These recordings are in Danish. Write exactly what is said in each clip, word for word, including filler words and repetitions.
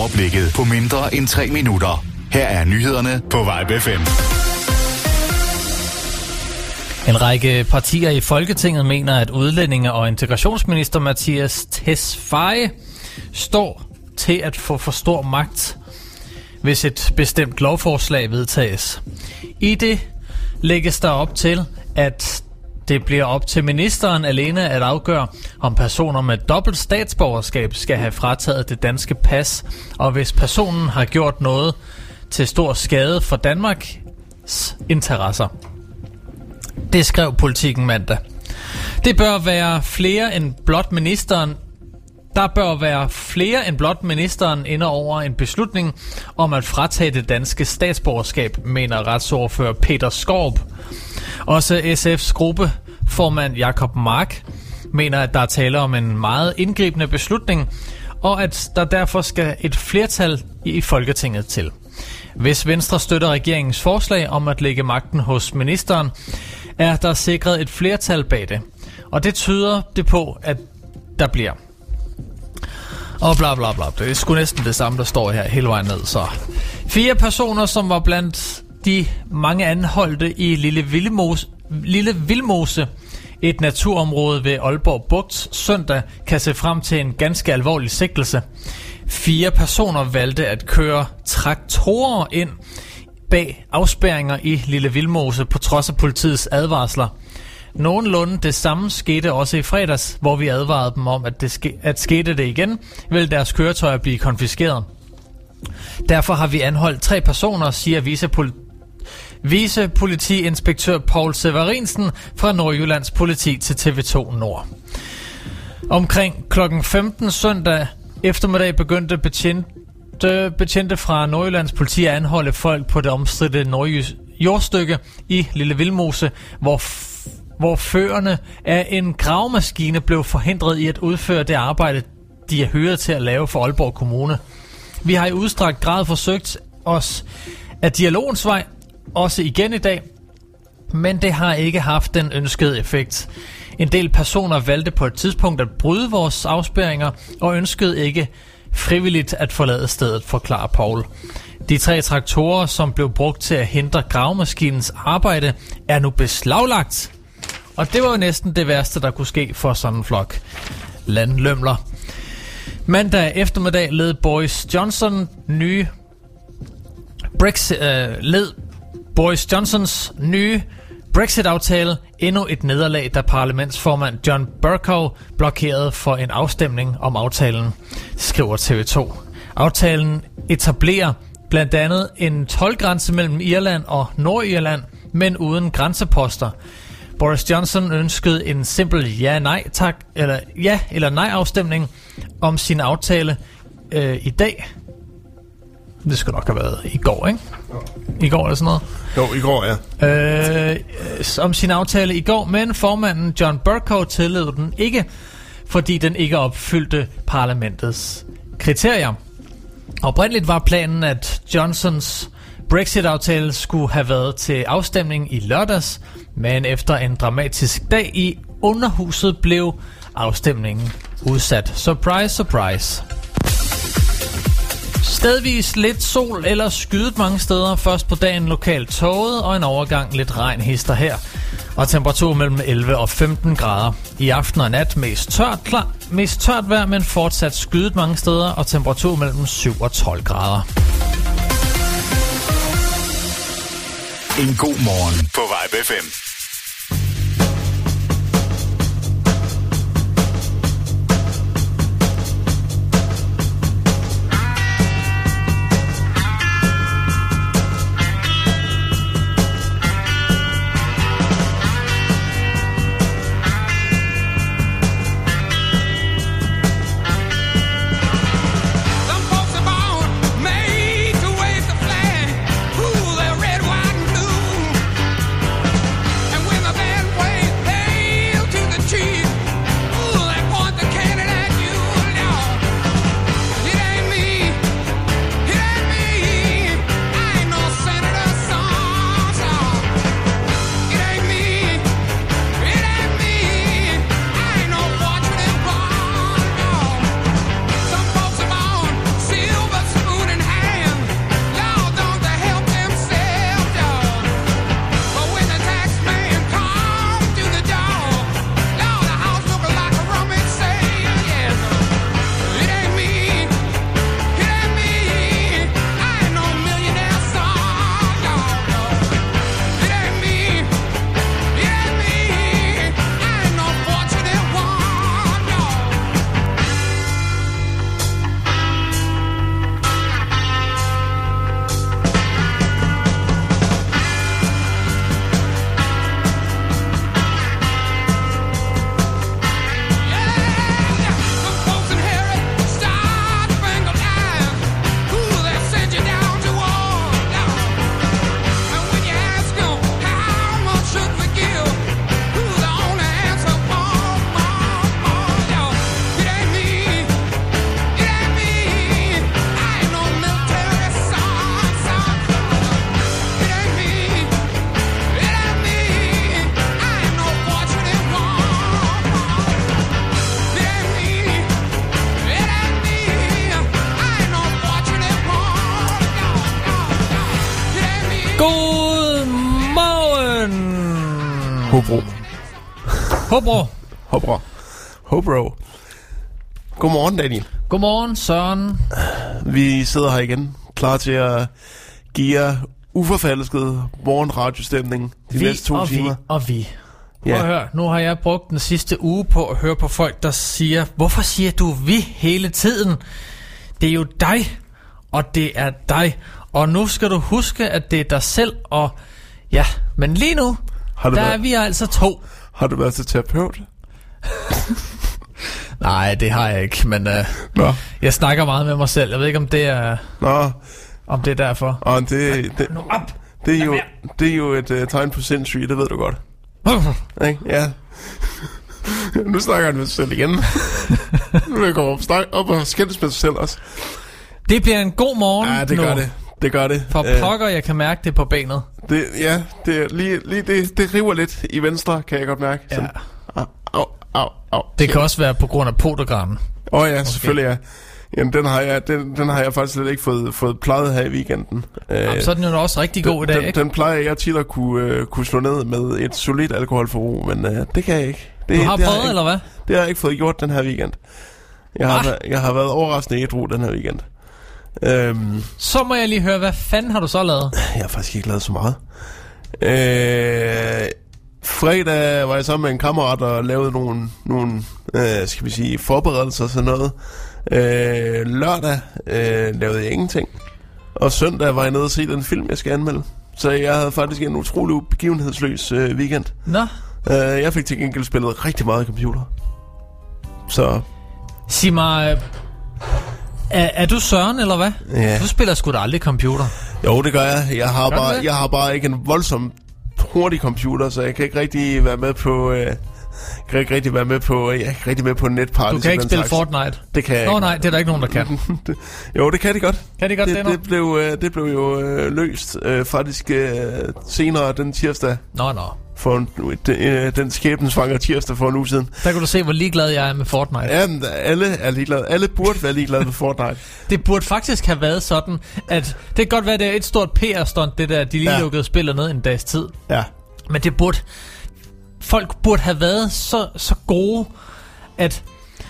overblikket på mindre end tre minutter. Her er nyhederne på Vibe F M. En række partier i Folketinget mener, at udlændinge- og integrationsminister Mattias Tesfaye står til at få for stor magt, hvis et bestemt lovforslag vedtages. I det lægges der op til, at det bliver op til ministeren alene at afgøre, om personer med dobbelt statsborgerskab skal have frataget det danske pas, og hvis personen har gjort noget til stor skade for Danmarks interesser. Det skrev Politiken mandag. Det bør være flere end blot ministeren. Der bør være flere end blot ministeren inde over en beslutning om at fratage det danske statsborgerskab, mener retsordfører Peter Skaarup. Også S F's gruppeformand Jacob Mark mener, at der er tale om en meget indgribende beslutning, og at der derfor skal et flertal i Folketinget til. Hvis Venstre støtter regeringens forslag om at lægge magten hos ministeren, er der sikret et flertal bag det. Og det tyder det på, at der bliver. Og bla bla bla. Det er sgu næsten det samme, der står her hele vejen ned. Så fire personer, som var blandt de mange anholdte i Lille Vildmose, Lille Vildmose, et naturområde ved Aalborg Bugt, søndag, kan se frem til en ganske alvorlig sigtelse. Fire personer valgte at køre traktorer ind bag afspærringer i Lille Vildmose på trods af politiets advarsler. Nogenlunde det samme skete også i fredags, hvor vi advarede dem om, at, det ske, at skete det igen, vil deres køretøjer blive konfiskeret. Derfor har vi anholdt tre personer, siger vicepol- vicepolitiinspektør Paul Severinsen fra Nordjyllands politi til T V to Nord. Omkring klokken femten søndag eftermiddag begyndte betjente, betjente fra Nordjyllands politi at anholde folk på det omstridte nordjys jordstykke i Lille Vildmose, hvor f- hvor førerne af en gravemaskine blev forhindret i at udføre det arbejde, de er hyret til at lave for Aalborg Kommune. Vi har i udstrakt grad forsøgt os af dialogens vej, også igen i dag, men det har ikke haft den ønskede effekt. En del personer valgte på et tidspunkt at bryde vores afspærringer og ønskede ikke frivilligt at forlade stedet, forklarer Paul. De tre traktorer, som blev brugt til at hindre gravemaskinens arbejde, er nu beslaglagt. Og det var jo næsten det værste, der kunne ske for sådan en flok landlømler. Mandag eftermiddag led Boris Johnson nye Brexit, øh, led Boris Johnsons nye Brexit-aftale endnu et nederlag, da parlamentsformand John Bercow blokerede for en afstemning om aftalen, skriver T V to. Aftalen etablerer blandt andet en toldgrænse mellem Irland og Nordirland, men uden grænseposter. Boris Johnson ønskede en simpel ja-nej tak eller ja eller nej afstemning om sin aftale øh, i dag. Det skulle nok have været i går, ikke? I går eller sådan noget. Jo, i går, ja. Øh, om sin aftale i går, men formanden John Bercow tillod den ikke, fordi den ikke opfyldte parlamentets kriterier. Oprindeligt var planen, at Johnsons Brexit-aftale skulle have været til afstemning i lørdags, men efter en dramatisk dag i underhuset blev afstemningen udsat. Surprise, surprise. Stedvis lidt sol eller skydet mange steder. Først på dagen lokalt tåget og en overgang lidt regn hister her. Og temperatur mellem elleve og femten grader. I aften og nat mest tørt, klar, mest tørt vejr, men fortsat skydet mange steder og temperatur mellem syv og tolv grader. En god morgen på Vibe F M. Hobro. Hobro. Hobro. Hobro. Godmorgen, Daniel. Godmorgen, Søren. Vi sidder her igen, klar til at give jer uforfalsket morgenradiostemning de vi næste to og timer. Vi og vi. Ja. Prøv at høre, nu har jeg brugt den sidste uge på at høre på folk, der siger, hvorfor siger du vi hele tiden? Det er jo dig, og det er dig. Og nu skal du huske, at det er dig selv, og ja, men lige nu, der været, er vi altså to. Har du været til terapeut? Nej, det har jeg ikke, men uh, Nå. jeg snakker meget med mig selv. Jeg ved ikke, om det er, Nå. om det er derfor. Og det, det, nu op. det, er, jo, det er jo et uh, tegn på sindssyge, det ved du godt. Uh. Ja. Nu snakker han med sig selv igen. Nu vil jeg gå op, op og skændes med sig selv også. Det bliver en god morgen. Ja, det nu. gør det. Det gør det. For pokker, jeg kan mærke det på benet. Det, ja, det er lige, lige det, det river lidt i venstre, kan jeg godt mærke. Ja. Sådan, au, au, au, au. Det kan også være på grund af podogrammen. Åh oh, ja, okay. Selvfølgelig ja. Jamen, den har jeg, den, den har jeg faktisk slet ikke fået, fået plejet her i weekenden. Jamen, så er den jo også rigtig god den, i dag, den, ikke? Den plejer jeg tit at kunne, uh, kunne slå ned med et solidt alkoholforbrug, men uh, det kan jeg ikke. Det, du har det prøvet, har eller hvad? Det har jeg ikke fået gjort den her weekend. Jeg har, været, jeg har været overraskende ædru den her weekend. Um, så må jeg lige høre, hvad fanden har du så lavet? Jeg har faktisk ikke lavet så meget. Øh, fredag var jeg sammen med en kammerat og lavede nogle, nogle øh, skal vi sige, forberedelser og sådan noget. Øh, lørdag øh, lavede jeg ingenting. Og søndag var jeg nede og se den film, jeg skal anmelde. Så jeg havde faktisk en utrolig begivenhedsløs øh, weekend. Nå. Øh, jeg fik til gengæld spillet rigtig meget computer. Så... Sig mig... Er, er du Søren, eller hvad? Ja. Du spiller sgu da aldrig computer. Jo, det gør jeg. Jeg har, gør bare, jeg har bare ikke en voldsom hurtig computer, så jeg kan ikke rigtig være med på... Øh, kan ikke rigtig være med på... Jeg er ikke rigtig med på netparty. Du kan ikke spille slags. Fortnite? Det kan jeg Nå ikke. nej, det er der ikke nogen, der kan. det, jo, det kan de godt. Kan de godt det, det, det, blev, øh, det blev jo øh, løst øh, faktisk øh, senere den tirsdag. Nå, nå. For en, den, den skæbnesvangre tirsdag for en uge siden. Der kan du se, hvor ligeglad jeg er med Fortnite. Ja, alle er ligeglade. Alle burde være ligeglade med Fortnite. Det burde faktisk have været sådan, at det kan godt være, det er et stort P R-stunt, det der, de lige ja. lukkede spillet ned en dags tid. Ja. Men det burde... Folk burde have været så, så gode, at,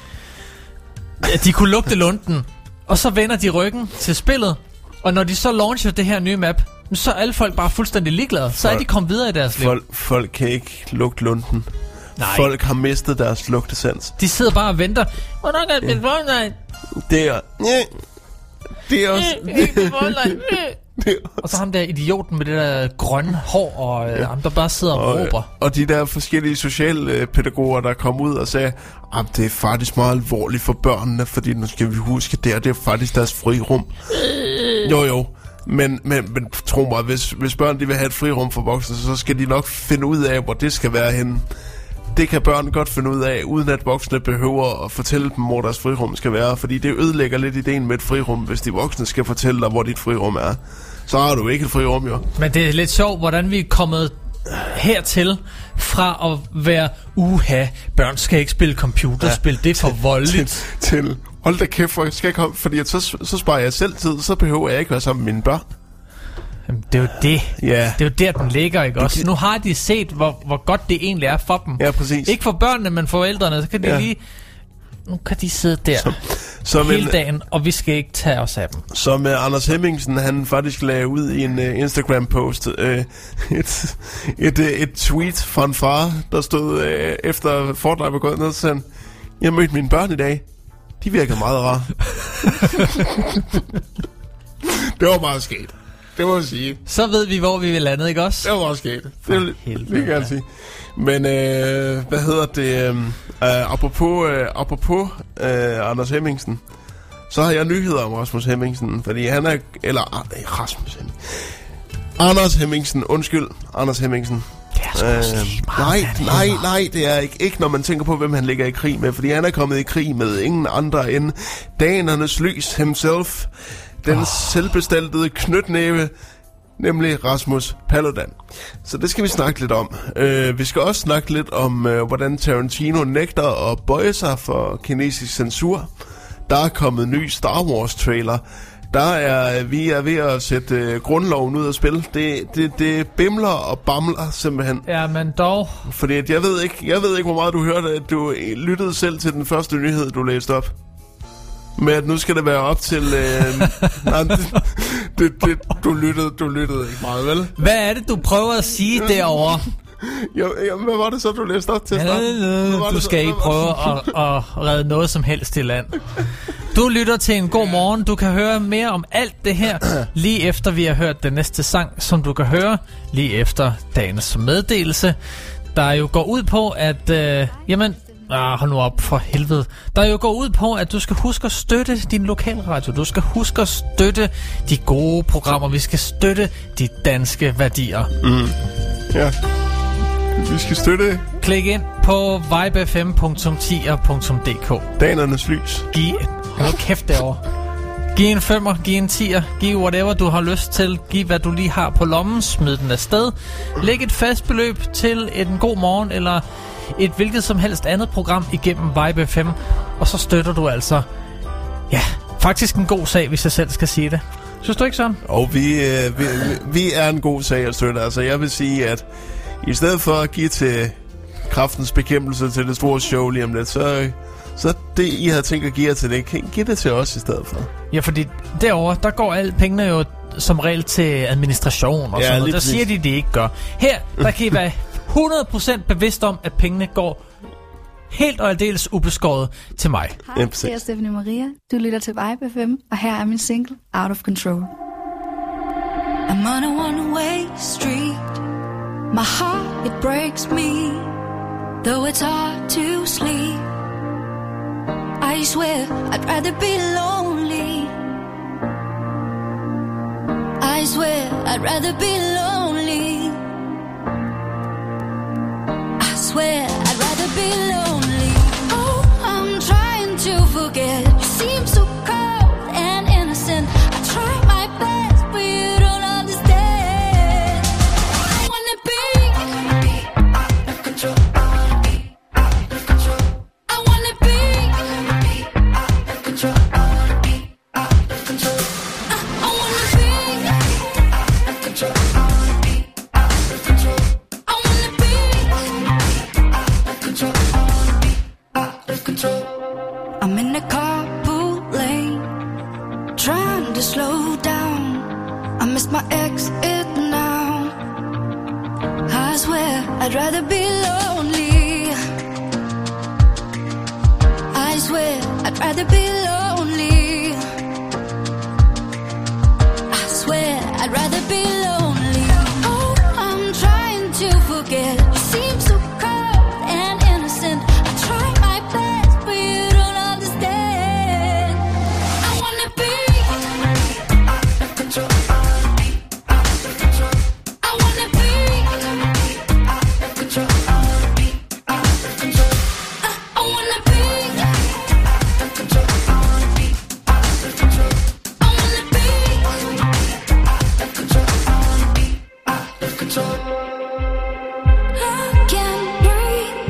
at de kunne lugte lunden, og så vender de ryggen til spillet, og når de så launcher det her nye map, så er alle folk bare fuldstændig ligeglade. Så folk, er de kommet videre i deres folk, liv. Folk kan ikke lugte lunden. Nej. Folk har mistet deres lugtesans. De sidder bare og venter. Hvornår kan det blive Fortnite? Det er... Ja. Det er også... Det og så ham der idioten med det der grønne hår, og ja. ham der bare sidder og, og råber. Og de der forskellige socialpædagoger, der kom ud og sagde, at det er faktisk meget alvorligt for børnene, fordi nu skal vi huske, det er, det er faktisk deres frirum. Jo jo, men, men, men tro mig, hvis, hvis børn de vil have et frirum for voksne, så skal de nok finde ud af, hvor det skal være henne. Det kan børn godt finde ud af, uden at voksne behøver at fortælle dem, hvor deres frirum skal være. Fordi det ødelægger lidt ideen med et frirum, hvis de voksne skal fortælle dig, hvor dit frirum er. Så har du ikke et frirum, jo. Men det er lidt sjovt, hvordan vi er kommet hertil fra at være, uha, børn skal ikke spille computerspil, ja, det er for voldeligt. Til, til hold da kæft, for jeg skal komme, fordi at så, så sparer jeg selv tid, så behøver jeg ikke være sammen med mine børn. Jamen, det er jo det. Ja. Det er jo der, den ligger, ikke også? Nu har de set, hvor, hvor godt det egentlig er for dem. Ja, præcis. Ikke for børnene, men for forældrene. Så kan de ja. lige... Nu kan de sidde der som, som hele en, dagen, og vi skal ikke tage os af dem. Som uh, Anders Hemmingsen, han faktisk lagde ud i en uh, Instagram-post, uh, et, et, et, et tweet fra en far, der stod uh, efter Fortnite var gået ned, og sagde han, jeg mødte mine børn i dag. De virker meget rare. Det var meget sket. Det må jeg sige. Så ved vi, hvor vi vil lande, ikke også? Det var meget sket. Det, det kan jeg sige. Men øh, hvad hedder det? Øh, apropos øh, apropos øh, Anders Hemmingsen, så har jeg nyheder om Rasmus Hemmingsen, fordi han er eller øh, Rasmus Hemmingsen. Anders Hemmingsen, undskyld, Anders Hemmingsen. Det er sgu øh, nej, nej, nej, det er ikke, ikke når man tænker på, hvem han ligger i krig med, fordi han er kommet i krig med ingen andre end danernes lys himself, den oh. selvbestaltede knytnæve, nemlig Rasmus Paludan. Så det skal vi snakke lidt om. Uh, vi skal også snakke lidt om, uh, hvordan Tarantino nægter at bøje sig for kinesisk censur. Der er kommet ny Star Wars trailer. der er vi er ved at sætte øh, grundloven ud af spil. Det, det, det bimler og bamler simpelthen. Ja, men dog. Fordi at jeg ved ikke, jeg ved ikke, hvor meget du hørte, at du lyttede selv til den første nyhed, du læste op. Men at nu skal det være op til... Øh, nej, det, det, det, du, lyttede, du lyttede ikke meget, vel? Hvad er det, du prøver at sige derovre? Jo, jo, hvad var det så, du læste op til starten? Du skal ikke prøve at, at redde noget som helst i land. Du lytter til En God Morgen. Du kan høre mere om alt det her, lige efter vi har hørt den næste sang, som du kan høre lige efter dagens meddelelse, der jo går ud på, at... Øh, jamen... Ah, hold nu op for helvede. Der jo går ud på, at du skal huske at støtte din lokalradio. Du skal huske at støtte de gode programmer. Vi skal støtte de danske værdier. Mm. Ja. Vi skal støtte. Klik ind på vibe f m punktum tier punktum d k. Danernes lys. Giv hold kæft derovre. Giv en femmer, giv en tier, giv whatever du har lyst til. Giv hvad du lige har på lommen, smid den afsted. Læg et fast beløb til En God Morgen eller et hvilket som helst andet program igennem Vibe F M. Og så støtter du altså, ja, faktisk en god sag, hvis jeg selv skal sige det. Synes du ikke sådan? Og vi, øh, vi, vi er en god sag at støtte. Altså jeg vil sige, at i stedet for at give til Kræftens Bekæmpelse til det store show lige om lidt, så, så det I havde tænkt at give jer til det, giv det til os i stedet for. Ja, fordi derovre, der går alle pengene jo som regel til administration og ja, sådan noget. Der siger de, de ikke gør. Her, der kan I være hundrede procent bevidst om, at pengene går helt og aldeles ubeskåret til mig. Hej, det er Stephanie Maria. Du lytter til Vibe F M, og her er min single, Out of Control. I'm on a one-way street. My heart, it breaks me. Though it's hard to sleep. I swear, I'd rather be lonely. I swear, I'd rather be lonely. I swear, I'd rather be lonely. Oh, I'm trying to forget. You seem so cold and innocent. I try my best, but you don't understand. I wanna be, I wanna be out of control. I wanna be out of control. I wanna be, I wanna be out of control. I wanna be out of control. I, I wanna be out of control. I wanna be out of control. I wanna be out of control. I wanna be out of control. I'm in a carpool lane, trying to slow down. I miss my exit now. I swear I'd rather be lonely. I swear I'd rather be lonely. I swear I'd rather be lonely. Oh, I'm trying to forget. You seem so cold and innocent. I try my best, but you don't understand. I wanna be out of control. I wanna be out of control. I wanna be out of control. I wanna be out of control. I wanna be out of control. I wanna be out of control. I wanna be out of control. I wanna be out of control. I can't breathe.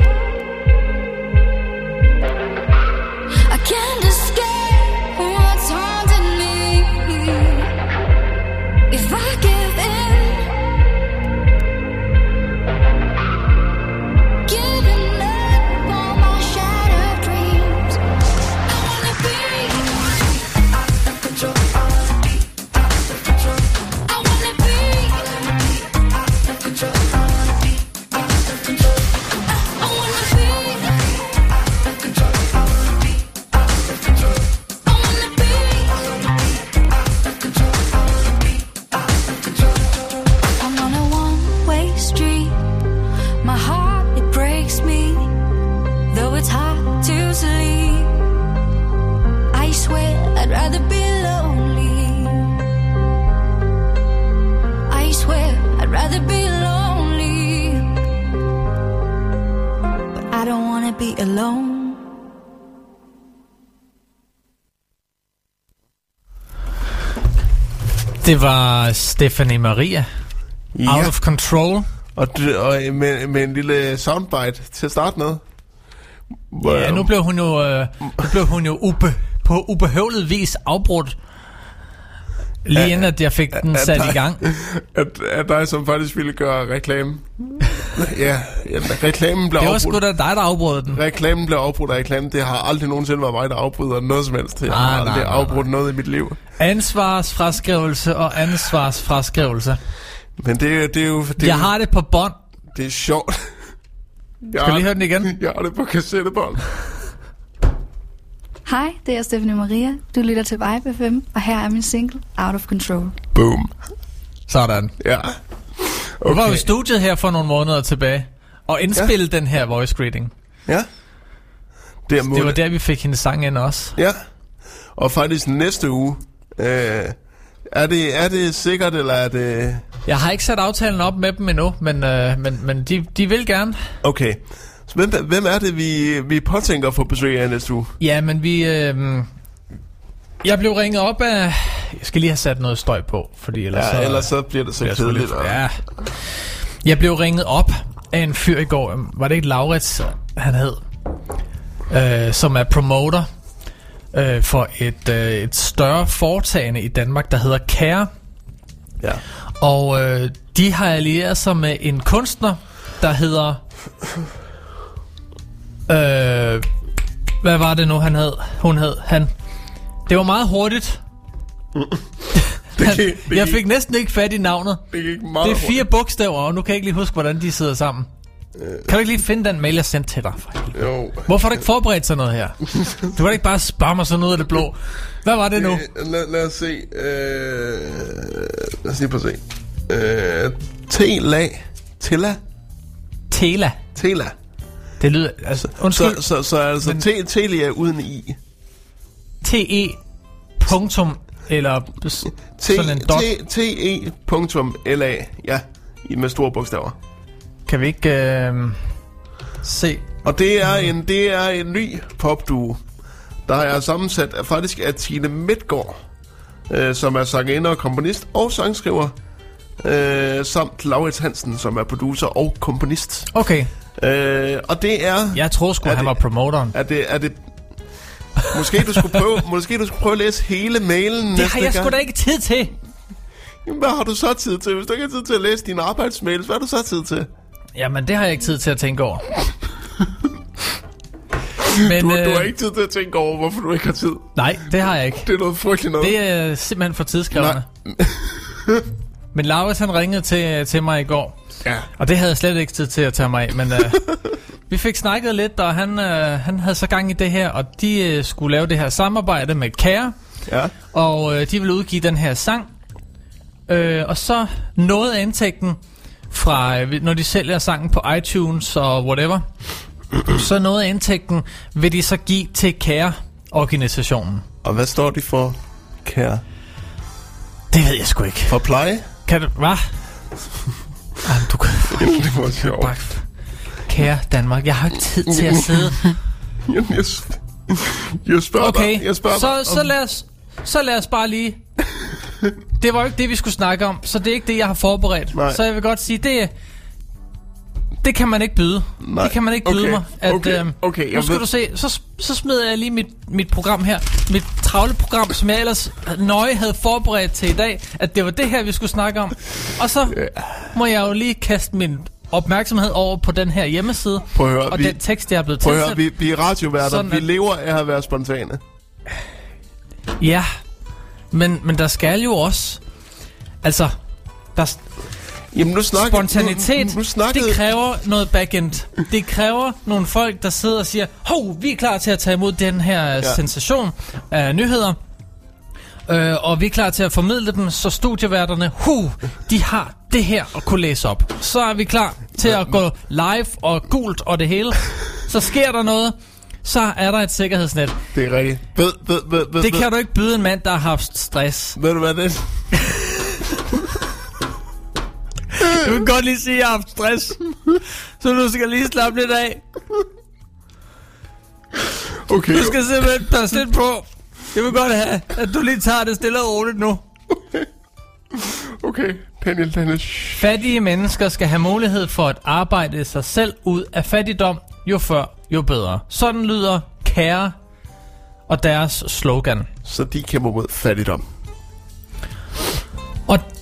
I can't escape what's haunting me. If I give in, giving up all my shattered dreams. I wanna be out of control. I wanna be out of control. I wanna be out of control. I wanna be out of control. I wanna be out of control. I wanna be out of control. I wanna be out of control. I wanna be out of control. I'm on a one-way street. My heart, it breaks me. Though it's hard to sleep. I swear I'd rather be lonely. I swear I'd rather be lonely. But I don't wanna be alone. Det var Stephanie Maria. Ja. Out of Control. Og, d- og med, med en lille soundbite til at starte med. Ja, nu blev hun jo, øh, nu blev hun jo ube, på ubehøvlet vis afbrudt Lige inden at jeg fik den sat i gang. At, at dig, som faktisk ville gøre reklame. ja, ja, reklamen blev Det var afbrudt. sgu da dig, der afbrød den. Reklamen blev afbrudt af reklamen. Det har aldrig nogensinde været mig, der afbryder noget som helst. Jeg Nej, har aldrig nej, nej, afbrudt noget i mit liv. Ansvarsfraskrivelse og ansvarsfraskrivelse. Men det, det er jo... Det er Jeg jo, har det på bånd. Det er sjovt. Jeg Skal vi lige høre den igen? Jeg har det på kassettebånd. Hej, det er Stephanie Maria. Du lytter til Vibe F M, og her er min single, Out of Control. Boom. Sådan. Ja. Okay. Vi var jo i studiet her for nogle måneder tilbage og indspillede ja. den her voice greeting. Ja. Det, er det var der, vi fik hendes sang ind også. Ja. Og faktisk næste uge. Øh, er, det, er det sikkert, eller er det... Jeg har ikke sat aftalen op med dem endnu, men, øh, men, men de, de vil gerne. Okay. Så hvem, hvem er det, vi, vi påtænker at få besøg af næste uge? Ja, men vi... Øh, jeg blev ringet op af... Jeg skal lige have sat noget støj på, fordi ellers, ja, så, ellers så bliver det så kedeligt. Ja. Jeg blev ringet op af en fyr i går. Var det ikke Laurits, han hed? Øh, som er promoter øh, for et, øh, et større foretagende i Danmark, der hedder Care. Ja. Og øh, de har allieret sig med en kunstner, der hedder... Øh, hvad var det nu, han hed? Hun hed. Han. Det var meget hurtigt. det han, gik, det jeg fik næsten ikke fat i navnet. Det gik meget Det er fire hurtigt. bogstaver, og nu kan jeg ikke lige huske, hvordan de sidder sammen. Øh. Kan du ikke lige finde den mail, jeg sendte til dig? Jo. Hvorfor har du ikke forberedt sig noget her? Du kan ikke bare spørge mig sådan ud af det blå. Hvad var det nu? Øh, lad, lad os se. Øh, lad os lige prøve at se. Øh, Tela. Tela. Tela. Tela. Det lyder... Altså, undskyld. Så, så, så altså men... Telia uden i. T-E punktum eller sådan en dot. T-E punktum L-A. Ja, med store bogstaver. Kan vi ikke øh, se? Og det er en, det er en ny popduo, der er sammensat af, faktisk af Tine Midtgaard, øh, som er sangerinde og komponist og sangskriver, øh, samt Laurits Hansen, som er producer og komponist. Okay. Øh, og det er... Jeg troede sgu, han det, var promoteren. Er det... Er det måske, du skulle prøve, måske du skulle prøve at læse hele mailen næste Det har jeg gang. sgu da ikke tid til. Jamen, hvad har du så tid til? Hvis du ikke har tid til at læse dine arbejdsmails, hvad har du så tid til? Jamen, det har jeg ikke tid til at tænke over. Men, du, øh, du har ikke tid til at tænke over, hvorfor du ikke har tid. Nej, det har jeg ikke. Det er noget frygteligt noget. Det er simpelthen for tidskrævende. Men Laurits, han ringede til, til mig i går. Ja. Og det havde jeg slet ikke tid til at tage mig af. Men øh, vi fik snakket lidt, og han, øh, han havde så gang i det her. Og de øh, skulle lave det her samarbejde med Care. Ja. Og øh, de ville udgive den her sang. Øh, og så noget af indtægten fra, øh, når de sælger sangen på iTunes og whatever, så noget af indtægten vil de så give til Care-organisationen. Og hvad står de for, Care? Det ved jeg sgu ikke. For pleje? Kan du... Hvad? Ah, du kan... Det var sjovt. Care Danmark, jeg har ikke tid til at sidde. Jamen, jeg, jeg spørger Okay, dig. Jeg spørger så, dig, så, lad os, så lad os bare lige... Det var jo ikke det, vi skulle snakke om, så det er ikke det, jeg har forberedt. Nej. Så jeg vil godt sige, det det kan man ikke byde. Nej. Det kan man ikke byde okay. mig. At, okay. Øhm, okay. Nu skal ved... du se, så, så smider jeg lige mit, mit program her. Mit travle program, som jeg ellers nøje havde forberedt til i dag. At det var det her, vi skulle snakke om. Og så må jeg jo lige kaste min opmærksomhed over på den her hjemmeside. Prøv at høre, og vi, den tekst, jeg er blevet prøv at tilsat. høre, vi, vi er radioværter. Sådan Vi at... lever af at være spontane. Ja, men, men der skal jo også... Altså, der... Jamen, nu snakker, Spontanitet, nu, nu snakkede... det kræver noget backend. Det kræver nogle folk, der sidder og siger, hov, vi er klar til at tage imod den her ja. sensation af nyheder. Øh, og vi er klar til at formidle dem, så studieværterne, hu, de har det her at kunne læse op. Så er vi klar til at gå live og gult og det hele. Så sker der noget, så er der et sikkerhedsnet. Det er rigtigt. Ved, ved, ved, ved, det kan ved. du ikke byde en mand, der har haft stress. Ved du hvad det er? Du kan godt lige sige, at jeg har haft stress. Så nu skal jeg lige slappe lidt af. Okay. Du skal simpelthen passe lidt på. Jeg vil godt have, at du lige tager det stille og roligt nu. Okay. Okay, Daniel, Daniel. Fattige mennesker skal have mulighed for at arbejde sig selv ud af fattigdom. Jo før, jo bedre. Sådan lyder Care og deres slogan. Så de kæmper mod fattigdom.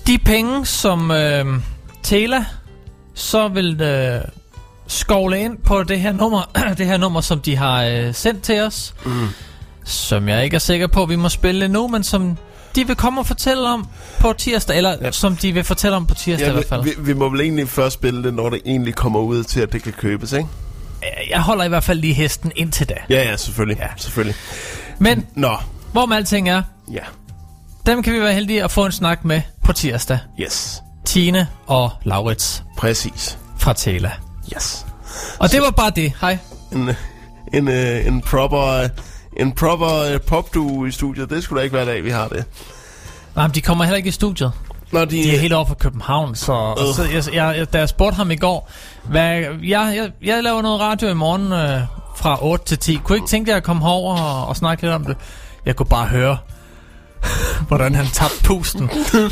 De penge, som øh, Tela så vil øh, skovle ind på det her nummer, det her nummer, som de har øh, sendt til os, mm. som jeg ikke er sikker på, at vi må spille nu, men som de vil komme og fortælle om på tirsdag, eller ja. som de vil fortælle om på tirsdag ja, i hvert fald. Vi, vi må vel egentlig først spille det, når det egentlig kommer ud til, at det kan købes, ikke? Jeg holder i hvert fald lige hesten indtil da. Ja, ja, selvfølgelig. Ja. selvfølgelig. Men, Nå. hvor med alting er, ja. dem kan vi være heldige at få en snak med på tirsdag. Yes. Tine og Laurits. Præcis. Fra Tela. Yes. Og det var bare det. Hej. En, en, en, en proper, en proper popduo i studiet. Det skulle da ikke være dag, vi har det. Nej, men de kommer heller ikke i studiet. Nå, de, de er helt over fra København, så, uh. så jeg, jeg, da jeg spurgte ham i går, hvad, jeg, jeg, jeg laver noget radio i morgen øh, fra otte til ti. Kunne ikke tænke jer at komme herover og, og snakke lidt om det? Jeg kunne bare høre, hvordan han tabte pusten.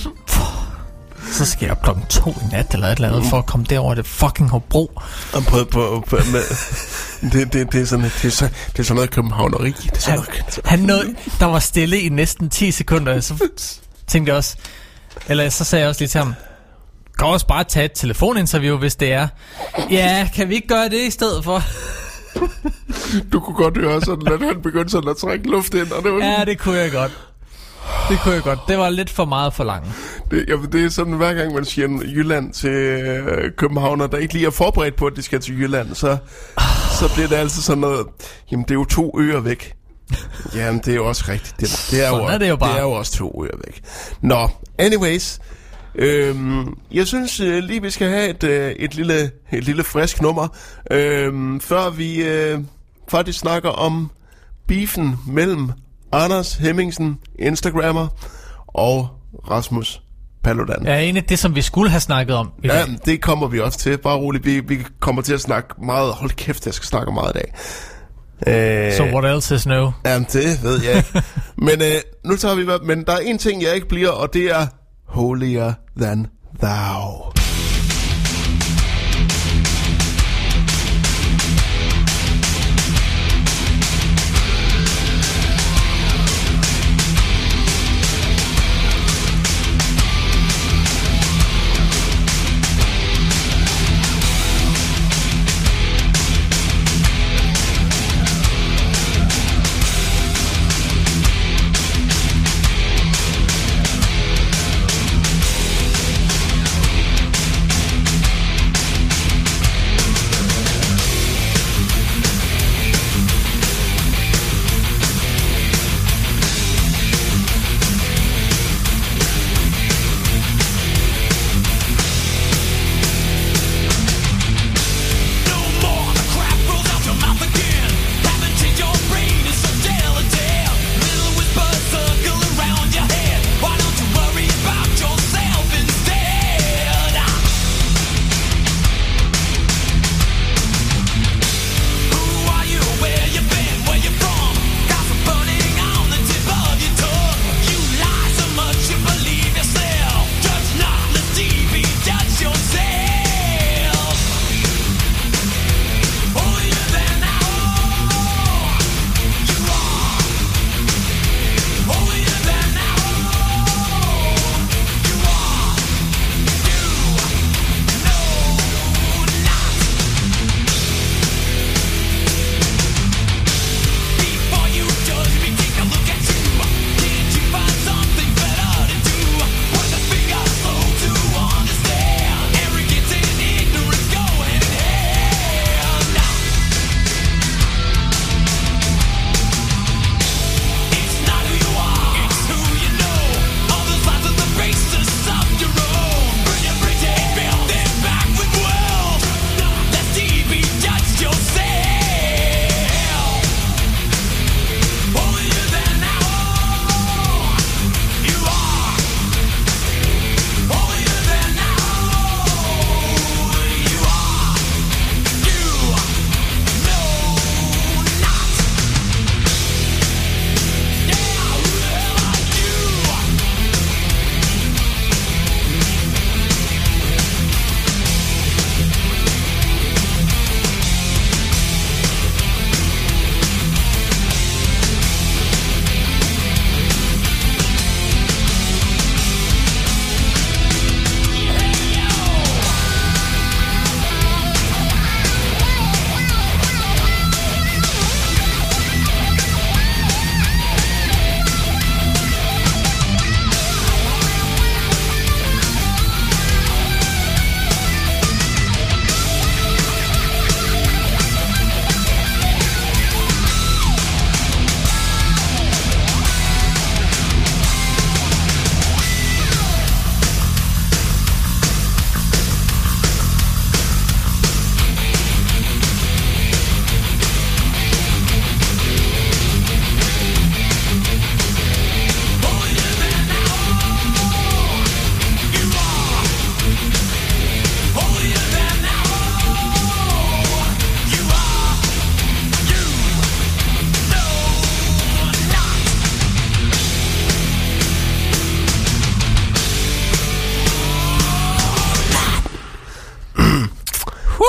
Så skal jeg op klokken to i nat eller et eller andet, for at komme derover det fucking Hobro. Og på, på, på, med, det, det, det, er sådan, det, er så, det er sådan noget københavneri. Det er sådan han, noget, han nåede, der var stille i næsten ti sekunder, så tænkte jeg også, eller så sagde jeg også lige til ham, kan også bare tage et telefoninterview, hvis det er. Ja, kan vi ikke gøre det i stedet for? Du kunne godt høre sådan, at han begyndte sådan at trække luft ind. Og det var sådan, ja, det kunne jeg godt. Det kunne jeg godt. Det var lidt for meget for langt. Det, jamen, det er sådan, hver gang man siger Jylland til øh, københavner, der ikke lige er forberedt på, at de skal til Jylland, så, så bliver det altid sådan noget, jamen det er jo to øer væk. Jamen, det er jo også rigtigt. Det, det, er, jo, er det, jo bare. det er jo også to øer væk. Nå, anyways. Øhm, jeg synes øh, lige, vi skal have et, øh, et, lille, et lille frisk nummer, øh, før vi øh, faktisk snakker om beefen mellem Anders Hemmingsen, Instagrammer, og Rasmus Paludan. Ja, egentlig det, som vi skulle have snakket om i Ja, dag. det kommer vi også til. Bare roligt, vi, vi kommer til at snakke meget. Hold kæft, jeg skal snakke meget i dag. Øh, so what else is new? Jamen, det ved jeg ikke. Men øh, nu tager vi... Men der er en ting, jeg ikke bliver, og det er holier than thou.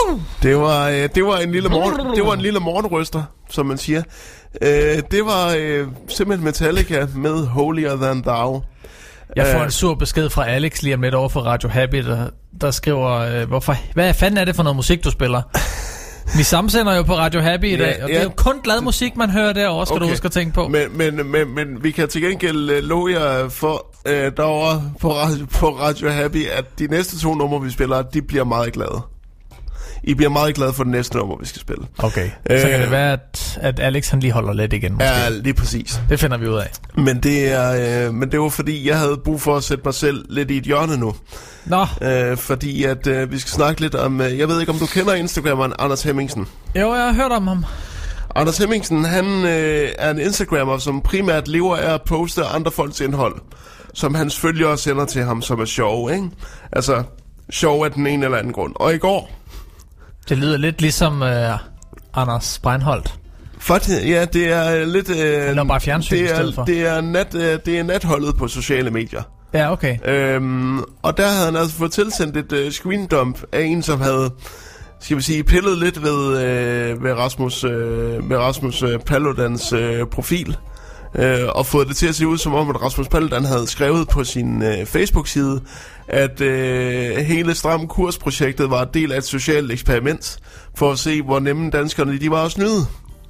Det var, øh, det var en lille morgen, det var en lille morgenryster, som man siger. Øh, det var øh, simpelthen Metallica med Holier Than Thou. Jeg får en sur besked fra Alex lige om lidt over for Radio Happy, der, der skriver, øh, hvorfor, hvad fanden er det for noget musik, du spiller? Vi samsender jo på Radio Happy i dag, og ja, det er jo kun glad musik, man hører derovre, skal okay. du huske at tænke på. Men, men, men, men vi kan til gengæld uh, love jer for uh, derovre på radio, på Radio Happy, at de næste to numre, vi spiller, de bliver meget glade. I bliver meget glade for det næste nummer, vi skal spille. Okay, uh, så kan det være, at, at Alex han lige holder lidt igen måske. Ja, lige præcis. Det finder vi ud af. Men det, er, uh, men det var fordi, jeg havde brug for at sætte mig selv lidt i et hjørne nu. Nå. Uh, fordi at uh, vi skal snakke lidt om, uh, jeg ved ikke om du kender Instagrammeren Anders Hemmingsen. Jo, jeg har hørt om ham. Anders Hemmingsen, han øh, er en Instagrammer, som primært lever af at poste andre folks indhold, som hans følgere sender til ham, som er sjov, ikke? Altså, sjov af den ene eller anden grund. Og i går... Det lyder lidt ligesom øh, Anders Breinholt. Faktisk, ja, det er lidt... Øh, Eller bare fjernsyn det er, i stedet for. Det er, nat, øh, det er natholdet på sociale medier. Ja, okay. Øhm, og der havde han altså fået tilsendt et øh, screendump af en, som havde... Skal vi sige, pillet lidt ved, øh, ved Rasmus, øh, med Rasmus øh, Paludans øh, profil, øh, og fået det til at se ud som om, at Rasmus Paludan havde skrevet på sin øh, Facebook-side, at øh, hele Stram Kurs-projektet var en del af et socialt eksperiment, for at se, hvor nemme danskerne de var at snyde.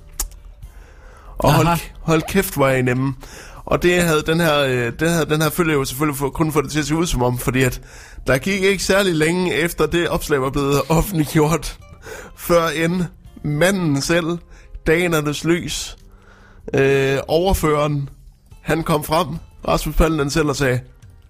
Og hold, hold kæft, hvor er I nemme. Og det havde den her, øh, den her, den her følge jo selvfølgelig for, kun få det til at se ud som om, fordi at der gik ikke særlig længe efter det opslag var blevet offentliggjort, før end manden selv, danernes lys, øh, overføreren, han kom frem, Rasmus Paludan selv, og sagde,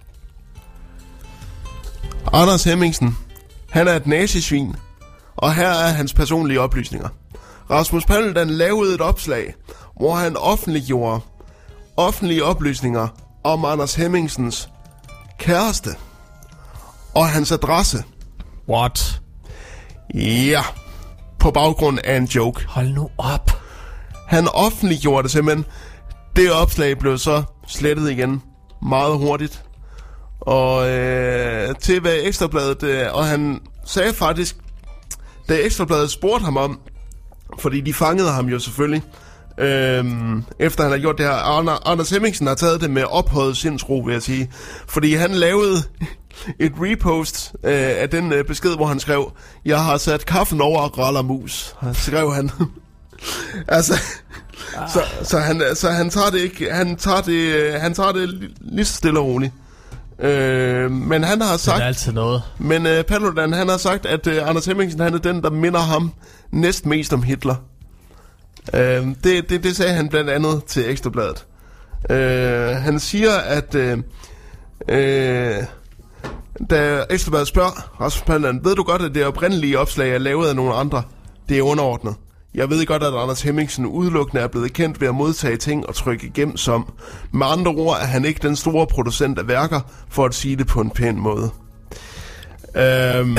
Anders Hemmingsen, han er et nazisvin, og her er hans personlige oplysninger. Rasmus Paludan lavede et opslag, hvor han offentliggjorde offentlige oplysninger om Anders Hemmingsens kæreste og hans adresse. What? Ja, på baggrund af en joke. Hold nu op. Han offentliggjorde det simpelthen. Det opslag blev så slettet igen meget hurtigt. Og øh, til hvad Ekstrabladet, øh, og han sagde faktisk, da Ekstrabladet spurgte ham om, fordi de fangede ham jo selvfølgelig, Øhm, efter han har gjort det her. Arne, Anders Hemmingsen har taget det med ophøjet sindsro, vil jeg sige. Fordi han lavede et repost øh, af den øh, besked, hvor han skrev, jeg har sat kaffen over og raller mus, skrev han. altså ah. så, så, han, så han tager det ikke. Han tager det, øh, han tager det lige så stille og roligt. Øh, men han har sagt, det er altid noget. Men øh, Paludan, han har sagt, at øh, Anders Hemmingsen, han er den, der minder ham næst mest om Hitler. Uh, det, det, det sagde han blandt andet til Ekstrabladet. Uh, han siger, at uh, uh, da Ekstrabladet spørger Rasmus Paludan, ved du godt, at det oprindelige opslag er lavet af nogle andre? Det er underordnet. Jeg ved godt, at Anders Hemmingsen udelukkende er blevet kendt ved at modtage ting og trykke igennem som. Med andre ord er han ikke den store producent af værker, for at sige det på en pæn måde. Um,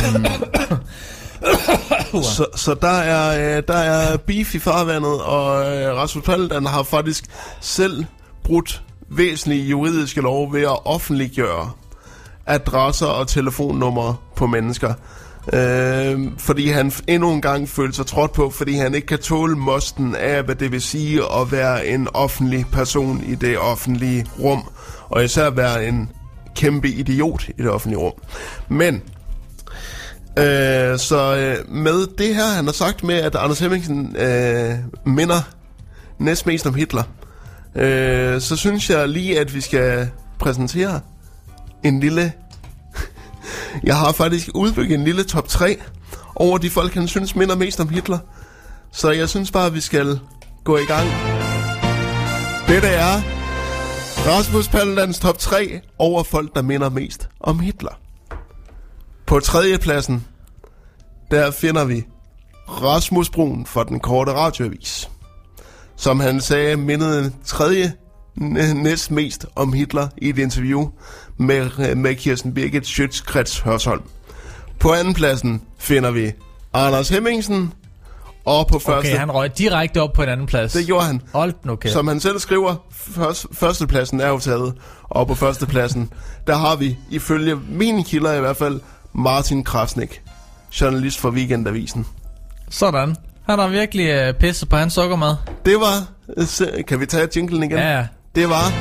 Så, så der er øh, der er beef i farvandet, og øh, Rasmus Paludan har faktisk selv brudt væsentlige juridiske lov ved at offentliggøre adresser og telefonnumre på mennesker. Øh, fordi han endnu en gang følte sig trådt på, fordi han ikke kan tåle mosten af, hvad det vil sige at være en offentlig person i det offentlige rum, og især være en kæmpe idiot i det offentlige rum. Men Øh, så øh, med det her, han har sagt med, at Anders Hemmingsen øh, minder næstmest om Hitler, øh, så synes jeg lige, at vi skal præsentere en lille... jeg har faktisk udbygget en lille top tre over de folk, han synes minder mest om Hitler. Så jeg synes bare, at vi skal gå i gang. Dette er Rasmus Paludans top tre over folk, der minder mest om Hitler. På tredjepladsen, der finder vi Rasmus Bruun fra Den Korte Radioavis, som han sagde mindede tredje næst mest om Hitler i et interview med, med Kirsten Birgit Schiøtz-Kretz Hørsholm. På andenpladsen finder vi Anders Hemmingsen, og på første... Okay, han røg direkte op på en anden plads. Det gjorde han. Hold nu kæft. Som han selv skriver, først, førstepladsen er jo taget, og på førstepladsen, der har vi, ifølge mine kilder i hvert fald, Martin Krasnik. journalist for Weekendavisen. Sådan. Han har virkelig øh, pisset på hans sukkermad. Det var... Øh, kan vi tage jinglen igen? Ja, ja. Det var...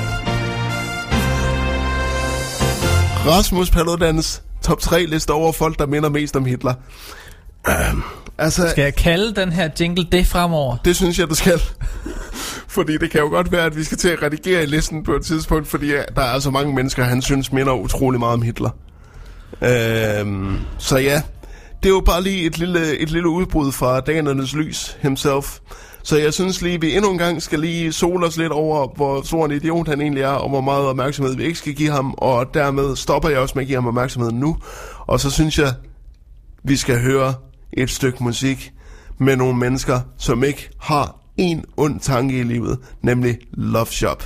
Rasmus Paludans top tre liste over folk, der minder mest om Hitler. Uh, altså, skal jeg kalde den her jingle det fremover? Det synes jeg, du skal. Fordi det kan jo godt være, at vi skal til at redigere i listen på et tidspunkt, fordi der er så mange mennesker, han synes minder utrolig meget om Hitler. Uh, så ja, det er jo bare lige et lille, et lille udbrud fra Danernes Lys himself. Så jeg synes lige, vi endnu en gang skal lige sole os lidt over, hvor stor en idiot han egentlig er, og hvor meget opmærksomhed vi ikke skal give ham, og dermed stopper jeg også med at give ham opmærksomhed nu. Og så synes jeg, vi skal høre et stykke musik med nogle mennesker, som ikke har en ond tanke i livet, nemlig Love Shop.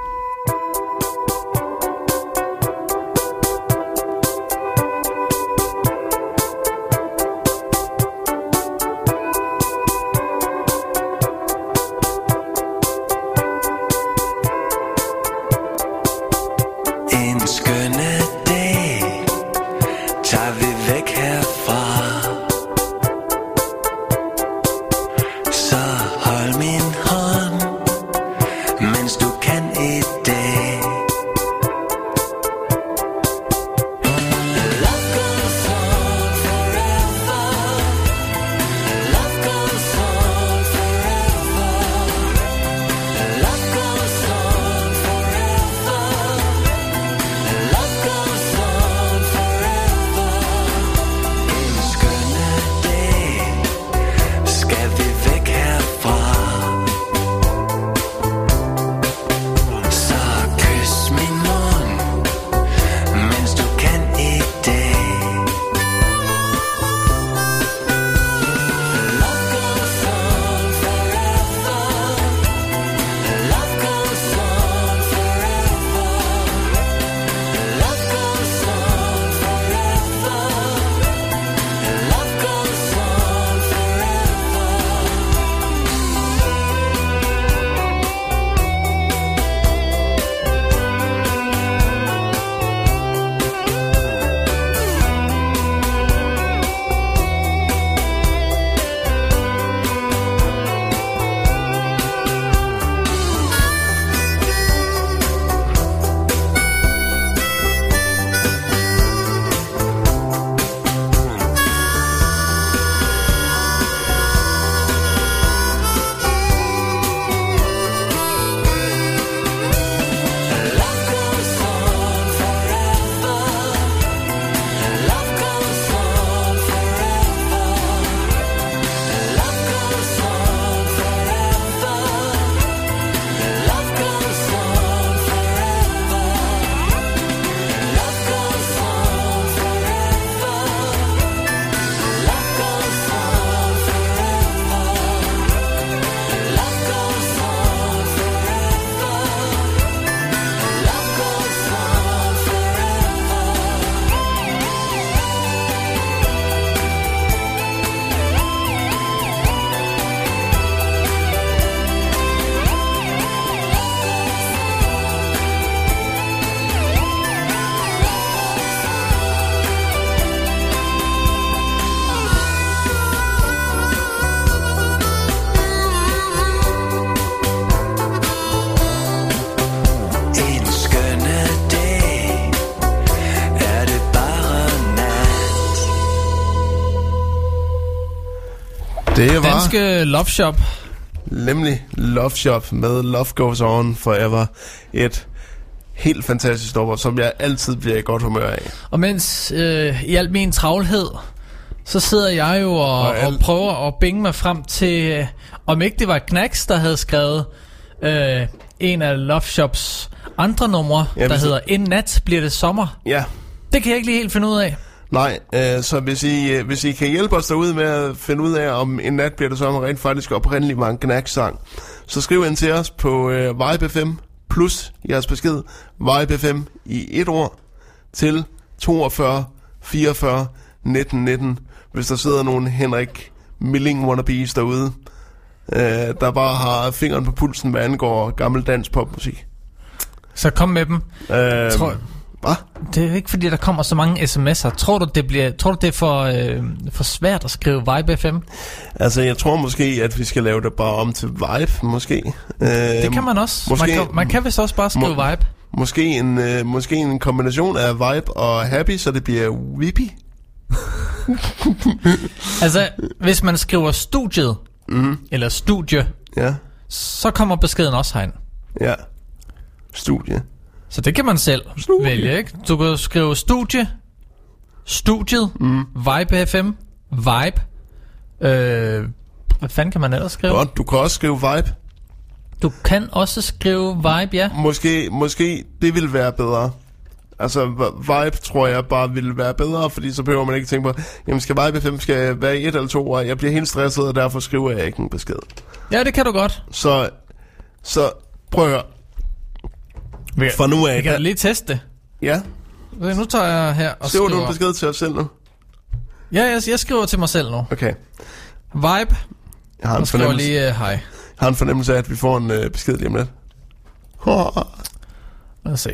Det var danske Love Shop. Nemlig Love Shop med Love Goes On Forever. Et helt fantastisk nummer, som jeg altid bliver i godt humør af. Og mens øh, i al min travlhed, så sidder jeg jo og, og, al... og prøver at binge mig frem til, øh, om ikke det var Knacks, der havde skrevet øh, en af Love Shops andre numre, ja, der hedder En nat bliver det sommer. Ja. Det kan jeg ikke lige helt finde ud af. Nej, øh, så hvis I, øh, hvis I kan hjælpe os derude med at finde ud af, om En nat bliver det sommer rent faktisk oprindeligt var en Knacks-sang, så skriv ind til os på øh, Vibe F M plus jeres besked, Vibe F M i et ord, til toogfyrre fireogfyrre nitten nitten, hvis der sidder nogle Henrik Milling wannabes derude, øh, der bare har fingeren på pulsen, hvad angår gammel dansk popmusik. Så kom med dem. Øh, Tror... Hvad? Det er jo ikke fordi, der kommer så mange sms'er. Tror du, det, bliver, tror du, det er for, øh, for svært at skrive Vibe F M? Altså, jeg tror måske, at vi skal lave det bare om til Vibe, måske. Øh, Det kan man også. Måske, man, kan, man kan vist også bare skrive må, Vibe. Måske en, øh, måske en kombination af Vibe og Happy, så det bliver Whippy. Altså, hvis man skriver studiet, mm. eller studie, Ja, så kommer beskeden også herind. ja. Studie. Så det kan man selv Studie. vælge, ikke? Du kan skrive studie, studiet, mm. Vibe F M, Vibe. Øh, hvad fanden kan man ellers skrive? Godt, du kan også skrive Vibe. Du kan også skrive Vibe, ja. Måske, måske det vil være bedre. Altså, Vibe tror jeg bare ville være bedre, fordi så behøver man ikke tænke på, jamen skal Vibe F M skal være i et eller to, og jeg bliver helt stresset, og derfor skriver jeg ikke en besked. Ja, det kan du godt. Så, så prøv at høre. Vi kan, For nu af, vi kan lige teste det. ja, Okay, nu tager jeg her og skriver skriver... du en besked til os selv nu? Ja, jeg, jeg skriver til mig selv nu. Okay. Vibe, Jeg har en og skriver fornemmelse, lige uh, hej. jeg har en fornemmelse af, at vi får en øh, besked lige om lidt. Oh. Lad os se.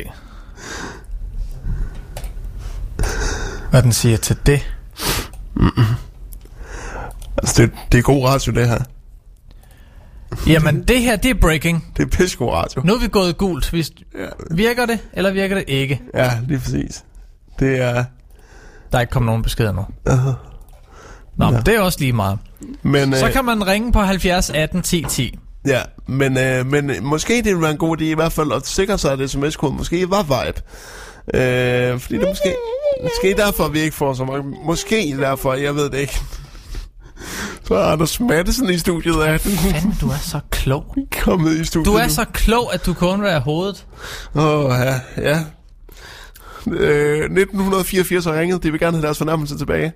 Hvad den siger til det. Altså, det, det er god radio, det her. Jamen, det her, det er breaking. Det er pissegod radio. Nu er vi gået gult. Vi, Ja, virker det, eller virker det ikke? ja, lige præcis. Det er... Der er ikke kommet nogen beskeder nu. Uh, Nå, Ja. men det er også lige meget. men, Så øh, kan man ringe på halvfjerds atten ti ti. ja, men, øh, men øh, måske det ville være en god idé i hvert fald at sikre sig, at sms-koden måske var Vibe. Øh, fordi det er måske, måske derfor, vi ikke får så mange. Måske derfor, jeg ved det ikke. Så er Anders Mattesen i studiet af den. Fanden, du er så klog. Kommet i studiet. Du er så klog, at du kun være hovedet. Åh, oh, ja, ja. Øh, nitten fireogfirs har ringet. De vil gerne have deres fornærmelse tilbage.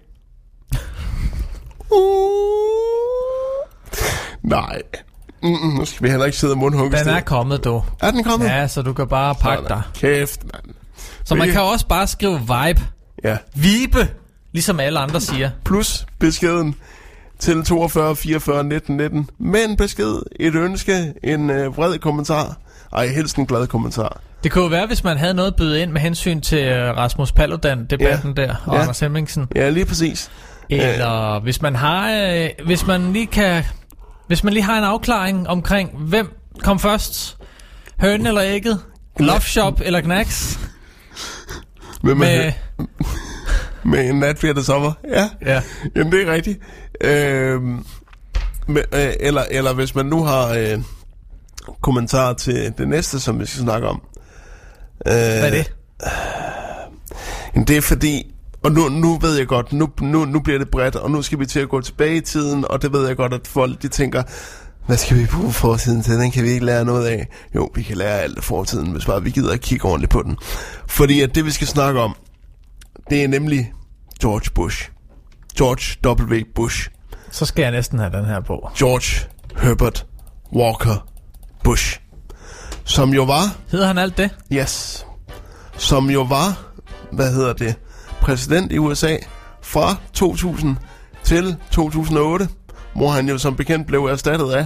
Uh. Nej. Mm-mm, nu skal vi heller ikke sidde og mundhugge. Den er kommet, du. Er den kommet? Ja, så du kan bare pakke dig. Kæft, mand. Så man kan også bare skrive Vibe. Ja. Vibe, ligesom alle andre siger. Plus beskeden til toogfyrre fireogfyrre nitten nitten. Med en besked, et ønske, en øh, vred kommentar. Ej, helst en glad kommentar. Det kunne jo være, hvis man havde noget at byde ind med hensyn til øh, Rasmus Paludan-debatten Ja. der, og Ja. Anders Hemmingsen. Ja, lige præcis. Eller hvis man har, øh, hvis man lige kan, hvis man lige har en afklaring omkring, hvem kom først, hønen eller ægget, Love Shop eller Knacks, Med, med, med, med en nat bliver det sommer. Ja, ja, jamen det er rigtigt. Øhm, med, øh, eller, eller hvis man nu har øh, kommentarer til det næste, som vi skal snakke om. Øh, hvad er det? Jamen det er fordi, og nu, nu ved jeg godt, nu, nu, nu bliver det bredt, og nu skal vi til at gå tilbage i tiden, og det ved jeg godt, at folk de tænker, hvad skal vi bruge fortiden til? Den kan vi ikke lære noget af. Jo, vi kan lære alt af fortiden, hvis bare vi gider at kigge ordentligt på den. Fordi at det vi skal snakke om, det er nemlig George Bush. George W. Bush. Så skal jeg næsten have den her på. George Herbert Walker Bush. Som jo var, Hedder han alt det? yes, som jo var, hvad hedder det, præsident i U S A fra to tusind til to tusind og otte, hvor han jo som bekendt blev erstattet af.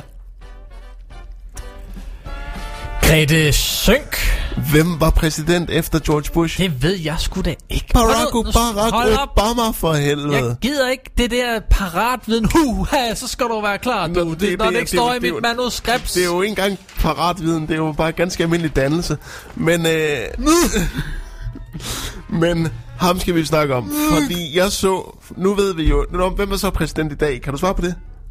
Grete Sønk. Hvem var præsident efter George Bush? Det ved jeg sgu da ikke. Barack Hold nu- Barack hold op. Obama for helvede. Jeg gider ikke det der paratviden. Huha, så skal du være klar. Du, Nå, det, det- det, når det- det ikke det- står det- i det- mit manuskript. Det er jo ikke engang paratviden, det er jo bare ganske almindelig dannelse. Men, øh, men ham skal vi snakke om, fordi jeg så, nu ved vi jo, nå, hvem er så præsident i dag? Kan du svare på det?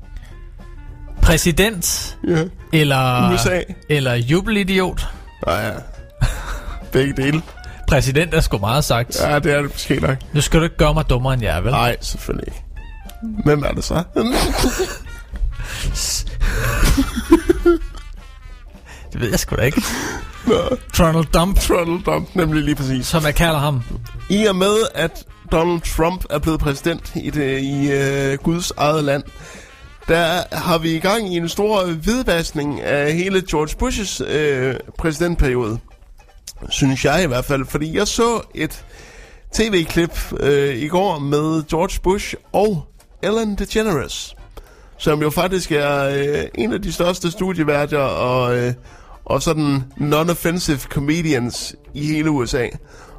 Præsident Ja. eller, U S A. eller jubelidiot. Nej, ja. Begge dele. Præsident er sgu meget sagt. Ja, det er det måske nok. Nu skal du ikke gøre mig dummere end jeg er, vel? Nej, selvfølgelig ikke. Hvem er det så? Det ved jeg sgu da ikke. Nå, Donald Trump, Donald Trump, nemlig lige præcis. som jeg kalder ham. I og med, at Donald Trump er blevet præsident i, det, i øh, Guds eget land, der har vi i gang i en stor hvidvaskning af hele George Bushes øh, præsidentperiode. Synes jeg i hvert fald, fordi jeg så et tv-klip øh, i går med George Bush og Ellen DeGeneres, som jo faktisk er øh, en af de største studieværter og, øh, og sådan non-offensive comedians i hele U S A.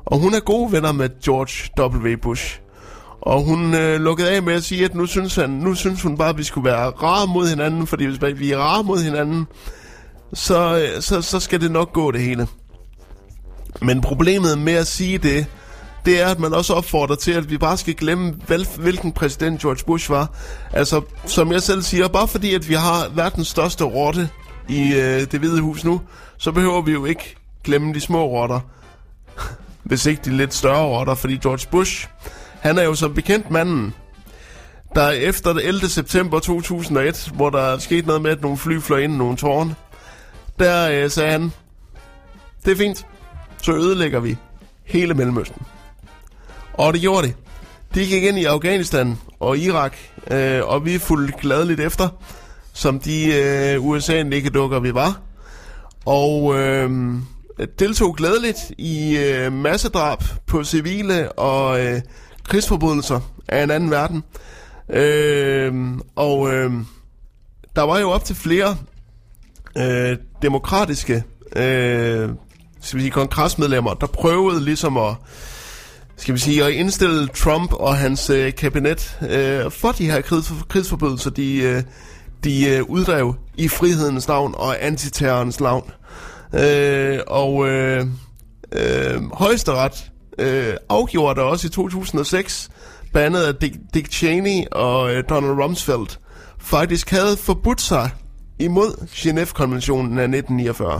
Og hun er gode venner med George W. Bush. Og hun øh, lukkede af med at sige, at nu synes, han, nu synes hun bare, at vi skulle være rare mod hinanden, fordi hvis vi er rare mod hinanden, så, så, så skal det nok gå det hele. Men problemet med at sige det, det er, at man også opfordrer til, at vi bare skal glemme, hvilken præsident George Bush var. Altså, som jeg selv siger, bare fordi, at vi har verdens største rotte i øh, Det Hvide Hus nu, så behøver vi jo ikke glemme de små rotter. Hvis ikke de lidt større rotter, fordi George Bush, han er jo som bekendt manden, der efter det ellevte september to tusind og et, hvor der skete noget med, at nogle fly fløj ind i nogle tårne, der øh, sagde han, det er fint, så ødelægger vi hele Mellemøsten. Og det gjorde de. De gik ind i Afghanistan og Irak, øh, og vi fulgte gladeligt efter, som de øh, U S A-nikkedukker vi var. Og øh, deltog glædeligt i øh, massedrab på civile og øh, krigsforbrydelser af en anden verden. Øh, og øh, der var jo op til flere øh, demokratiske øh, skal vi sige, kongresmedlemmer, der prøvede ligesom at skal vi sige, at indstille Trump og hans øh, kabinet øh, for de her krigs, krigsforbrydelser, de, øh, de øh, uddrev i frihedens navn og antiterrorens navn. Øh, og øh, øh, Højesteret øh, afgjorde det også i to tusind og seks, blandt andet at Dick, Dick Cheney og øh, Donald Rumsfeld faktisk havde forbudt sig imod Genève-konventionen af nitten niogfyrre.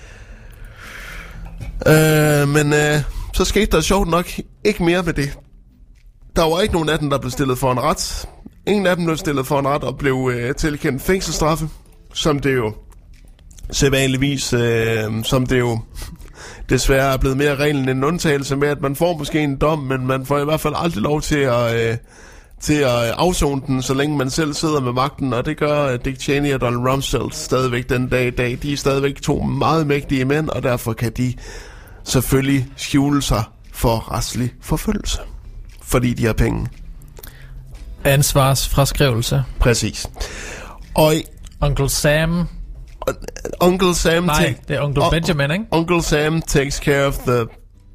Øh, men øh, så skete der sjovt nok ikke mere med det. Der var ikke nogen af dem, der blev stillet for en ret. Ingen af dem blev stillet for en ret og blev øh, tilkendt fængselsstraffe, som det jo sædvanligvis, øh, som det jo desværre er blevet mere reglen end en undtagelse med, at man får måske en dom, men man får i hvert fald aldrig lov til at, øh, til at afzone den, så længe man selv sidder med magten, og det gør Dick Cheney og Donald Rumsfeld stadigvæk den dag i dag. De er stadigvæk to meget mægtige mænd, og derfor kan de selvfølgelig skjule sig for retslig forfølgelse, fordi de har penge. Ansvarsfraskrivelse. Præcis. Og Uncle Sam. Uncle Sam. Nej, take, det er Uncle Benjamin, ikke? Uncle Sam takes care of the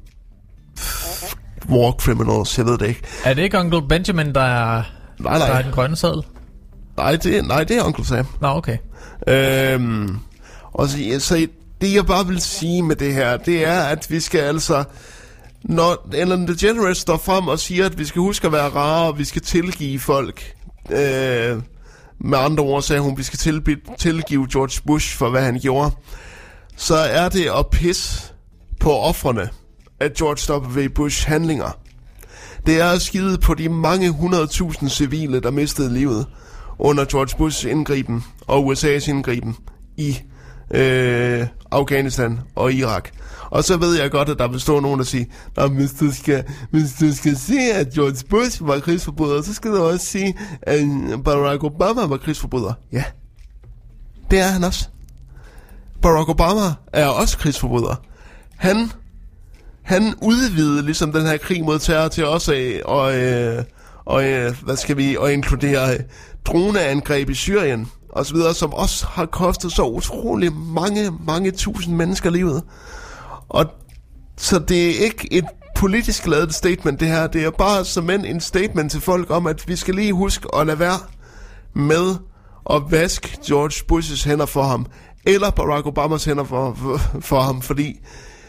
war criminals. Jeg ved det ikke. Er det ikke Uncle Benjamin, der er, nej, nej. Der er den grønne seddel? Nej, det, nej, det er Uncle Sam. Nå, okay. Øhm, og så, så det jeg bare vil sige med det her, det er, at vi skal altså, når Ellen DeGeneres står frem og siger, at vi skal huske at være rare, og vi skal tilgive folk, øh, med andre ord sagde hun, at vi skal tilbi- tilgive George Bush for, hvad han gjorde, så er det at pisse på ofrene af George W. Bush handlinger. Det er at skide på de mange hundredtusind civile, der mistede livet under George Bushs indgriben og U S A's indgriben i øh, Afghanistan og Irak. Og så ved jeg godt, at der vil stå nogen, der siger, hvis du skal, hvis du skal se, at George Bush var krigsforbryder, så skal du også sige, at Barack Obama var krigsforbryder. Ja, det er han også. Barack Obama er også krigsforbryder. Han, han udvidede ligesom den her krig mod terror til også at, og, øh, og, øh, hvad skal vi, at inkludere droneangreb i Syrien og så videre, som også har kostet så utrolig mange, mange tusind mennesker livet. Og så det er ikke et politisk lavet statement det her, det er bare som en, en statement til folk om, at vi skal lige huske at lade være med at vaske George Bushes hænder for ham, eller Barack Obamas hænder for, for, for ham, fordi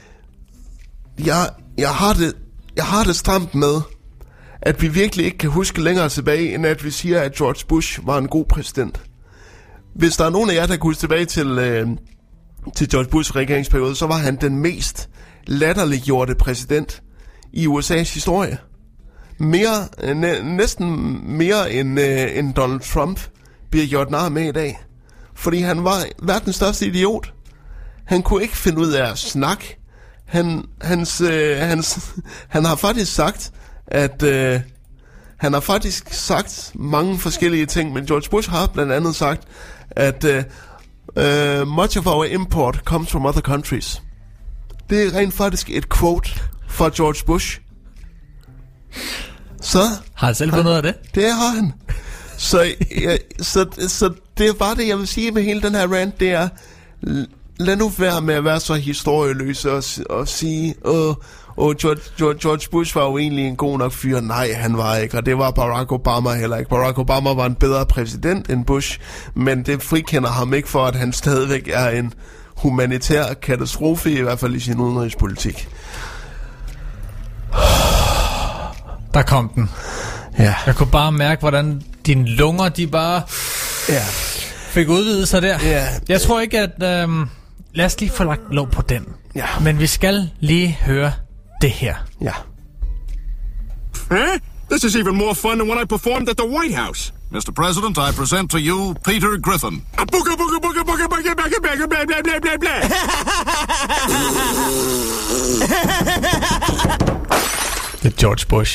jeg, jeg, har det, jeg har det stramt med, at vi virkelig ikke kan huske længere tilbage, end at vi siger, at George Bush var en god præsident. Hvis der er nogen af jer, der kan huske tilbage til, øh, til George Bushs regeringsperiode, så var han den mest latterliggjorte præsident i U S A's historie. Mere, næ- næsten mere end, øh, end Donald Trump bliver gjort nar med i dag. Fordi han var verdens største idiot. Han kunne ikke finde ud af at snakke. Han, hans, øh, hans, han har faktisk sagt, at øh, han har faktisk sagt mange forskellige ting, men George Bush har blandt andet sagt, at øh, uh, much of our import comes from other countries. Det er rent faktisk et quote fra George Bush. Så har han selv fundet ud af det? Det har han. Så, ja, så, så det er bare det, jeg vil sige med hele den her rant, det er, lad nu være med at være så historieløs og, og sige, åh, Og George, George, George Bush var jo egentlig en god nok fyr. Nej, han var ikke, og det var Barack Obama heller ikke. Barack Obama var en bedre præsident end Bush, men det frikender ham ikke for, at han stadigvæk er en humanitær katastrofe, i hvert fald i sin udenrigspolitik. Der kom den. Ja. Jeg kunne bare mærke, hvordan dine lunger, de bare Ja. fik udvidet sig der. Ja. Jeg tror ikke, at... Øhm, lad os lige få lagt lov på den. Ja. Men vi skal lige høre det her. Ja. Huh? This is even more fun than when I performed at the White House. Mister President, I present to you Peter Griffin. A booga booga booga booga booga booga booga blah blah blah blah blah. Det er George Bush.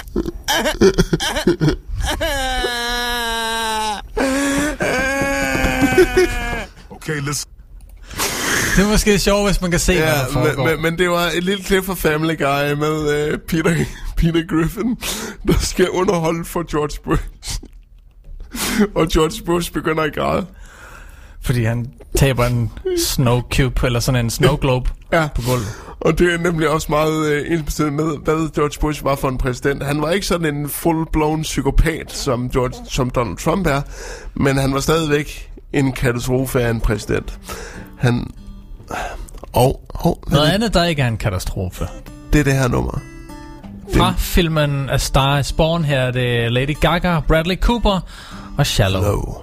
Okay, listen. Det er måske sjovt, hvis man kan se, Ja, hvad der foregår. men, men, men det var et lille klip fra Family Guy med uh, Peter, Peter Griffin, der skal underholde for George Bush. Og George Bush begynder at græde. Fordi han taber en snow cube, eller sådan en snow globe Ja. på gulvet. Og det er nemlig også meget uh, ensbetydende med, hvad George Bush var for en præsident. Han var ikke sådan en full-blown psykopat, som, George, som Donald Trump er, men han var stadigvæk en katastrofe af en præsident. Han... Og, og Noget andet, der ikke er en katastrofe. det er det her nummer. Fra filmen A Star is Born, her er det Lady Gaga, Bradley Cooper og Shallow. Low.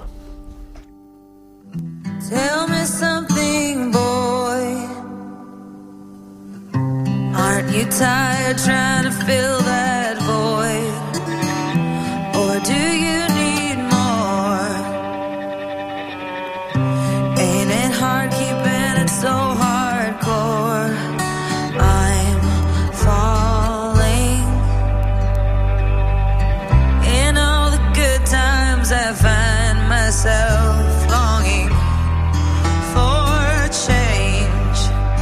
Tell me something, boy. Aren't you tired trying to fill that void? Or do you need more? Ain't it hard keeping it so hardcore? I'm falling. In all the good times I find myself longing for change,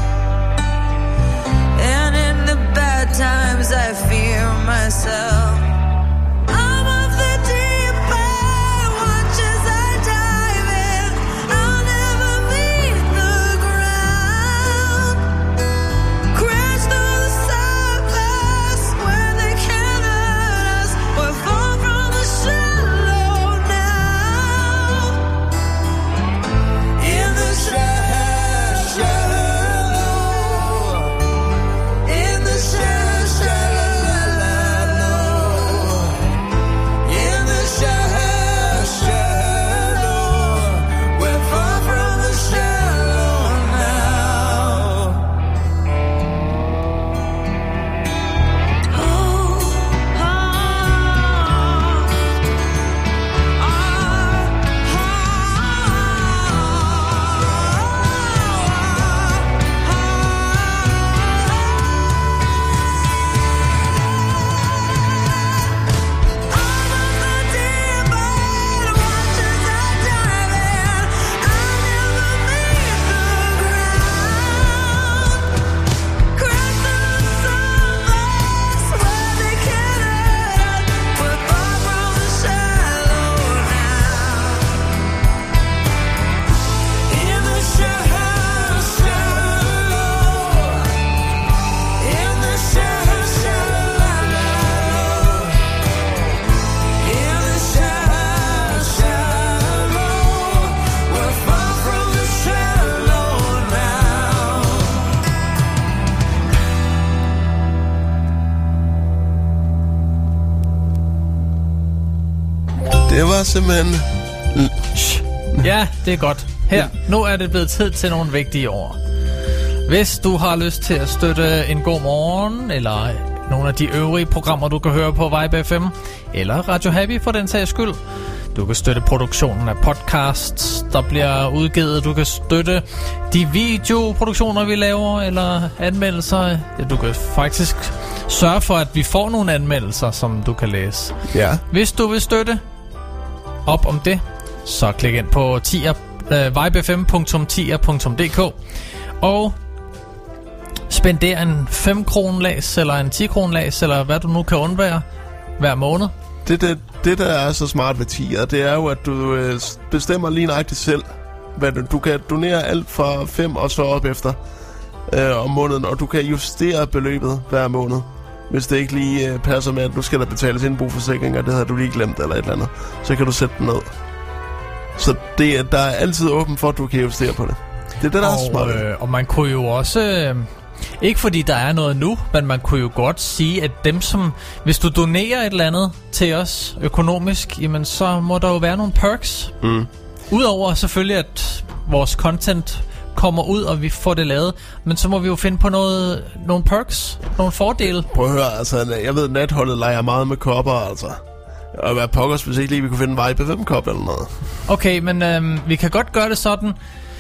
and in the bad times I fear myself. I'm of the deep end, watch as I dive in. I'll never meet the ground. Crash through the surface where they can't hurt us. We're far from the shallow now. In the shallow, in the shallow, in the shallow, we're far from the shallow now. Oh, oh, Det var simpelthen... Ja, det er godt. Her, nu er det blevet tid til nogle vigtige ord. Hvis du har lyst til at støtte En God Morgen, eller nogle af de øvrige programmer, du kan høre på Vibe F M, eller Radio Happy for den sags skyld. Du kan støtte produktionen af podcasts, der bliver udgivet. Du kan støtte de videoproduktioner, vi laver, eller anmeldelser. Ja, du kan faktisk sørge for, at vi får nogle anmeldelser, som du kan læse. Ja. Hvis du vil støtte op om det, så klik ind på tier, øh, vibe f m punktum tier punktum d k og spender en fem kroner lags eller en ti kroner lags, eller hvad du nu kan undvære hver måned. Det, det, det, der er så smart ved tier, det er jo, at du øh, bestemmer lige nøjagtigt selv, hvad du, du kan donere alt fra fem og så op efter. øh, om måneden, og du kan justere beløbet hver måned. Hvis det ikke lige øh, passer med, at nu skal der betales indboforsikring, og det havde du lige glemt eller et eller andet, så kan du sætte den ned. Så det, der er altid åben for, at du kan justere på det. Det er det, der og, er smart. Øh, og man kunne jo også... Øh, ikke fordi der er noget nu, men man kunne jo godt sige, at dem som... Hvis du donerer et eller andet til os økonomisk, jamen så må der jo være nogle perks. Mm. Udover selvfølgelig, at vores content kommer ud, og vi får det lavet. Men så må vi jo finde på noget, nogle perks, nogle fordele. Prøv at høre, altså, jeg ved, natholdet leger meget med kopper, altså. Og hvad pokkers, hvis ikke lige vi kunne finde en Vibe F M-kop eller noget. Okay, men øhm, vi kan godt gøre det sådan...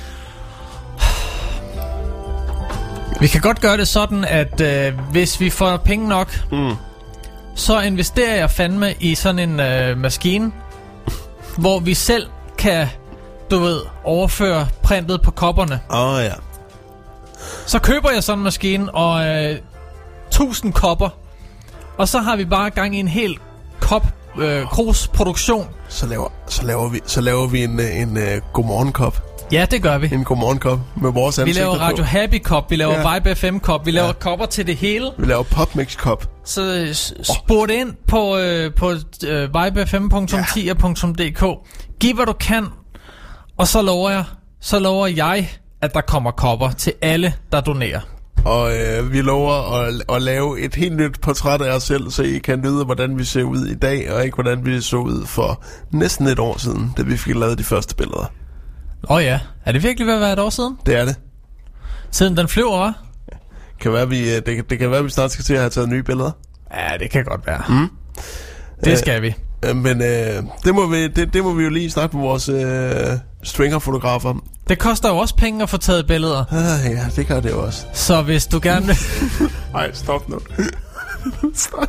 Vi kan godt gøre det sådan, at øh, hvis vi får penge nok, mm. så investerer jeg fandme i sådan en øh, maskine, hvor vi selv kan, du ved, overføre printet på kopperne. Åh oh, ja. Så køber jeg sådan en maskine og øh, tusind kopper, og så har vi bare gang i en hel kop øh, krus produktion. Så laver, så laver vi, så laver vi en, en uh, godmorgen-kop. Ja, det gør vi. En godmorgen-kop med vores ansigter. Vi laver Radio Happy-kop, vi laver ja. Vibe F M-kop, vi laver ja. kopper til det hele. Vi laver Popmix-kop. Så spurg det ind på, øh, på øh, vibe f m punktum tier punktum d k. Giv hvad du kan, og så lover jeg, så lover jeg, at der kommer kopper til alle, der donerer. Og øh, vi lover at, at lave et helt nyt portræt af os selv, så I kan vide, hvordan vi ser ud i dag, og ikke hvordan vi så ud for næsten et år siden, da vi fik lavet de første billeder. Åh oh ja, er det virkelig ved at være et år siden? Det er det. Siden den flyver, hva'? Kan være, vi, det, det kan være, at vi snart skal til at have taget nye billeder. Ja, det kan godt være. Mm. Det skal vi. Øh, men øh, det, må vi, det, det må vi jo lige snakke med vores øh, stringer-fotografer. Det koster jo også penge at få taget billeder. Ah, ja, det gør det jo også. Så hvis du gerne vil... Ej, stop nu. Stop.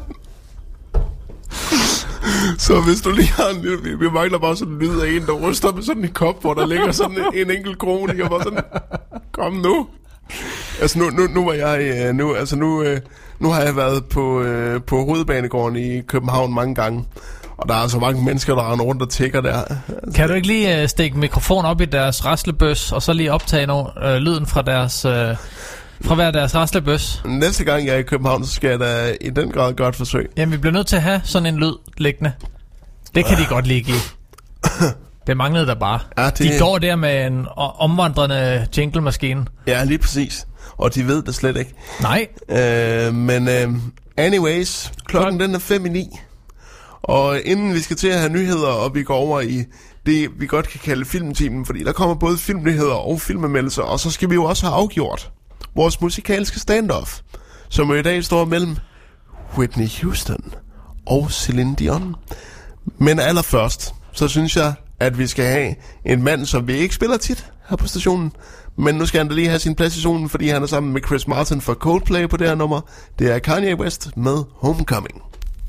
Så hvis du lige har en lille... Vi mangler bare sådan en lyd af en, der ryster med sådan en kop, hvor der ligger sådan en, en enkelt krone. Jeg var sådan... Kom nu. Altså nu, nu, nu var jeg... Nu, altså nu, nu har jeg været på, på Hovedbanegården i København mange gange. Og der er så mange mennesker, der render rundt og tigger der. Kan du ikke lige uh, stikke mikrofon op i deres raslebøs, og så lige optage no, uh, lyden fra deres... Uh, fra hver deres raslebøs? Næste gang jeg er i København, så skal jeg da i den grad godt forsøg. Jamen, vi bliver nødt til at have sådan en lyd liggende. Det kan de godt lige give. Det manglede der bare. Ja, det... De går der med en omvandrende jingle-maskine. Ja, lige præcis. Og de ved det slet ikke. Nej. Øh, men uh, anyways, klokken den er fem i ni. Og inden vi skal til at have nyheder, og vi går over i det, vi godt kan kalde filmtimen, fordi der kommer både filmnyheder og filmanmeldelser, og så skal vi jo også have afgjort vores musikalske standoff, som jo i dag står mellem Whitney Houston og Celine Dion. Men allerførst, så synes jeg, at vi skal have en mand, som vi ikke spiller tit her på stationen, men nu skal han da lige have sin plads i stationen, fordi han er sammen med Chris Martin fra Coldplay på det her nummer. Det er Kanye West med Homecoming.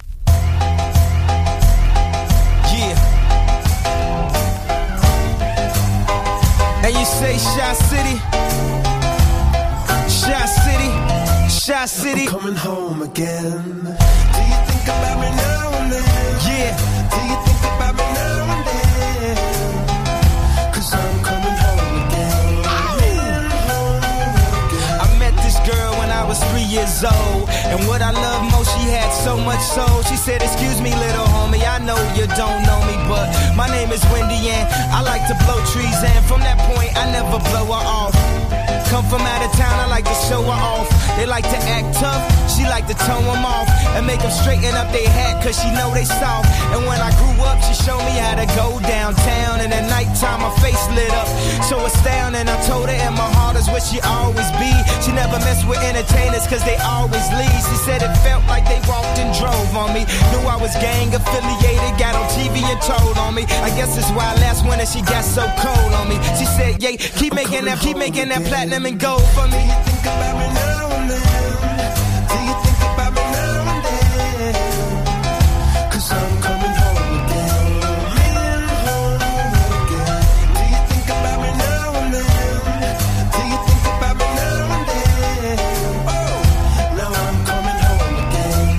And you say Shy City, Shy City, Shy City. I'm coming home again. Do you think about me now and then? Yeah. Do you think about me now and then? 'Cause I'm coming home again. I met this girl when I was three years old, and what I love most, she had so much soul. She said, "Excuse me, little homie, I know you don't know me, but my name is Wendy and I like to blow trees, and from that point I never blow her off. Come from out of town, I like to show her off. They like to act tough, she like to tone them off and make them straighten up their hat, 'cause she know they soft. And when I grew up, she showed me how to go downtown, and at nighttime my face lit up so astounding. I told her in my heart is where she always be. She never mess with entertainers 'cause they always leave. She said it felt like they walked and drove on me. Knew I was gang affiliated, got on T V and told on me. I guess it's why last winter she got so cold on me. She said, yeah, keep making that, keep making that platinum and gold for me. Do you think about me now and then? Do you think about me now and then? 'Cause I'm coming home again. Home again. Do you think about me now and then? Do you think about me now and then? Oh, now I'm coming home again.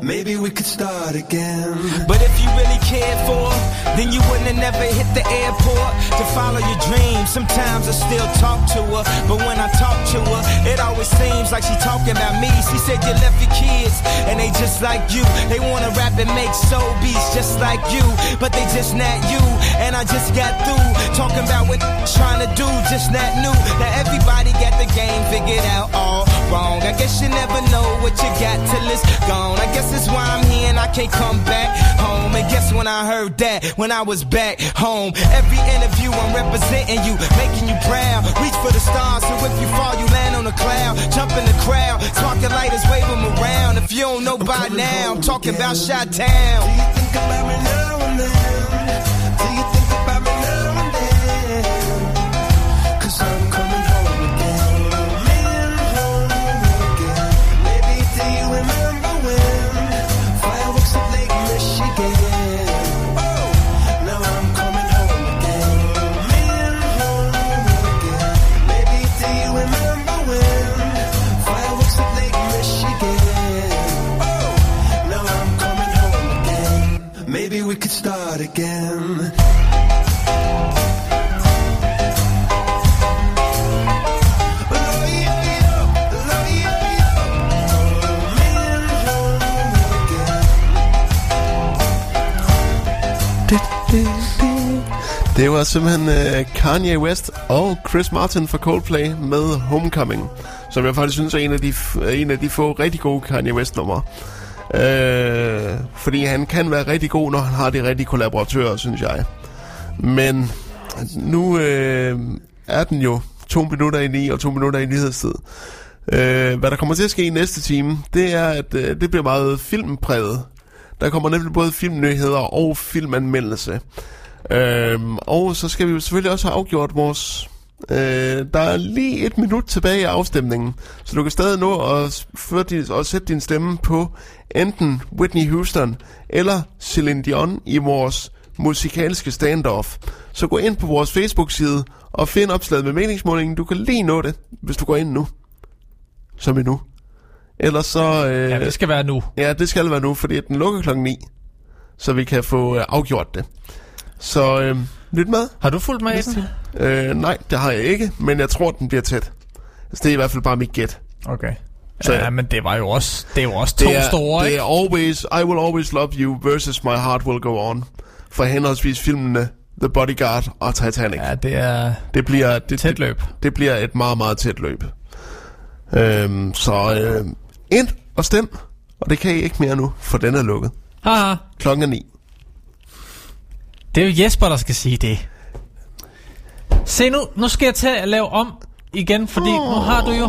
maybe we could start again. But if you really cared for her, then you wouldn't have never hit the airport to follow your dreams. Sometimes I still talk to her, but when I talk to her, it always seems like she talking about me. She said you left your kids, and they just like you. They wanna rap and make soul beats just like you, but they just not you. And I just got through talking about what trying to do, just not new. Now everybody got the game figured out all wrong. I guess you never know what you got till it's gone. I guess that's why I'm here and I can't come back home. And guess when I heard that, when I was back home. Every interview I'm representing you, making you proud. Reach for the stars, so if you fall you land on a cloud. Jump in the crowd, sparking lighters, wave them around. If you don't know by now, I'm talking about Chi-Town. Do you think about me now and then? Do you think about me now and then? Cause I'm coming home again. Home again. Maybe do you remember when fireworks at Lake Michigan? Oh, now I'm coming home again. Home again. Maybe do you remember when fireworks at Lake Michigan? Oh, now I'm coming home again. Maybe we could start again. Det var simpelthen uh, Kanye West og Chris Martin fra Coldplay med Homecoming, som jeg faktisk synes er en af de, en af de få rigtig gode Kanye West-numre. Uh, fordi han kan være rigtig god, når han har de rigtige kollaboratører, synes jeg. Men nu uh, er den jo to minutter i ni og to minutter i nyhedstid. Uh, hvad der kommer til at ske i næste time, det er, at uh, det bliver meget filmpræget. Der kommer nemlig både filmnyheder og filmanmeldelse. Øhm, og så skal vi jo selvfølgelig også have afgjort vores... Øh, der er lige et minut tilbage i afstemningen, så du kan stadig nå at, din, at sætte din stemme på enten Whitney Houston eller Celine Dion i vores musikalske standoff. Så gå ind på vores Facebook-side og find opslaget med meningsmålingen. Du kan lige nå det, hvis du går ind nu. Som i nu. Ellers så... Øh, ja, det skal være nu. Ja, det skal være nu, fordi den lukker klokken ni. Så vi kan få øh, afgjort det. Så øh, lyt med. Har du fulgt med i den? Øh, nej, det har jeg ikke, men jeg tror, den bliver tæt. Altså, det er i hvert fald bare mit gæt. Okay. Så, ja, men det var jo også, det er jo også to det er, store, det ikke? er always, I Will Always Love You versus My Heart Will Go On. For henholdsvis filmene The Bodyguard og Titanic. Ja, det er det bliver, det, tæt løb. Det, det bliver et meget, meget tæt løb. Øhm, så øh, ind og stem. Og det kan I ikke mere nu, for den er lukket. Haha. Klokken er ni. Det er jo Jesper, der skal sige det. Se nu, nu skal jeg tage at lave om igen, fordi nu har du jo...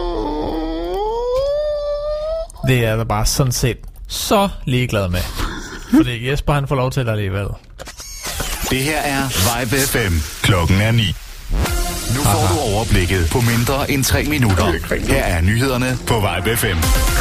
Det er der bare sådan set så ligeglad med. Fordi Jesper, han får lov til det alligevel. Det her er Vibe F M. Klokken er ni. Nu får Aha. du overblikket på mindre end tre minutter. Her er nyhederne på Vibe F M.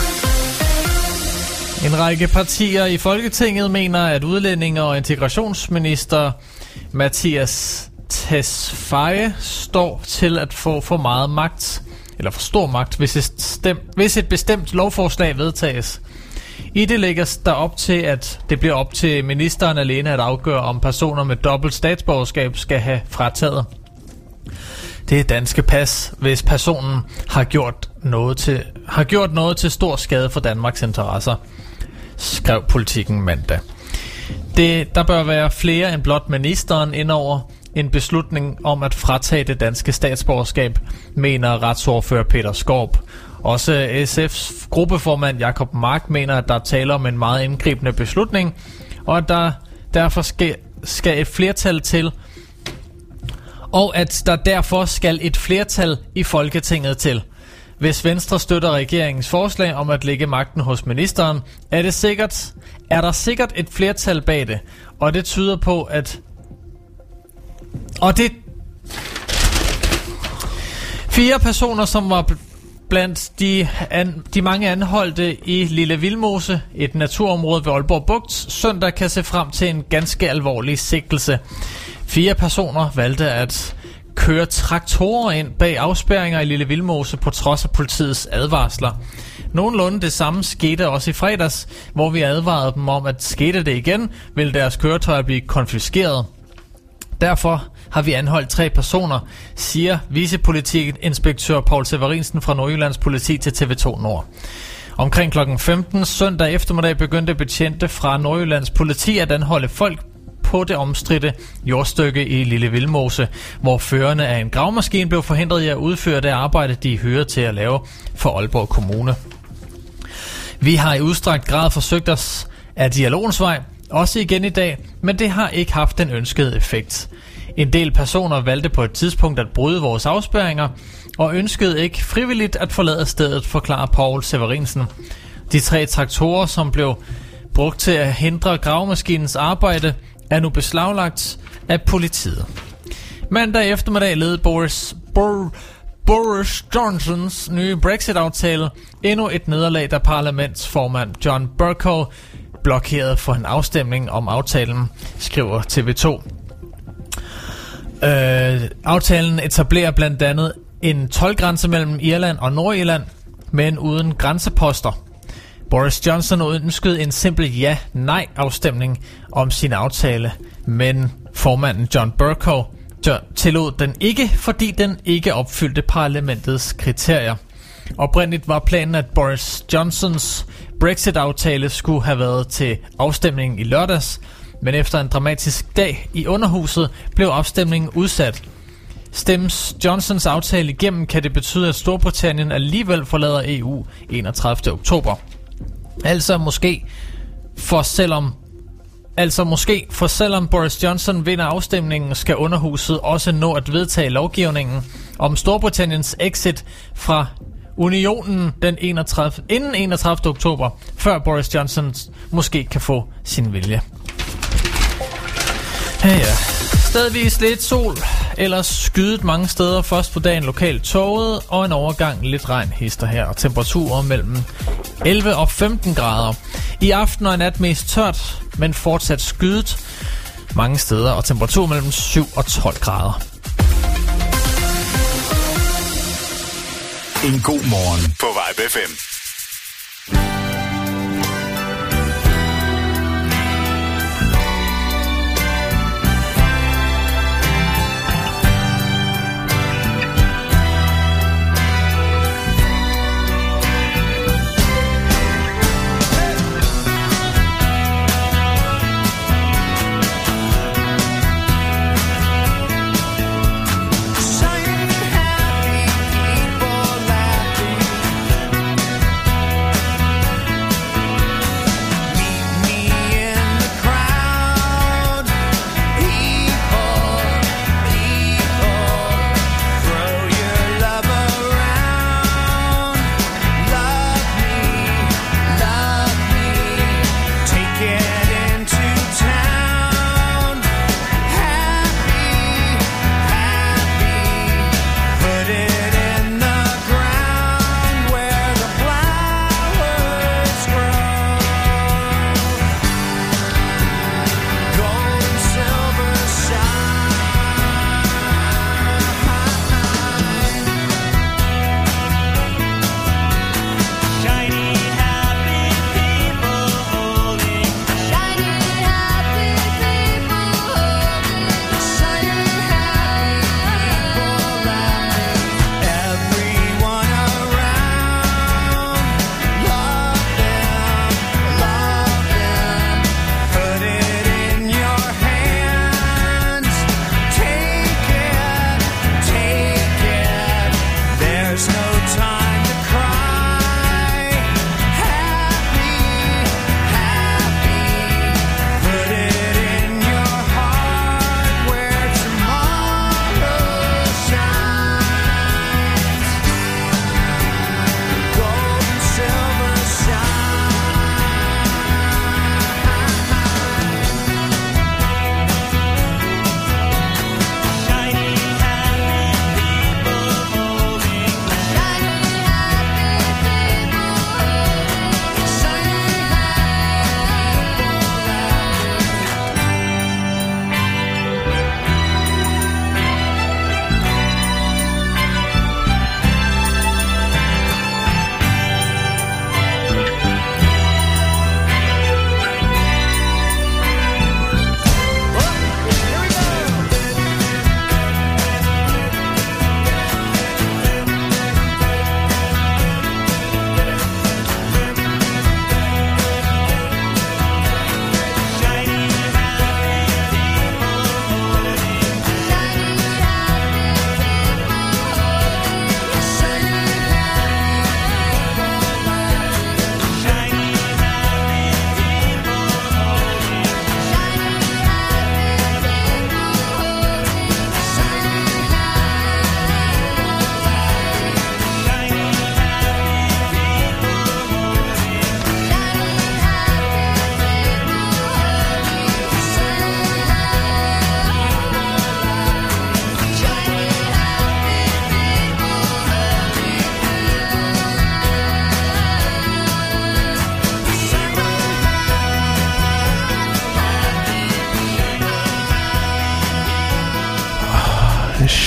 En række partier i Folketinget mener, at udlændinge- og integrationsminister Mattias Tesfaye står til at få for meget magt, eller for stor magt, hvis et, stem, hvis et bestemt lovforslag vedtages. I det lægges der op til, at det bliver op til ministeren alene at afgøre, om personer med dobbelt statsborgerskab skal have frataget det er danske pas, hvis personen har gjort noget til, har gjort noget til stor skade for Danmarks interesser, skrev Politikken mandag. Det, der bør være flere end blot ministeren indover en beslutning om at fratage det danske statsborgerskab, mener retsordfører Peter Skorp. Også S F's gruppeformand Jacob Mark mener, at der taler om en meget indgribende beslutning, og at der derfor skal, skal et flertal til, og at der derfor skal et flertal i Folketinget til. Hvis Venstre støtter regeringens forslag om at lægge magten hos ministeren, er, det sikkert, er der sikkert et flertal bag det, og det tyder på, at... Og det... Fire personer, som var blandt de, an, de mange anholdte i Lille Vildmose, et naturområde ved Aalborg Bugt, søndag kan se frem til en ganske alvorlig sigtelse. Fire personer valgte at kører traktorer ind bag afspærringer i Lille Vildmose på trods af politiets advarsler. Nogenlunde det samme skete også i fredags, hvor vi advarede dem om, at skete det igen, ville deres køretøjer blive konfiskeret. Derfor har vi anholdt tre personer, siger vicepolitiinspektør Paul Severinsen fra Nordjyllands Politi til T V to Nord. Omkring klokken femten søndag eftermiddag begyndte betjente fra Nordjyllands Politi at anholde folk på det omstridte jordstykke i Lille Vildmose, hvor førerne af en gravmaskine blev forhindret i at udføre det arbejde, de hører til at lave for Aalborg Kommune. Vi har i udstrakt grad forsøgt os af dialogens vej, også igen i dag, men det har ikke haft den ønskede effekt. En del personer valgte på et tidspunkt at bryde vores afspærringer, og ønskede ikke frivilligt at forlade stedet, forklarer Paul Severinsen. De tre traktorer, som blev brugt til at hindre gravemaskinens arbejde, er nu beslaglagt af politiet. Mandag eftermiddag led Boris, Bor, Boris Johnsons nye Brexit-aftale endnu et nederlag, da parlamentsformand John Bercow blokerede for en afstemning om aftalen, skriver T V to. Øh, aftalen etablerer blandt andet en toldgrænse mellem Irland og Nordirland, men uden grænseposter. Boris Johnson ønskede en simpel ja-nej-afstemning om sin aftale, men formanden John Bercow tillod den ikke, fordi den ikke opfyldte parlamentets kriterier. Oprindeligt var planen, at Boris Johnsons Brexit-aftale skulle have været til afstemning i lørdags, men efter en dramatisk dag i underhuset blev afstemningen udsat. Stemmes Johnsons aftale igennem, kan det betyde, at Storbritannien alligevel forlader E U enogtredivte oktober. Altså måske for selvom Altså måske for selvom Boris Johnson vinder afstemningen, skal underhuset også nå at vedtage lovgivningen om Storbritanniens exit fra unionen den enogtredivte inden enogtredivte oktober, før Boris Johnson måske kan få sin vilje. Ja, ja. Stedvis lidt sol, ellers skydet mange steder, først på dagen lokalt tåget, og en overgang lidt regn hister her, og temperaturer mellem elleve og femten grader. I aften og i nat mest tørt, men fortsat skydet mange steder, og temperatur mellem syv og tolv grader. En god morgen på Vibe F M.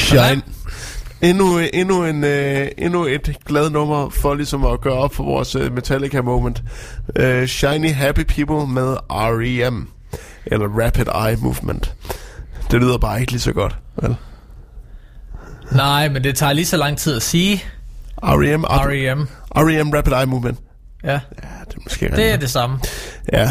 Shine. Endnu, endnu, en, øh, endnu et glad nummer for ligesom at gøre op for vores øh, Metallica moment. Øh, Shiny Happy People med R E M. Eller Rapid Eye Movement. Det lyder bare ikke lige så godt, vel? Nej, men det tager lige så lang tid at sige. R E M. R E M. R E M Rapid Eye Movement. Ja. Ja, det er måske Det er det samme. Ja.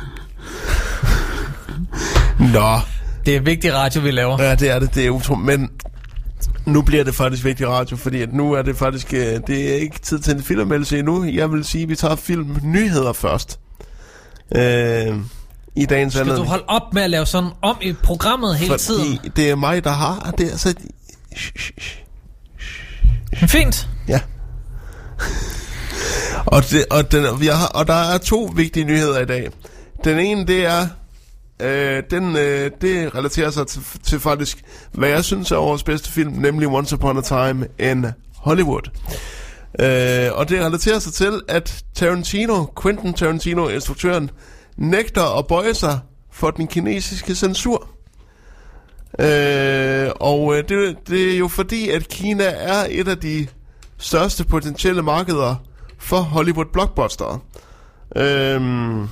Nå. Det er vigtig radio, vi laver. Ja, det er det. Det er utroligt. Men nu bliver det faktisk vigtig radio, fordi at nu er det faktisk... Det er ikke tid til en filmanmeldelse endnu. Jeg vil sige, at vi tager filmnyheder først. Øh, I dagens Skal anledning. du holde op med at lave sådan om i programmet hele fordi tiden? det er mig, der har... Det er altså... Fint. Ja. og, det, og, den, vi har, og der er to vigtige nyheder i dag. Den ene, det er... Øh, den, øh, det relaterer sig til, til faktisk, hvad jeg synes er årets bedste film, nemlig Once Upon a Time in Hollywood. Øh, og det relaterer sig til, at Tarantino, Quentin Tarantino, instruktøren, nægter at bøje sig for den kinesiske censur. Øh, og øh, det, det er jo fordi, at Kina er et af de største potentielle markeder for Hollywood blockbuster. Øh,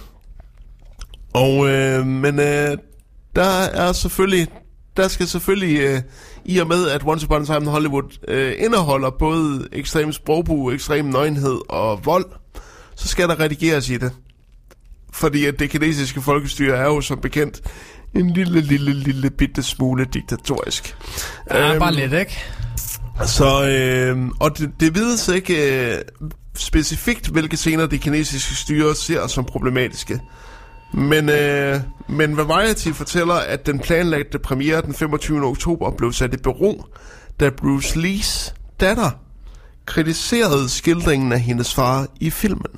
Og øh, men øh, der er selvfølgelig der skal selvfølgelig øh, i og med at Once Upon a Time in Hollywood øh, indeholder både ekstrem sprogbrug, ekstrem nøgenhed og vold, så skal der redigeres i det. Fordi at det kinesiske folkestyre er jo som bekendt en lille lille lille bitte smule diktatorisk. Ja, øhm, bare lidt, ikke? Så øh, og det, det vides ikke øh, specifikt hvilke scener det kinesiske styre ser som problematiske. Men, øh, men Variety fortæller, at den planlagte premiere den femogtyvende oktober blev sat i bero, da Bruce Lees datter kritiserede skildringen af hendes far i filmen.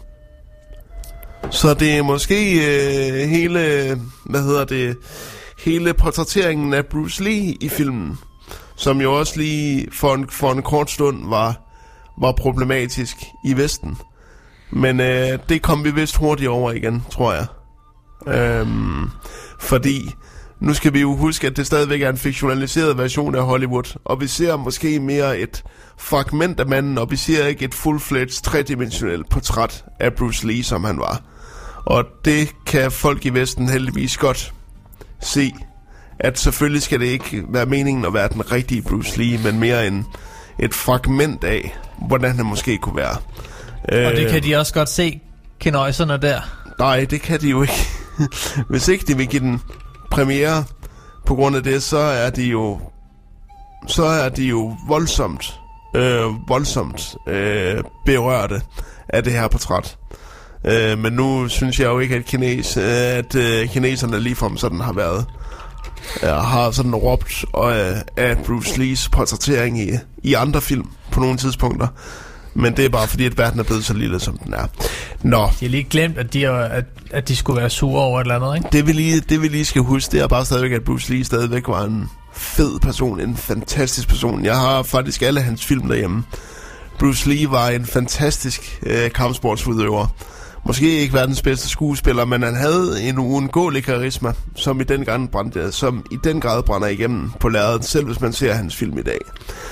Så det er måske øh, hele, hvad hedder det, hele portrætteringen af Bruce Lee i filmen, som jo også lige for en, for en kort stund var, var problematisk i Vesten. Men øh, det kom vi vist hurtigt over igen, tror jeg. Øhm, fordi nu skal vi jo huske, at det stadigvæk er en fiktionaliseret version af Hollywood, og vi ser måske mere et fragment af manden, og vi ser ikke et full-fledged tredimensionelt portræt af Bruce Lee, som han var. Og det kan folk i Vesten heldigvis godt se, at selvfølgelig skal det ikke være meningen at være den rigtige Bruce Lee, men mere en, et fragment af, hvordan han måske kunne være. Og det kan de også godt se, kinøjserne der. Nej, det kan de jo ikke. Hvis ikke de vil give den premiere på grund af det, så er de jo så er de jo voldsomt øh, voldsomt øh, berørte af det her portræt. Øh, men nu synes jeg jo ikke, at kines, at øh, kineserne ligefrem sådan har været øh, har sådan råbt øh, af Bruce Lees portrættering i, i andre film på nogle tidspunkter. Men det er bare fordi, at verden er blevet så lille, som den er. Nå. De har lige glemt, at de, er, at, at de skulle være sure over et eller andet, ikke? Det vi lige, det vi lige skal huske, det er bare stadigvæk, at Bruce Lee stadigvæk var en fed person, en fantastisk person. Jeg har faktisk alle hans film derhjemme. Bruce Lee var en fantastisk øh, kampsportsudøver. Måske ikke verdens bedste skuespiller, men han havde en uundgåelig karisma, som i den grad brændte, som i den grad brænder igennem på lærredet, selv hvis man ser hans film i dag.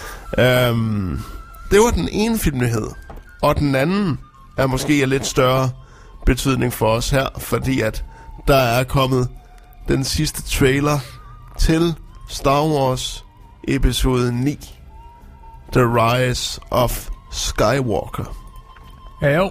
Um, det var den ene filmnyhed. Og den anden er måske af lidt større betydning for os her, fordi at der er kommet den sidste trailer til Star Wars episode ni, The Rise of Skywalker. Ja jo.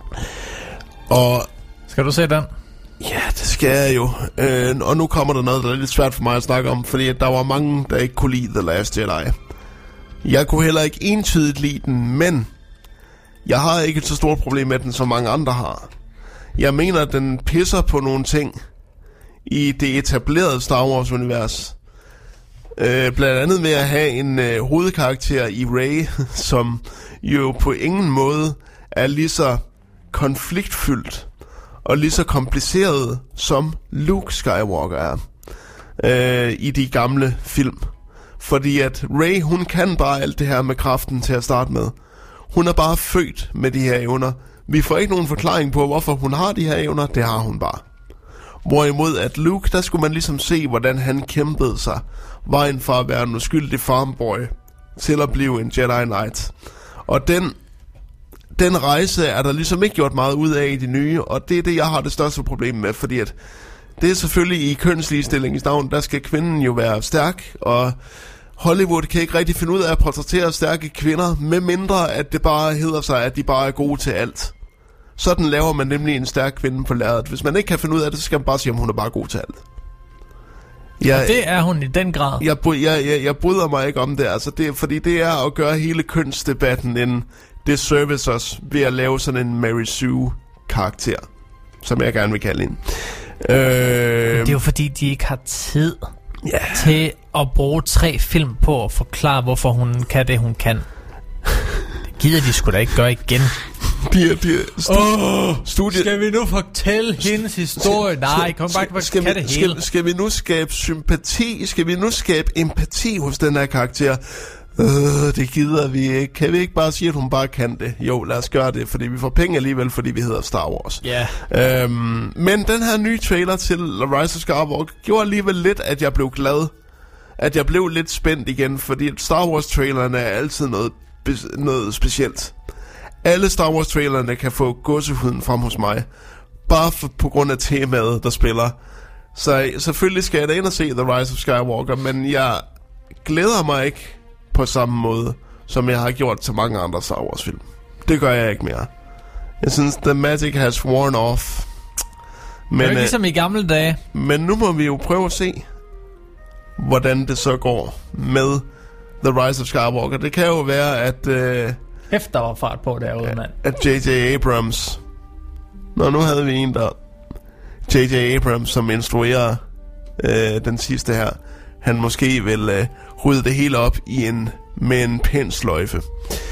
Og skal du se den? Ja, det skal jeg jo. Øh, og nu kommer der noget, der er lidt svært for mig at snakke om, fordi der var mange, der ikke kunne lide The Last Jedi. Jeg kunne heller ikke entydigt lide den, men jeg har ikke et så stort problem med den, som mange andre har. Jeg mener, at den pisser på nogle ting i det etablerede Star Wars-univers. Øh, blandt andet med at have en øh, hovedkarakter i Rey, som jo på ingen måde er lige så konfliktfyldt og lige så kompliceret som Luke Skywalker er øh, i de gamle film. Fordi at Rey, hun kan bare alt det her med kraften til at starte med. Hun er bare født med de her evner. Vi får ikke nogen forklaring på, hvorfor hun har de her evner. Det har hun bare. Hvorimod at Luke, der skulle man ligesom se, hvordan han kæmpede sig vejen fra at være en uskyldig farmboy til at blive en Jedi Knight. Og den, den rejse er der ligesom ikke gjort meget ud af i de nye, og det er det, jeg har det største problem med, fordi at det er selvfølgelig i kønsligestillingens navn, der skal kvinden jo være stærk, og Hollywood kan ikke rigtig finde ud af at portrættere stærke kvinder, med mindre at det bare hedder sig, at de bare er gode til alt. Sådan laver man nemlig en stærk kvinde på lærredet. Hvis man ikke kan finde ud af det, så skal man bare sige, om hun er bare god til alt. Jeg, og det er hun i den grad. Jeg, jeg, jeg, jeg bryder mig ikke om det, altså det, fordi det er at gøre hele kønsdebatten en disservice også, ved at lave sådan en Mary Sue-karakter, som jeg gerne vil kalde hende. Øh, det er jo fordi, de ikke har tid yeah. til at bruge tre film på at forklare, hvorfor hun kan det, hun kan. Det gider de sgu da ikke gøre igen. Pia, Pia, stu- oh, studie... Skal vi nu fortælle hendes historie? Nej, kom bare, bare skal, kan vi, det hele. Skal, skal vi nu skabe sympati? Skal vi nu skabe empati hos den her karakter? Øh, det gider vi ikke. Kan vi ikke bare sige, at hun bare kan det? Jo, lad os gøre det, fordi vi får penge alligevel, fordi vi hedder Star Wars. Ja. Yeah. Øhm, men den her nye trailer til Rise of Skywalker gjorde alligevel lidt, at jeg blev glad. At jeg blev lidt spændt igen, fordi Star Wars-trailerne er altid noget, noget specielt. Alle Star Wars-trailerne kan få gåsehuden frem hos mig, bare for, på grund af temaet, der spiller. Så selvfølgelig skal jeg da ind og se The Rise of Skywalker, men jeg glæder mig ikke på samme måde, som jeg har gjort til mange andre Star Wars-film. Det gør jeg ikke mere. Jeg synes, the magic has worn off. Men, det er ligesom i gamle dage. Men nu må vi jo prøve at se, hvordan det så går med The Rise of Skywalker. Det kan jo være, at... Øh, Efter var fart på derude, mand. At J J Abrams... Nå, nu havde vi en der... J J Abrams, som instruerer øh, den sidste her. Han måske vil øh, rydde det hele op i en med en pæn sløjfe.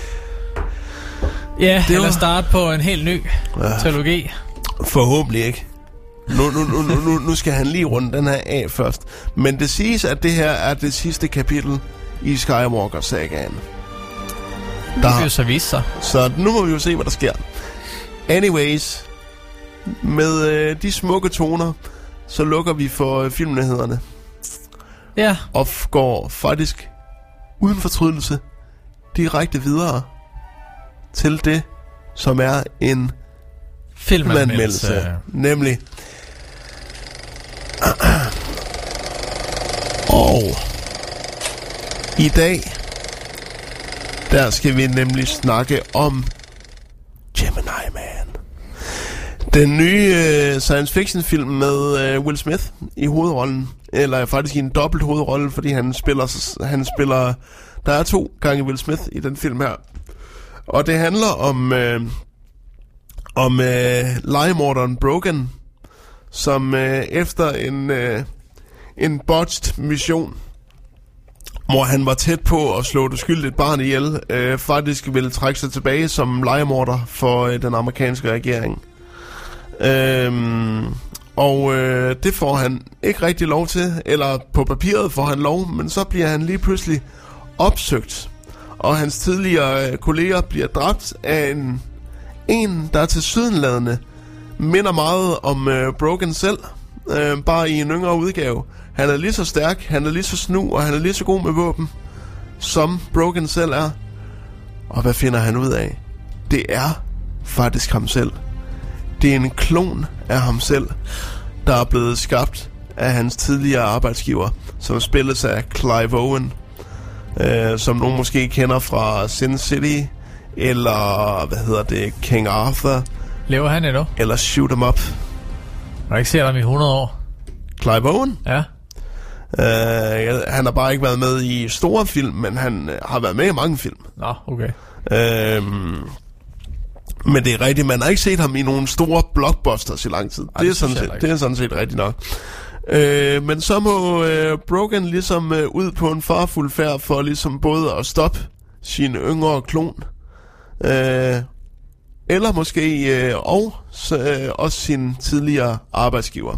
Ja, det eller var... starte på en helt ny ja. trilogi. Forhåbentlig ikke. Nu, nu, nu, nu, nu skal han lige runde den her af først. Men det siges, at det her er det sidste kapitel i Skywalker-sagaen. Det vil jo så vise sig. Så nu må vi jo se, hvad der sker. Anyways, med øh, de smukke toner, så lukker vi for øh, filmnyhederne. Ja. Og går faktisk uden fortrydelse direkte videre til det, som er en filmanmeldelse. Nemlig. Og i dag, der skal vi nemlig snakke om Gemini Man. Den nye uh, science fiction film med uh, Will Smith i hovedrollen. Eller faktisk i en dobbelt hovedrolle, fordi han spiller, han spiller... Der er to gange Will Smith i den film her. Og det handler om... Uh, om uh, legemorderen Brogan, som uh, efter en, uh, en botched mission, hvor han var tæt på at slå et uskyldigt barn ihjel, uh, faktisk ville trække sig tilbage som legemorder for uh, den amerikanske regering. Uh, og uh, det får han ikke rigtig lov til, eller på papiret får han lov, men så bliver han lige pludselig opsøgt, og hans tidligere uh, kolleger bliver dræbt af en En, der tilsyneladende minder meget om øh, Brogan selv, øh, bare i en yngre udgave. Han er lige så stærk, han er lige så snu, og han er lige så god med våben, som Brogan selv er. Og hvad finder han ud af? Det er faktisk ham selv. Det er en klon af ham selv, der er blevet skabt af hans tidligere arbejdsgiver, som spilles af Clive Owen, øh, som nogen måske kender fra Sin City, eller, hvad hedder det, King Arthur. Lever han endnu? Eller Shoot 'em Up. Har ikke set ham i hundrede år? Clive Owen? Ja. Uh, han har bare ikke været med i store film, men han uh, har været med i mange film. Nå, okay. Uh, men det er rigtigt, man har ikke set ham i nogle store blockbusters i lang tid. Ej, det, er sådan set, det er sådan set rigtigt nok. Uh, men så må uh, Brogan ligesom uh, ud på en farfuld færd for ligesom både at stoppe sin yngre klon, Uh, eller måske uh, og uh, også sin tidligere arbejdsgiver.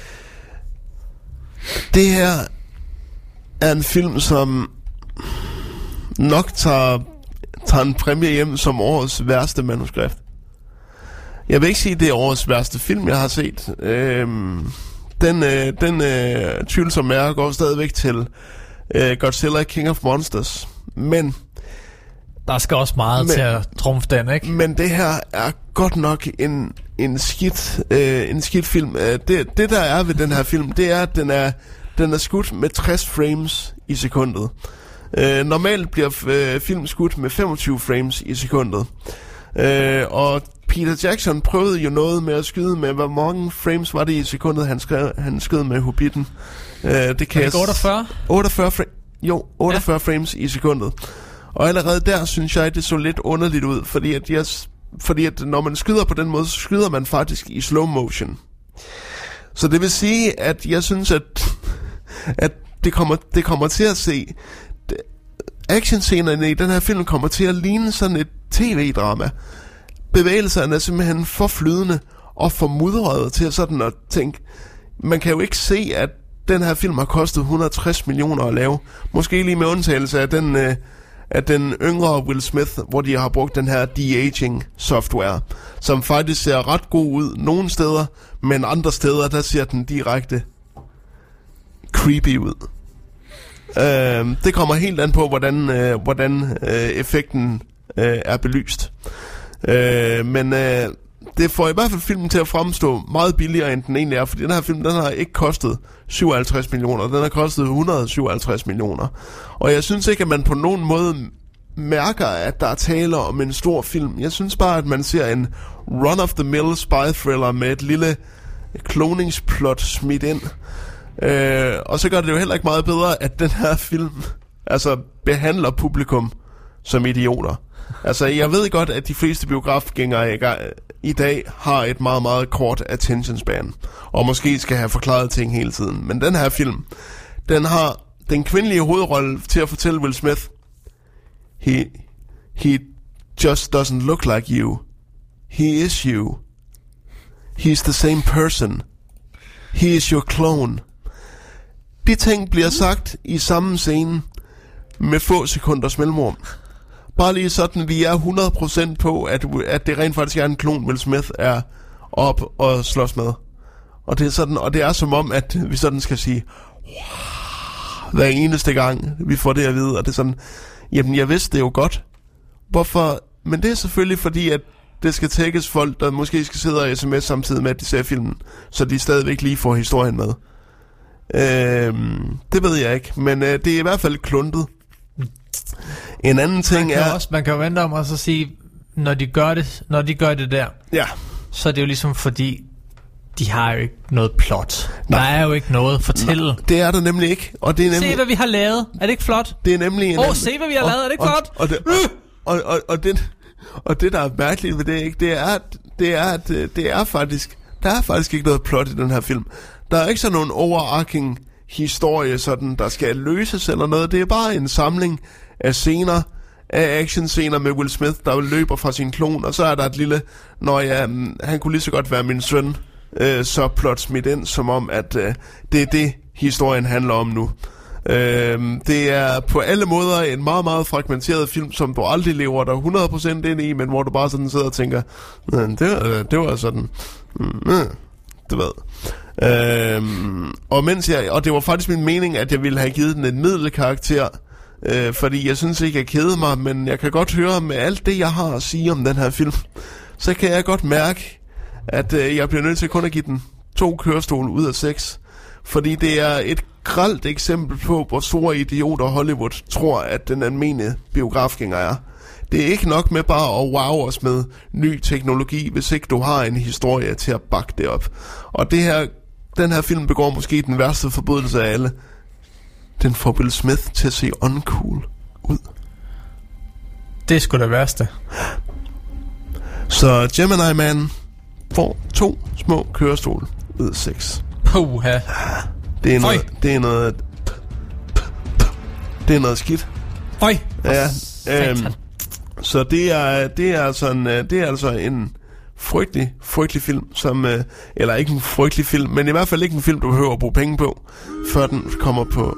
Det her er en film, som nok tager, tager en præmie hjem som årets værste manuskript. Jeg vil ikke sige, at det er årets værste film, jeg har set. Uh, Den, øh, den øh, tvivlsomme mærke går stadigvæk til øh, Godzilla King of Monsters. Men der skal også meget men, til at trumfe den, ikke? Men det her er godt nok en, en, skidt, øh, en skidt film. Det, det der er ved den her film, det er, at den er, den er skudt med tres frames i sekundet. Øh, normalt bliver øh, film skudt med femogtyve frames i sekundet. Øh, og Peter Jackson prøvede jo noget med at skyde med, hvor mange frames var det i sekundet, han, skrev, han skød med Hobbiten. Øh, det kan er det otteogfyrre? otteogfyrre fra- jo, otteogfyrre ja. frames i sekundet. Og allerede der synes jeg, det så lidt underligt ud, fordi at, jeg, fordi at når man skyder på den måde, så skyder man faktisk i slow motion. Så det vil sige, at jeg synes, at, at det, kommer, det kommer til at se... Actionscenerne i den her film kommer til at ligne sådan et tv-drama. Bevægelserne er simpelthen for flydende og for mudrede til sådan at tænke... Man kan jo ikke se, at den her film har kostet et hundrede og tres millioner at lave. Måske lige med undtagelse af den... Øh, af den yngre Will Smith, hvor de har brugt den her de-aging software, som faktisk ser ret god ud nogle steder, men andre steder, der ser den direkte creepy ud. Uh, det kommer helt an på, hvordan, uh, hvordan uh, effekten uh, er belyst. Uh, men uh, det får i hvert fald filmen til at fremstå meget billigere, end den egentlig er, fordi den her film, den har ikke kostet syvoghalvtreds millioner, den har kostet et hundrede og syvoghalvtreds millioner. Og jeg synes ikke, at man på nogen måde mærker, at der er tale om en stor film. Jeg synes bare, at man ser en run-of-the-mill spy-thriller med et lille kloningsplot smidt ind. Øh, og så gør det jo heller ikke meget bedre, at den her film altså behandler publikum som idioter. Altså, jeg ved godt, at de fleste biografgængere i dag har et meget, meget kort attention span, og måske skal have forklaret ting hele tiden. Men den her film, den har den kvindelige hovedrolle til at fortælle Will Smith, he, he just doesn't look like you. He is you. He's the same person. He is your clone. De ting bliver sagt i samme scene med få sekunders mellemrum. Bare lige sådan, vi er hundrede procent på, at, at det rent faktisk er en klon, Will Smith er op og slås med. Og det er sådan, og det er som om, at vi sådan skal sige, wow, hver eneste gang, vi får det at vide, og det er sådan, jamen jeg vidste det jo godt. Hvorfor? Men det er selvfølgelig fordi, at det skal tækkes folk, der måske skal sidde og sms samtidig med, at de ser filmen, så de stadigvæk lige får historien med. Øhm, det ved jeg ikke, men øh, det er i hvert fald kluntet. En anden ting man er også, man kan jo vente om og så sige, når de gør det, når de gør det der, ja, så er det jo ligesom fordi de har jo ikke noget plot. Nej. Der er jo ikke noget at fortælle. Nej, det er der nemlig ikke, og det er nemlig, se hvad vi har lavet. Er det ikke flot? Det er nemlig en Åh, anden, se hvad vi har og, lavet. Er det ikke og, flot? Og, og, det, og, og, og, det, og det der er mærkeligt ved det, ikke, det er at det er at det er faktisk der er faktisk ikke noget plot i den her film. Der er ikke sådan nogen overarching historie, sådan, der skal løses eller noget. Det er bare en samling af scener, af actionscener med Will Smith, der løber fra sin klon, og så er der et lille, når ja, han kunne lige så godt være min søn, øh, så plot smidt ind, som om, at øh, det er det, historien handler om nu. Øh, det er på alle måder en meget, meget fragmenteret film, som du aldrig lever dig hundrede procent ind i, men hvor du bare sådan sidder og tænker, det var, det var sådan, mm, du ved. Øhm, og mens jeg og det var faktisk min mening, at jeg ville have givet den en middelkarakter, øh, fordi jeg synes ikke jeg keder mig, men jeg kan godt høre med alt det jeg har at sige om den her film, så kan jeg godt mærke, at øh, jeg bliver nødt til kun at give den to kørestole ud af seks, fordi det er et grelt eksempel på, hvor store idioter Hollywood tror, at den almindelige biografgænger er. Det er ikke nok med bare at wow os med ny teknologi, hvis ikke du har en historie til at bakke det op. Og det her, den her film begår måske den værste forbrydelse af alle. Den får Will Smith til at se uncool ud. Det er sgu det værste. Så Gemini Man får to små kørestole ud af seks. Puha. Det er noget, det er noget, det er noget skidt. Oj. Ja. Øhm, så det er det er altså en, det er altså en frygtelig frygtelig film, som eller ikke en frygtelig film, men i hvert fald ikke en film du behøver at bruge penge på, før den kommer på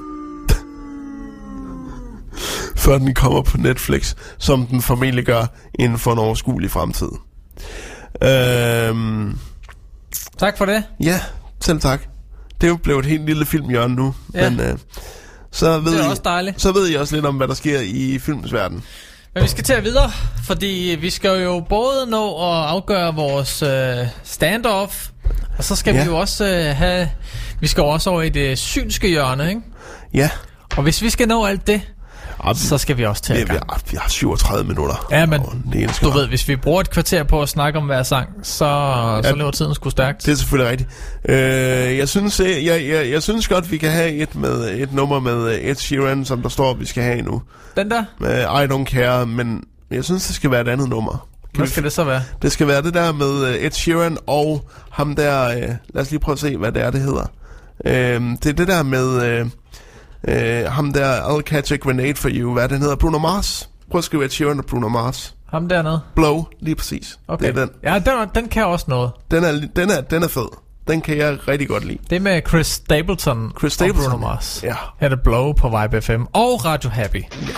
før den kommer på Netflix, som den formentlig gør inden for en overskuelig fremtid. Øhm, tak for det. Ja, selv tak. det er jo blevet et helt lille filmhjørne nu. Ja. Men øh, så ved det er I, også dejligt. Så ved I også lidt om, hvad der sker i filmens verden. Men vi skal til at videre, fordi vi skal jo både nå at afgøre vores øh, standoff, og så skal ja. vi jo også øh, have... Vi skal jo også over i det synske hjørne, ikke? Ja. Og hvis vi skal nå alt det, ja, så skal vi også til at vi, har, vi har syvogtredive minutter. Ja, men du ved, hvis vi bruger et kvarter på at snakke om hver sang, så, ja, så lever tiden sgu stærkt. Det er selvfølgelig rigtigt. Øh, jeg, synes, jeg, jeg, jeg synes godt, vi kan have et, med, et nummer med Ed Sheeran, som der står, vi skal have nu. Den der? Med I Don't Care, men jeg synes, det skal være et andet nummer. Kan hvad skal vi... det så være? Det skal være det der med Ed Sheeran og ham der... Øh, lad os lige prøve at se, hvad det er, det hedder. Øh, det er det der med... Øh, øh, ham der, I'll Catch a Grenade for You. Hvad den hedder? Bruno Mars. Prøv at skrive Ed Sheeran og Bruno Mars. Ham dernede? Blow, lige præcis. Okay. Det er den. Ja, den, den kan også noget. Den er, den, er, den er fed. Den kan jeg rigtig godt lide. Det er med Chris Stapleton, Chris Stapleton og Bruno Mars. Ja. Her er det Blow på Vibe F M og Radio Happy. Ja.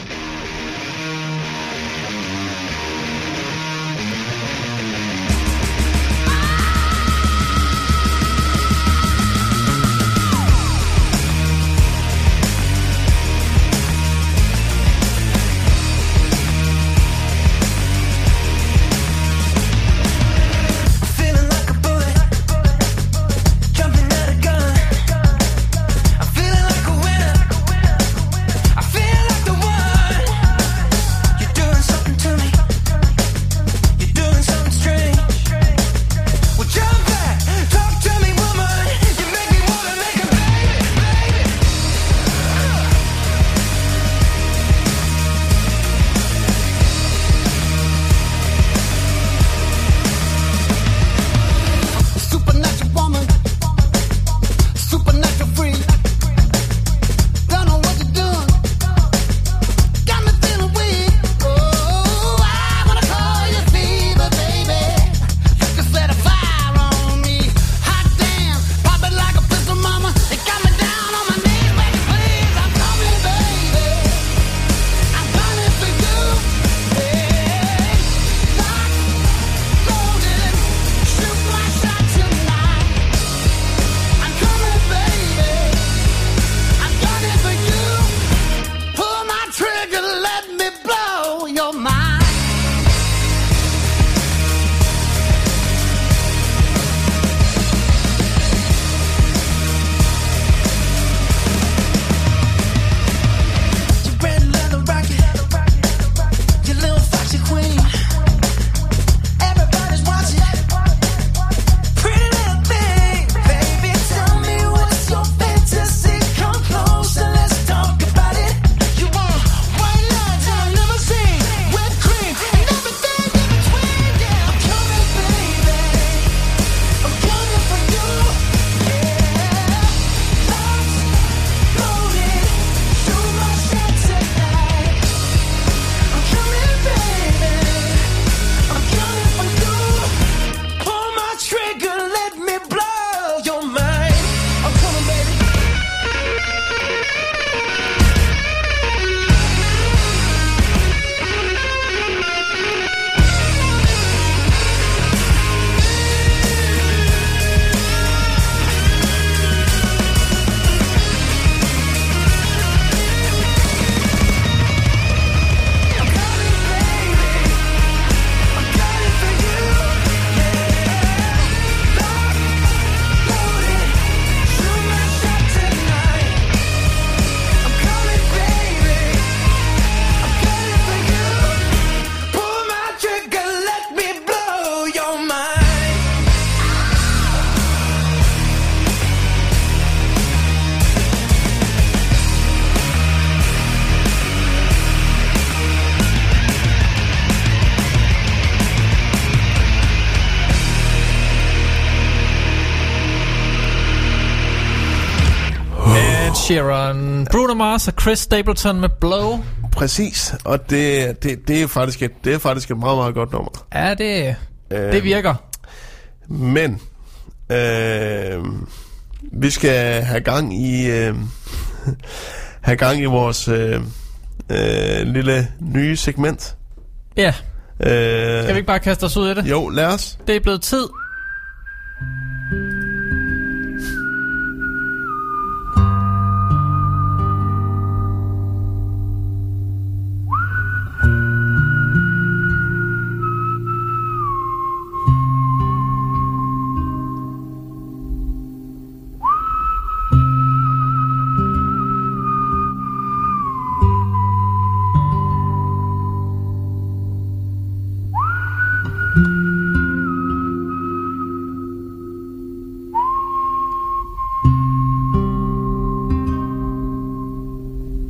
Sheeran, Bruno Mars og Chris Stapleton med Blow. Præcis, og det, det, det, er, faktisk et, det er faktisk et meget, meget godt nummer. Ja, det, øh, det virker. Men øh, vi skal have gang i øh, have gang i vores øh, øh, lille nye segment. Ja. Øh, skal vi ikke bare kaste os ud i det? Jo, lad os. Det er blevet tid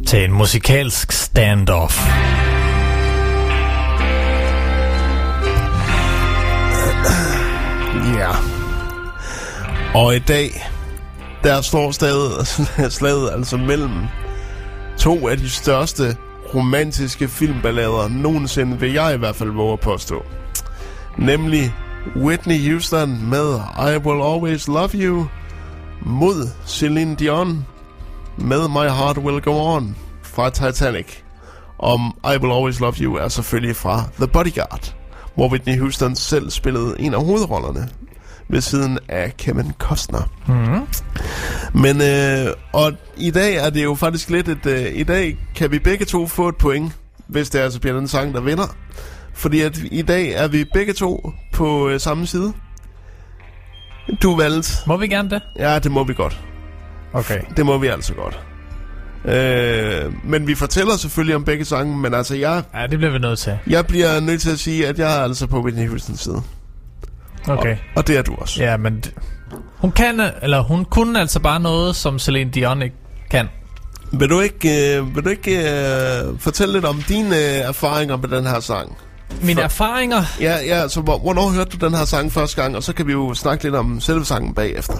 til en musikalsk standoff. Ja. Og i dag, der står stadig slaget altså mellem to af de største romantiske filmballader nogensinde, vil jeg i hvert fald våge at påstå. Nemlig Whitney Houston med I Will Always Love You mod Celine Dion med My Heart Will Go On fra Titanic. Om I Will Always Love You er selvfølgelig fra The Bodyguard, hvor Whitney Houston selv spillede en af hovedrollerne ved siden af Kevin Costner. Mm-hmm. Men øh, og i dag er det jo faktisk lidt et øh, i dag kan vi begge to få et point, hvis det altså bliver den sang der vinder. Fordi at i dag er vi begge to på øh, samme side. Du valgte. Må vi gerne det? Ja, det må vi godt. Okay. Det må vi altså godt. Øh, men vi fortæller selvfølgelig om begge sange, men altså jeg... Ja, det bliver vi nødt til. Jeg bliver nødt til at sige, at jeg er altså på Whitney Houstons side. Okay. Og, og det er du også. Ja, men hun kan, eller hun kunne altså bare noget, som Celine Dion ikke kan. Vil du ikke, øh, vil du ikke øh, fortælle lidt om dine øh, erfaringer med den her sang? Mine For, erfaringer? Ja, ja, så hvor, hvornår hørte du den her sang første gang, og så kan vi jo snakke lidt om selve sangen bagefter.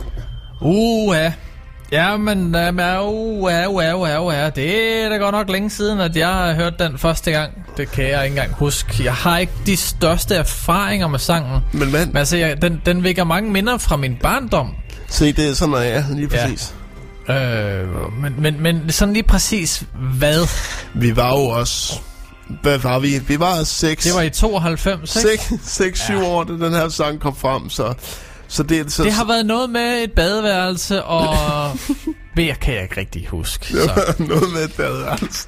Uh, ja. Ja, men uh, uh, uh, uh, uh, uh, det er da godt nok længe siden, at jeg har hørt den første gang. Det kan jeg ikke engang huske. Jeg har ikke de største erfaringer med sangen. Men, man, men altså, jeg, den, den vækker mange minder fra min barndom. Se, det er sådan, at ja, lige præcis. Ja. Øh, men, men, men sådan lige præcis hvad? Vi var jo også... Hvad var vi? Vi var seks... Det var i tooghalvfems, ikke? seks syv ja. år, da den her sang kom frem, så... Så det, så, det har været noget med et badeværelse, og mere kan jeg ikke rigtig huske. Det var så. Noget med et badeværelse.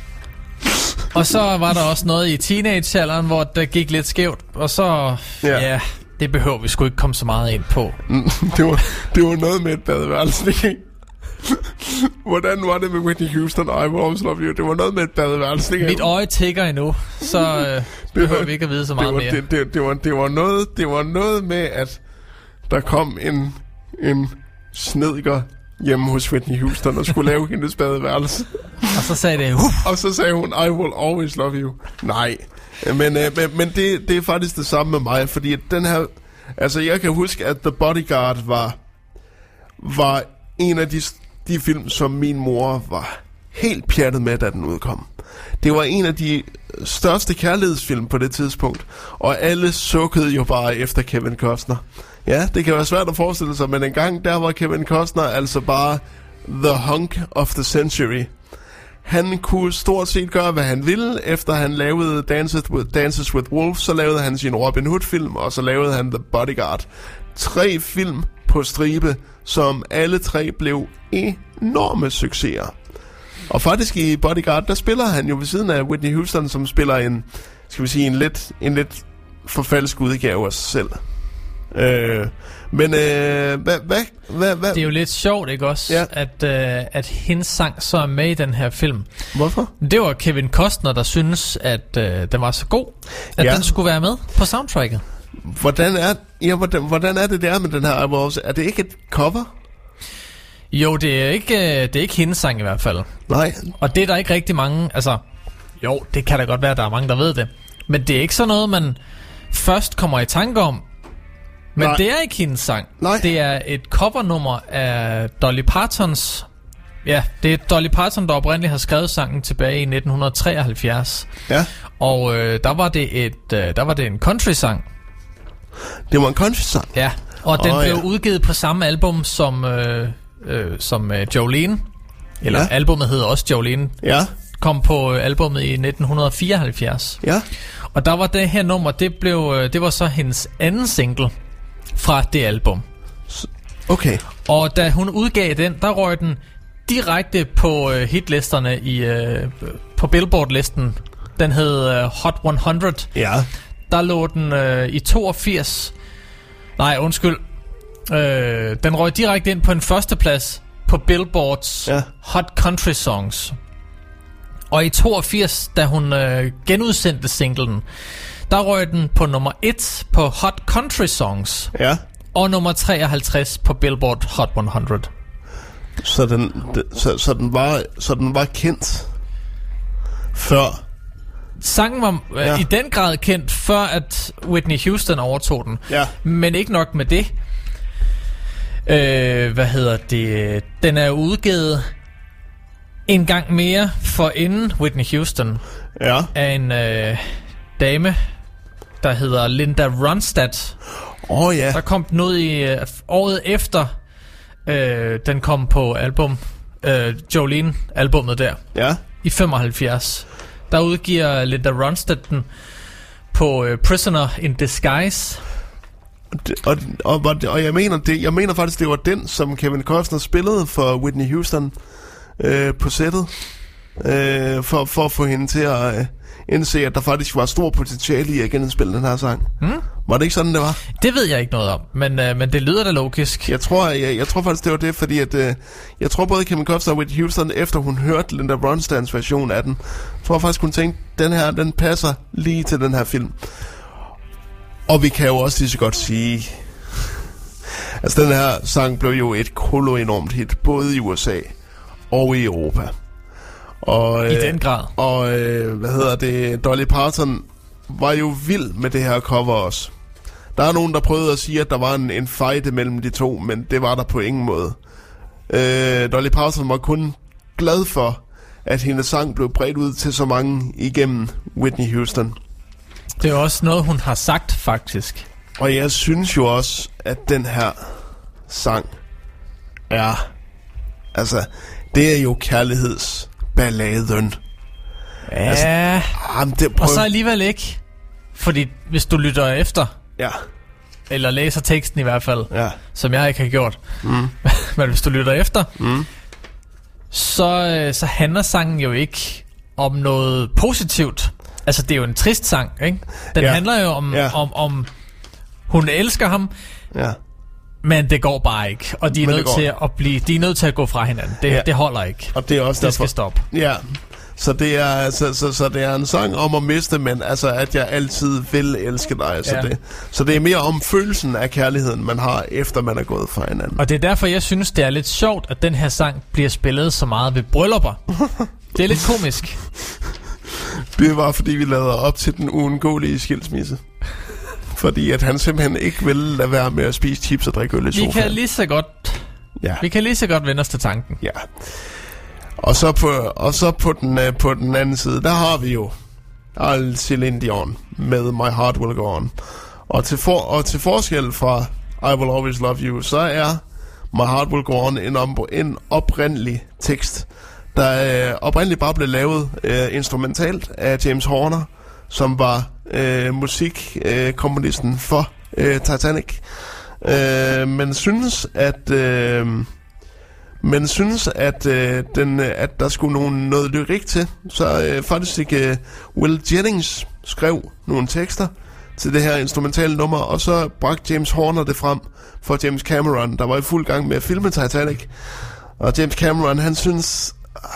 Og så var der også noget i teenagealderen, hvor det gik lidt skævt, og så, ja, ja det behøver vi sgu ikke komme så meget ind på. det, var, det var noget med et badeværelse, ikke? Hvordan var det med Whitney Houston og I Will Always Love You? Det var noget med et badeværelse, ikke? Mit øje tigger endnu, så øh, behøver vi ikke at vide så meget det var, mere. Det, det, det, var, det, var noget, det var noget med, at der kom en, en snedker hjemme hos Whitney Houston og skulle lave hendes badeværelse. Og så sagde det, uh. Og så sagde hun, I will always love you. Nej, men, øh, men, men det, det er faktisk det samme med mig, fordi den her... Altså, jeg kan huske, at The Bodyguard var, var en af de, de film, som min mor var helt pjattet med, da den udkom. Det var en af de største kærlighedsfilm på det tidspunkt, og alle sukkede jo bare efter Kevin Costner. Ja, det kan være svært at forestille sig, men engang der var Kevin Costner altså bare the hunk of the century. Han kunne stort set gøre, hvad han ville. Efter han lavede Dances with, Dances with Wolves, så lavede han sin Robin Hood-film, og så lavede han The Bodyguard. Tre film på stribe, som alle tre blev enorme succeser. Og faktisk i Bodyguard, der spiller han jo ved siden af Whitney Houston, som spiller en, skal vi sige, en lidt, en lidt forfalsk udgave af sig selv. Øh, men øh, hvad, hvad, hvad, hvad? Det er jo lidt sjovt, ikke også, ja. at, øh, at hendes sang så er med i den her film. Hvorfor? Det var Kevin Costner, der synes, at øh, den var så god, at ja. den skulle være med på soundtracket. Hvordan er, ja, hvordan, hvordan er det der med den her? Er det ikke et cover? Jo, det er ikke, det er ikke hendes sang i hvert fald. Nej. Og det er der ikke rigtig mange, altså, jo, det kan da godt være, at der er mange, der ved det. Men det er ikke sådan noget, man først kommer i tanke om. Men Nej. det er ikke hendes sang. Nej. Det er et covernummer af Dolly Partons. Ja, det er Dolly Parton, der oprindeligt har skrevet sangen tilbage i nitten treoghalvfjerds. Ja. Og øh, der var det et, øh, der var det en country-sang. Det var en country-sang? Ja, og den oh, blev ja. udgivet på samme album som, øh, øh, som øh, Jolene. Eller ja. albumet hedder også Jolene. Ja. Kom på øh, albumet i nitten fireoghalvfjerds. Ja. Og der var det her nummer, det, blev, øh, det var så hendes anden single fra det album. Okay. Og da hun udgav den, der røg den direkte på øh, hitlisterne i, øh, på Billboard-listen. Den hed øh, Hot hundrede. Ja. Der lå den øh, i toogfirs. Nej, undskyld. Øh, den røg direkte ind på en førsteplads på Billboards ja. Hot Country Songs. Og i toogfirs, da hun øh, genudsendte singlen, der røg den på nummer et på Hot Country Songs. Ja. Og nummer treoghalvtreds på Billboard Hot hundrede. Så den, de, så, så, den var, så den var kendt før. Sangen var øh, Ja. i den grad kendt, før at Whitney Houston overtog den. Ja. Men ikke nok med det. Øh, hvad hedder det? Den er udgivet en gang mere for inden Whitney Houston Ja. af en øh, dame, der hedder Linda Ronstadt. Åh oh, ja. Der kom den ud i øh, året efter, øh, den kom på album, øh, Jolene-albummet der, Ja. i femoghalvfjerds. Der udgiver Linda Ronstadt den på øh, Prisoner in Disguise. Og, og, og, og jeg mener det, jeg mener faktisk det var den, som Kevin Costner spillede for Whitney Houston øh, på sættet, øh, for for at få hende til at øh, indse, at der faktisk var stor potentiale i at genindspille den her sang. Hmm? Var det ikke sådan det var? Det ved jeg ikke noget om, men øh, men det lyder da logisk. Jeg tror, jeg, jeg tror faktisk det var det, fordi at øh, jeg tror både Kevin Costner og Whitney Houston, efter hun hørte Linda Ronstadts version af den, tror faktisk hun tænkte, den her, den passer lige til den her film. Og vi kan jo også lige så godt sige, altså den her sang blev jo et kolo enormt hit, både i U S A og i Europa. Og, I øh, den grad. Og øh, hvad hedder det, Dolly Parton var jo vild med det her cover også. Der er nogen, der prøvede at sige, at der var en, en fight mellem de to, men det var der på ingen måde. Øh, Dolly Parton var kun glad for, at hendes sang blev bredt ud til så mange igennem Whitney Houston. Det er også noget, hun har sagt, faktisk. Og jeg synes jo også, at den her sang er, altså, det er jo kærlighedsballaden. Ja, Altså, jamen, det, prøv... og så alligevel ikke. Fordi hvis du lytter efter, Ja, eller læser teksten i hvert fald, ja. som jeg ikke har gjort, Mm. men hvis du lytter efter, Mm. så, øh, så handler sangen jo ikke om noget positivt. Altså, det er jo en trist sang, ikke? Den Ja. handler jo om, Ja. om, om, hun elsker ham, Ja. men det går bare ikke. Og de er, Men det nødt går. til at blive, de er nødt til at gå fra hinanden. Det, Ja. det holder ikke. Og det er også Det derfor. skal stoppe. Ja. Så det er så, så, så det er en sang om at miste, men altså at jeg altid vil elske dig. Så, Ja. det, så det er mere om følelsen af kærligheden, man har efter man er gået fra hinanden. Og det er derfor, jeg synes, det er lidt sjovt, at den her sang bliver spillet så meget ved bryllupper. Det er lidt komisk. Det var fordi vi lavede op til den uundgåelige skilsmisse. Fordi at han simpelthen ikke ville lade være med at spise chips og drikke øl i Vi sofaen. kan lige så godt, Ja. vi kan lige så godt vende os til tanken. Ja. Og så på og så på den uh, på den anden side, der har vi jo al Celine Dion med My Heart Will Go On. Og til for, og til forskel fra I Will Always Love You, så er My Heart Will Go On en, om, en oprindelig tekst, der uh, oprindeligt bare blev lavet uh, instrumentalt af James Horner, som var uh, musikkomponisten uh, for uh, Titanic. Uh, men synes at uh, Men synes at øh, den øh, at der skulle nogle, noget lyrik til. Så øh, faktisk ikke øh, Will Jennings skrev nogle tekster til det her instrumentale nummer, og så bragte James Horner det frem for James Cameron, der var i fuld gang med at filme Titanic. Og James Cameron, han synes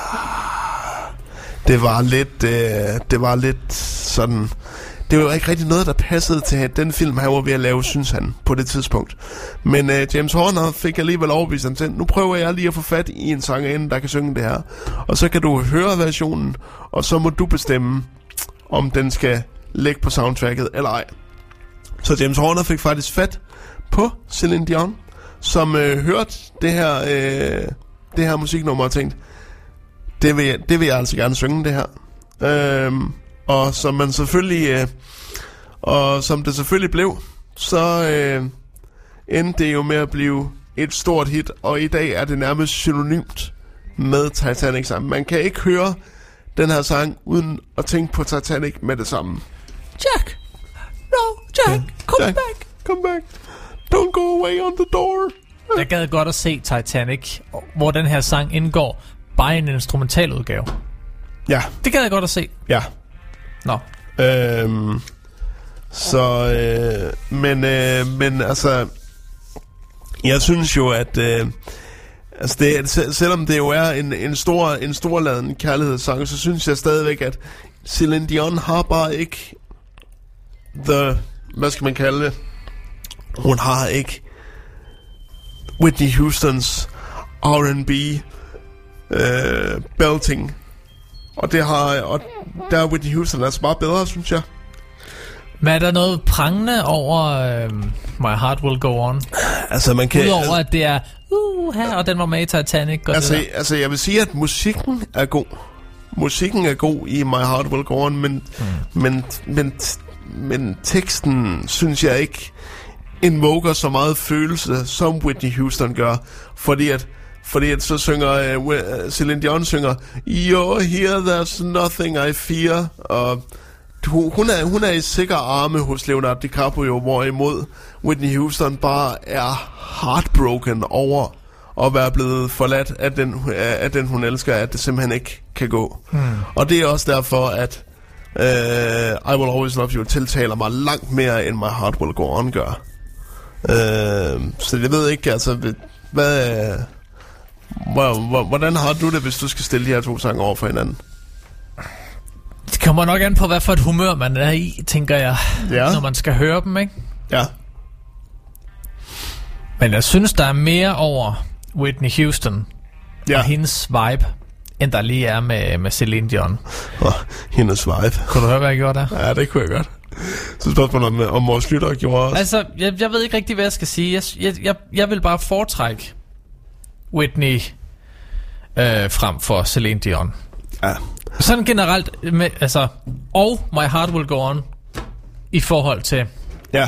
ah, det var lidt øh, det var lidt sådan, det var ikke rigtig noget, der passede til den film, han var ved at lave, synes han, på det tidspunkt. Men uh, James Horner fik alligevel overbevist ham til, nu prøver jeg lige at få fat i en sangerinde, der kan synge det her. Og så kan du høre versionen, og så må du bestemme, om den skal ligge på soundtracket eller ej. Så James Horner fik faktisk fat på Celine Dion, som uh, hørte det her, uh, det her musiknummer og tænkte, det vil, jeg, det vil jeg altså gerne synge, det her. Uh, Og som man selvfølgelig øh, og som det selvfølgelig blev, så øh, endte det jo med at blive et stort hit, og i dag er det nærmest synonymt med Titanic sammen. Man kan ikke høre den her sang uden at tænke på Titanic med det samme. Jack! No, Jack! Come Jack, back! Come back! Don't go away on the door! Jeg gad godt at se Titanic, hvor den her sang indgår, bare i en instrumental udgave. Ja, Det gad jeg godt at se. ja. Nå. Øhm, så, øh, men, øh, men altså, jeg synes jo, at, øh, altså det, sel- selvom det jo er en, en stor, en storladen kærlighedssang, så synes jeg stadigvæk, at Celine Dion har bare ikke the, hvad skal man kalde det? Hun har ikke Whitney Houstons R and B øh, belting. Og det har og der er Whitney Houston altså bare bedre, synes jeg. Men er der noget prangende over øh, My Heart Will Go On? Altså man kan Udover altså, at det er uh, her, og den var med i Titanic. Og altså, det altså jeg vil sige, at musikken er god. Musikken er god i My Heart Will Go On, men mm. men men men teksten synes jeg ikke invoker så meget følelse som Whitney Houston gør, fordi at fordi at så synger uh, Celine Dion synger You're here, there's nothing I fear, og hun er, hun er i sikker arme hos Leonardo DiCaprio, hvorimod Whitney Houston bare er heartbroken over at være blevet forladt af den, af den hun elsker, at det simpelthen ikke kan gå. Hmm. Og det er også derfor, at uh, I Will Always Love You tiltaler mig langt mere, end My Heart Will Go On gør. Uh, så jeg ved ikke, altså, hvad, uh, hvordan har du det, hvis du skal stille de her to sange over for hinanden? Det kommer nok an på, hvad for et humør man er i, tænker jeg, ja. Når man skal høre dem, ikke? Ja. Men jeg synes, der er mere over Whitney Houston ja. Og hendes vibe, end der lige er med, med Celine Dion. Oh, hendes vibe. Kunne du høre, hvad jeg gjorde der? Ja, det kunne jeg godt. Så spørgsmålet om, om vores lyttere gjorde også. Altså, jeg, jeg ved ikke rigtig, hvad jeg skal sige. Jeg, jeg, jeg, jeg vil bare foretrække Whitney øh, frem for Celine Dion. Ja. Sådan generelt med, altså, og My Heart Will Go On i forhold til. Ja.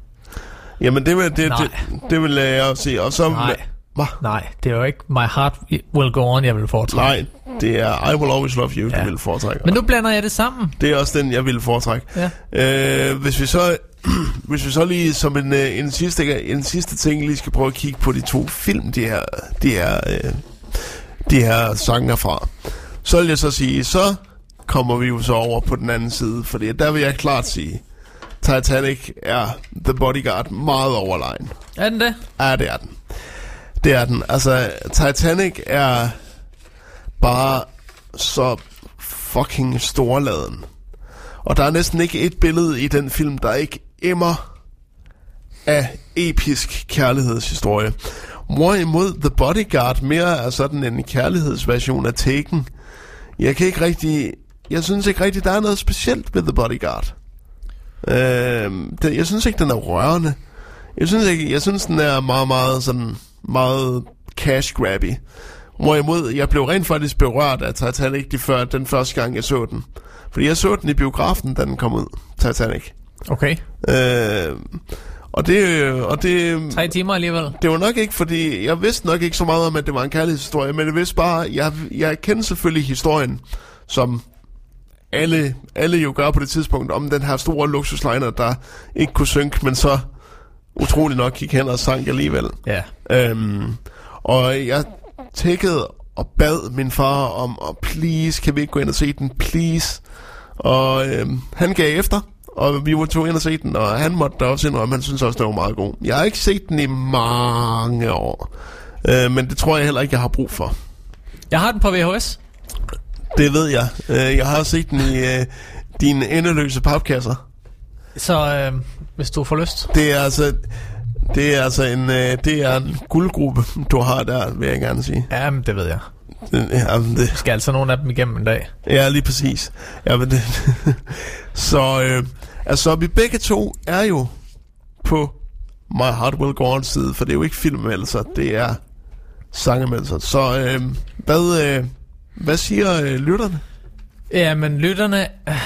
Jamen det vil det, det, det vil jeg også sige. Og så nej. Hva? Nej, det er jo ikke My Heart Will Go On jeg vil foretrække. Nej, det er I Will Always Love You, ja. Du vil foretrække. Men nu blander jeg det sammen. Det er også den jeg vil foretrække. Ja. Øh, hvis vi så hvis vi så lige som en en sidste en sidste ting lige skal prøve at kigge på de to film, de her de her øh, de her sanger fra. Så vil jeg så sige, så kommer vi jo så over på den anden side, fordi der vil jeg klart sige, Titanic er The Bodyguard meget overlegen. Er den det? Ja, det er den. Det er den. Altså, Titanic er bare så fucking storladen. Og der er næsten ikke et billede i den film, der ikke emmer af episk kærlighedshistorie. Hvorimod The Bodyguard mere er sådan en kærlighedsversion af Taken. Jeg kan ikke rigtig... Jeg synes ikke rigtig, der er noget specielt ved The Bodyguard. Øh, det, jeg synes ikke, den er rørende. Jeg synes ikke... Jeg synes, den er meget, meget sådan... Meget cash-grabby. Hvorimod, jeg blev rent faktisk berørt af Titanic de før, den første gang, jeg så den. Fordi jeg så den i biografen, da den kom ud. Titanic. Okay. Øh... Og det, og det... Tre timer alligevel. Det var nok ikke, fordi... Jeg vidste nok ikke så meget om, at det var en kærlighedshistorie, men jeg vidste bare... Jeg, jeg kendte selvfølgelig historien, som alle, alle jo gør på det tidspunkt, om den her store luksusliner, der ikke kunne synke, men så utrolig nok gik hen og sank alligevel. Ja. Øhm, og jeg tækkede og bad min far om, og please, kan vi ikke gå ind og se den, please? Og øhm, han gav efter. Og vi var to ind og se den, og han måtte da også indrømme, han synes også, det var meget god. Jeg har ikke set den i mange år, øh, men det tror jeg heller ikke, jeg har brug for. Jeg har den på V H S. Det ved jeg. Øh, jeg har set den i øh, dine endeløse papkasser. Så øh, hvis du får lyst. Det er altså, det er altså en, øh, det er en guldgruppe, du har der, vil jeg gerne sige. Jamen, det ved jeg. Jamen, det skal altså nogle af dem igennem en dag. Ja, lige præcis. Jamen, det så øh, altså vi begge to er jo på My Heart Will Go On side, for det er jo ikke filmmeldelser, det er sangemeldelser. Så øh, hvad øh, hvad siger øh, lytterne? Ja, men lytterne øh...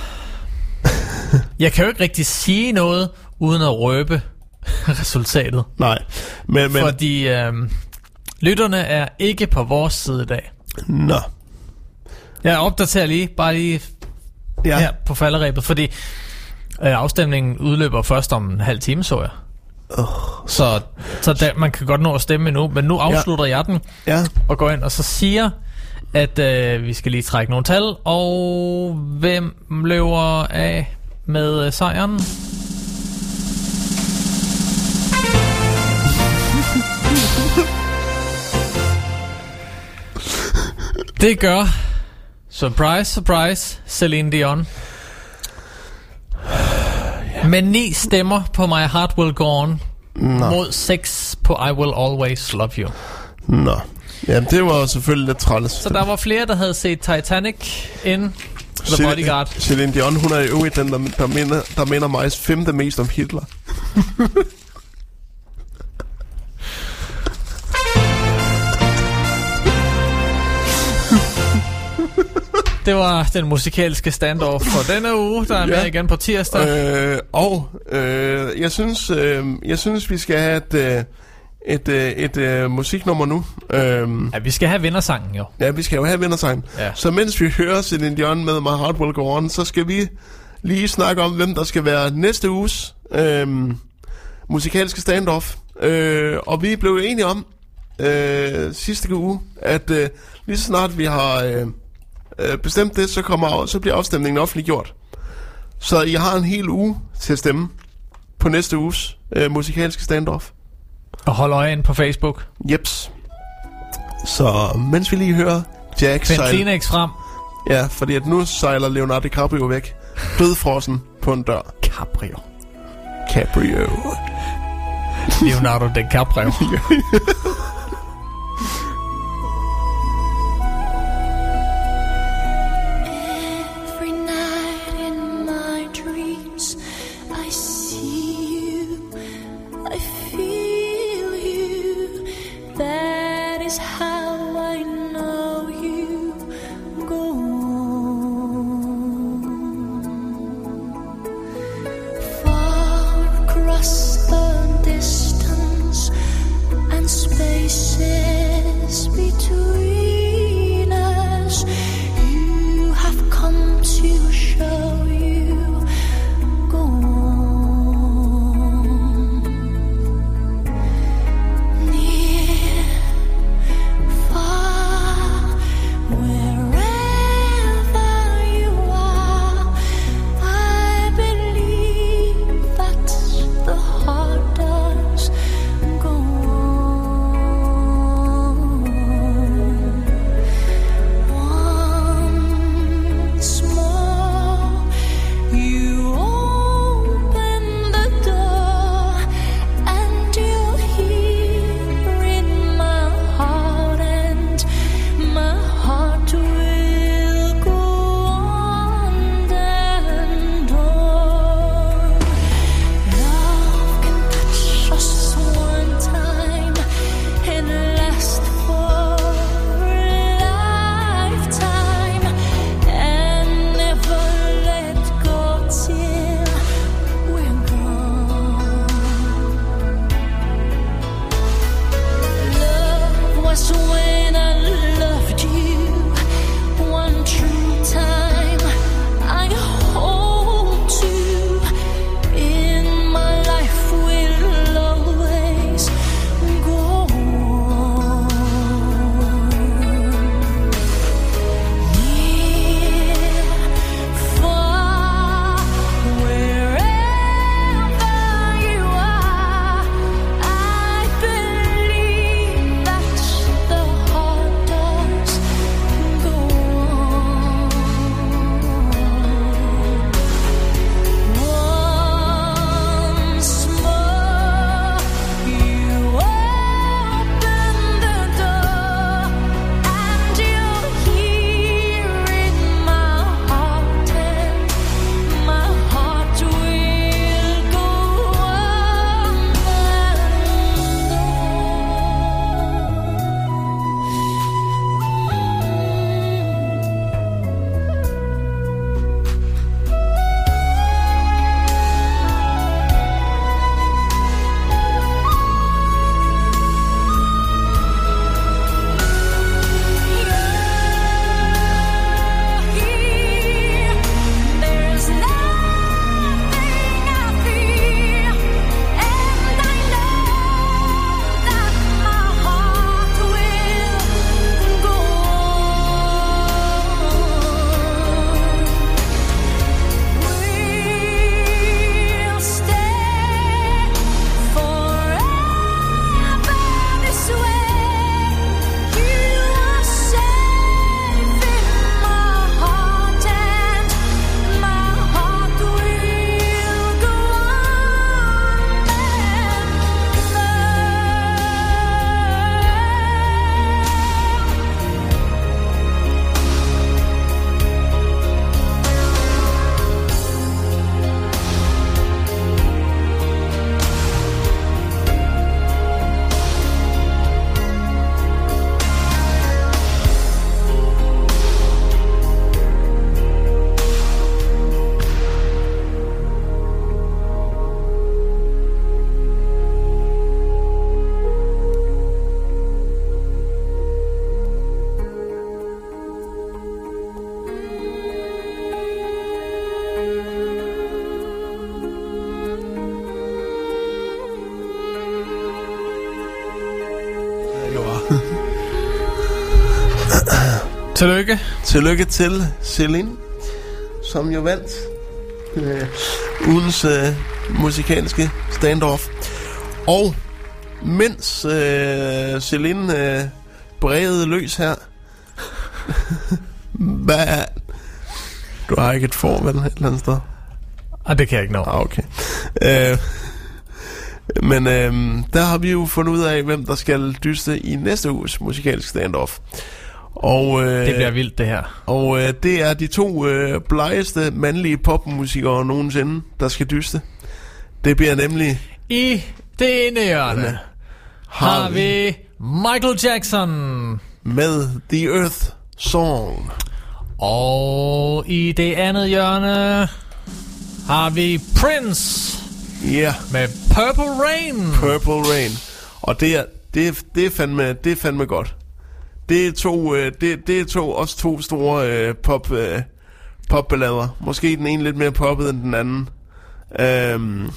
jeg kan jo ikke rigtig sige noget uden at røbe resultatet. Nej, men, men... fordi øh, lytterne er ikke på vores side i dag. Nå. Jeg opdaterer lige, bare lige ja. Her på falderæbet, fordi øh, afstemningen udløber først om en halv time, så jeg. Oh. Så, så der, man kan godt nå at stemme endnu, men nu afslutter ja. jeg den ja. og går ind og så siger, at øh, vi skal lige trække nogle tal, og hvem løber af med øh, sejren? Det gør, surprise, surprise, Celine Dion. Med ni stemmer på My Heart Will Go On, Nå. mod seks på I Will Always Love You. Nå. Jamen, det var selvfølgelig lidt træls. Så der var flere, der havde set Titanic end The Bodyguard. Celine Dion, hun er i øvrigt den, der, der, minder, der minder mig femte mest om Hitler. Det var den musikalske standoff for denne uge, der er med ja. igen på tirsdag. Øh, og øh, jeg synes, øh, jeg synes, vi skal have et, øh, et, øh, et øh, musiknummer nu. Øh, ja, vi skal have vindersangen jo. Ja, vi skal jo have vindersangen. Ja. Så mens vi hører Celine Dion med My Heart Will Go On, så skal vi lige snakke om, hvem der skal være næste uges øh, musikalske standoff. Øh, og vi blev enige om øh, sidste uge, at øh, lige så snart vi har... Øh, bestemt det, så, kommer, så bliver afstemningen offentliggjort. Så I har en hel uge til at stemme på næste uges øh, musikalske standoff. Og hold øje ind på Facebook. Jeps. Så mens vi lige hører Jack Find Kleenex frem. Ja, fordi at nu sejler Leonardo DiCaprio væk. Dødfrossen på en dør. Caprio. Caprio. Leonardo DiCaprio. Spaces between us, you have come to show you go on. Near Tillykke. Tillykke til Celine, som jo vandt øh, ugens øh, musikalske standoff. Og mens øh, Celine øh, bredede løs her... Hvad er... Du har ikke et forvel et eller andet sted? Ah, det kan jeg ikke nå. Ah, okay. Øh, men øh, der har vi jo fundet ud af, hvem der skal dyste i næste uges musikalske standoff. Og, øh, det bliver vildt, det her. Og øh, det er de to øh, blegeste mandlige popmusikere nogensinde, der skal dyste. Det bliver nemlig... I det ene hjørne har vi Michael Jackson med The Earth Song. Og i det andet hjørne har vi Prince. Ja. Yeah. Med Purple Rain. Purple Rain. Og det er, det er, det er, fandme, det er fandme godt. Det er to, øh, det, det er to, også to store øh, pop, øh, popballader. Måske den ene lidt mere poppet end den anden. Øhm,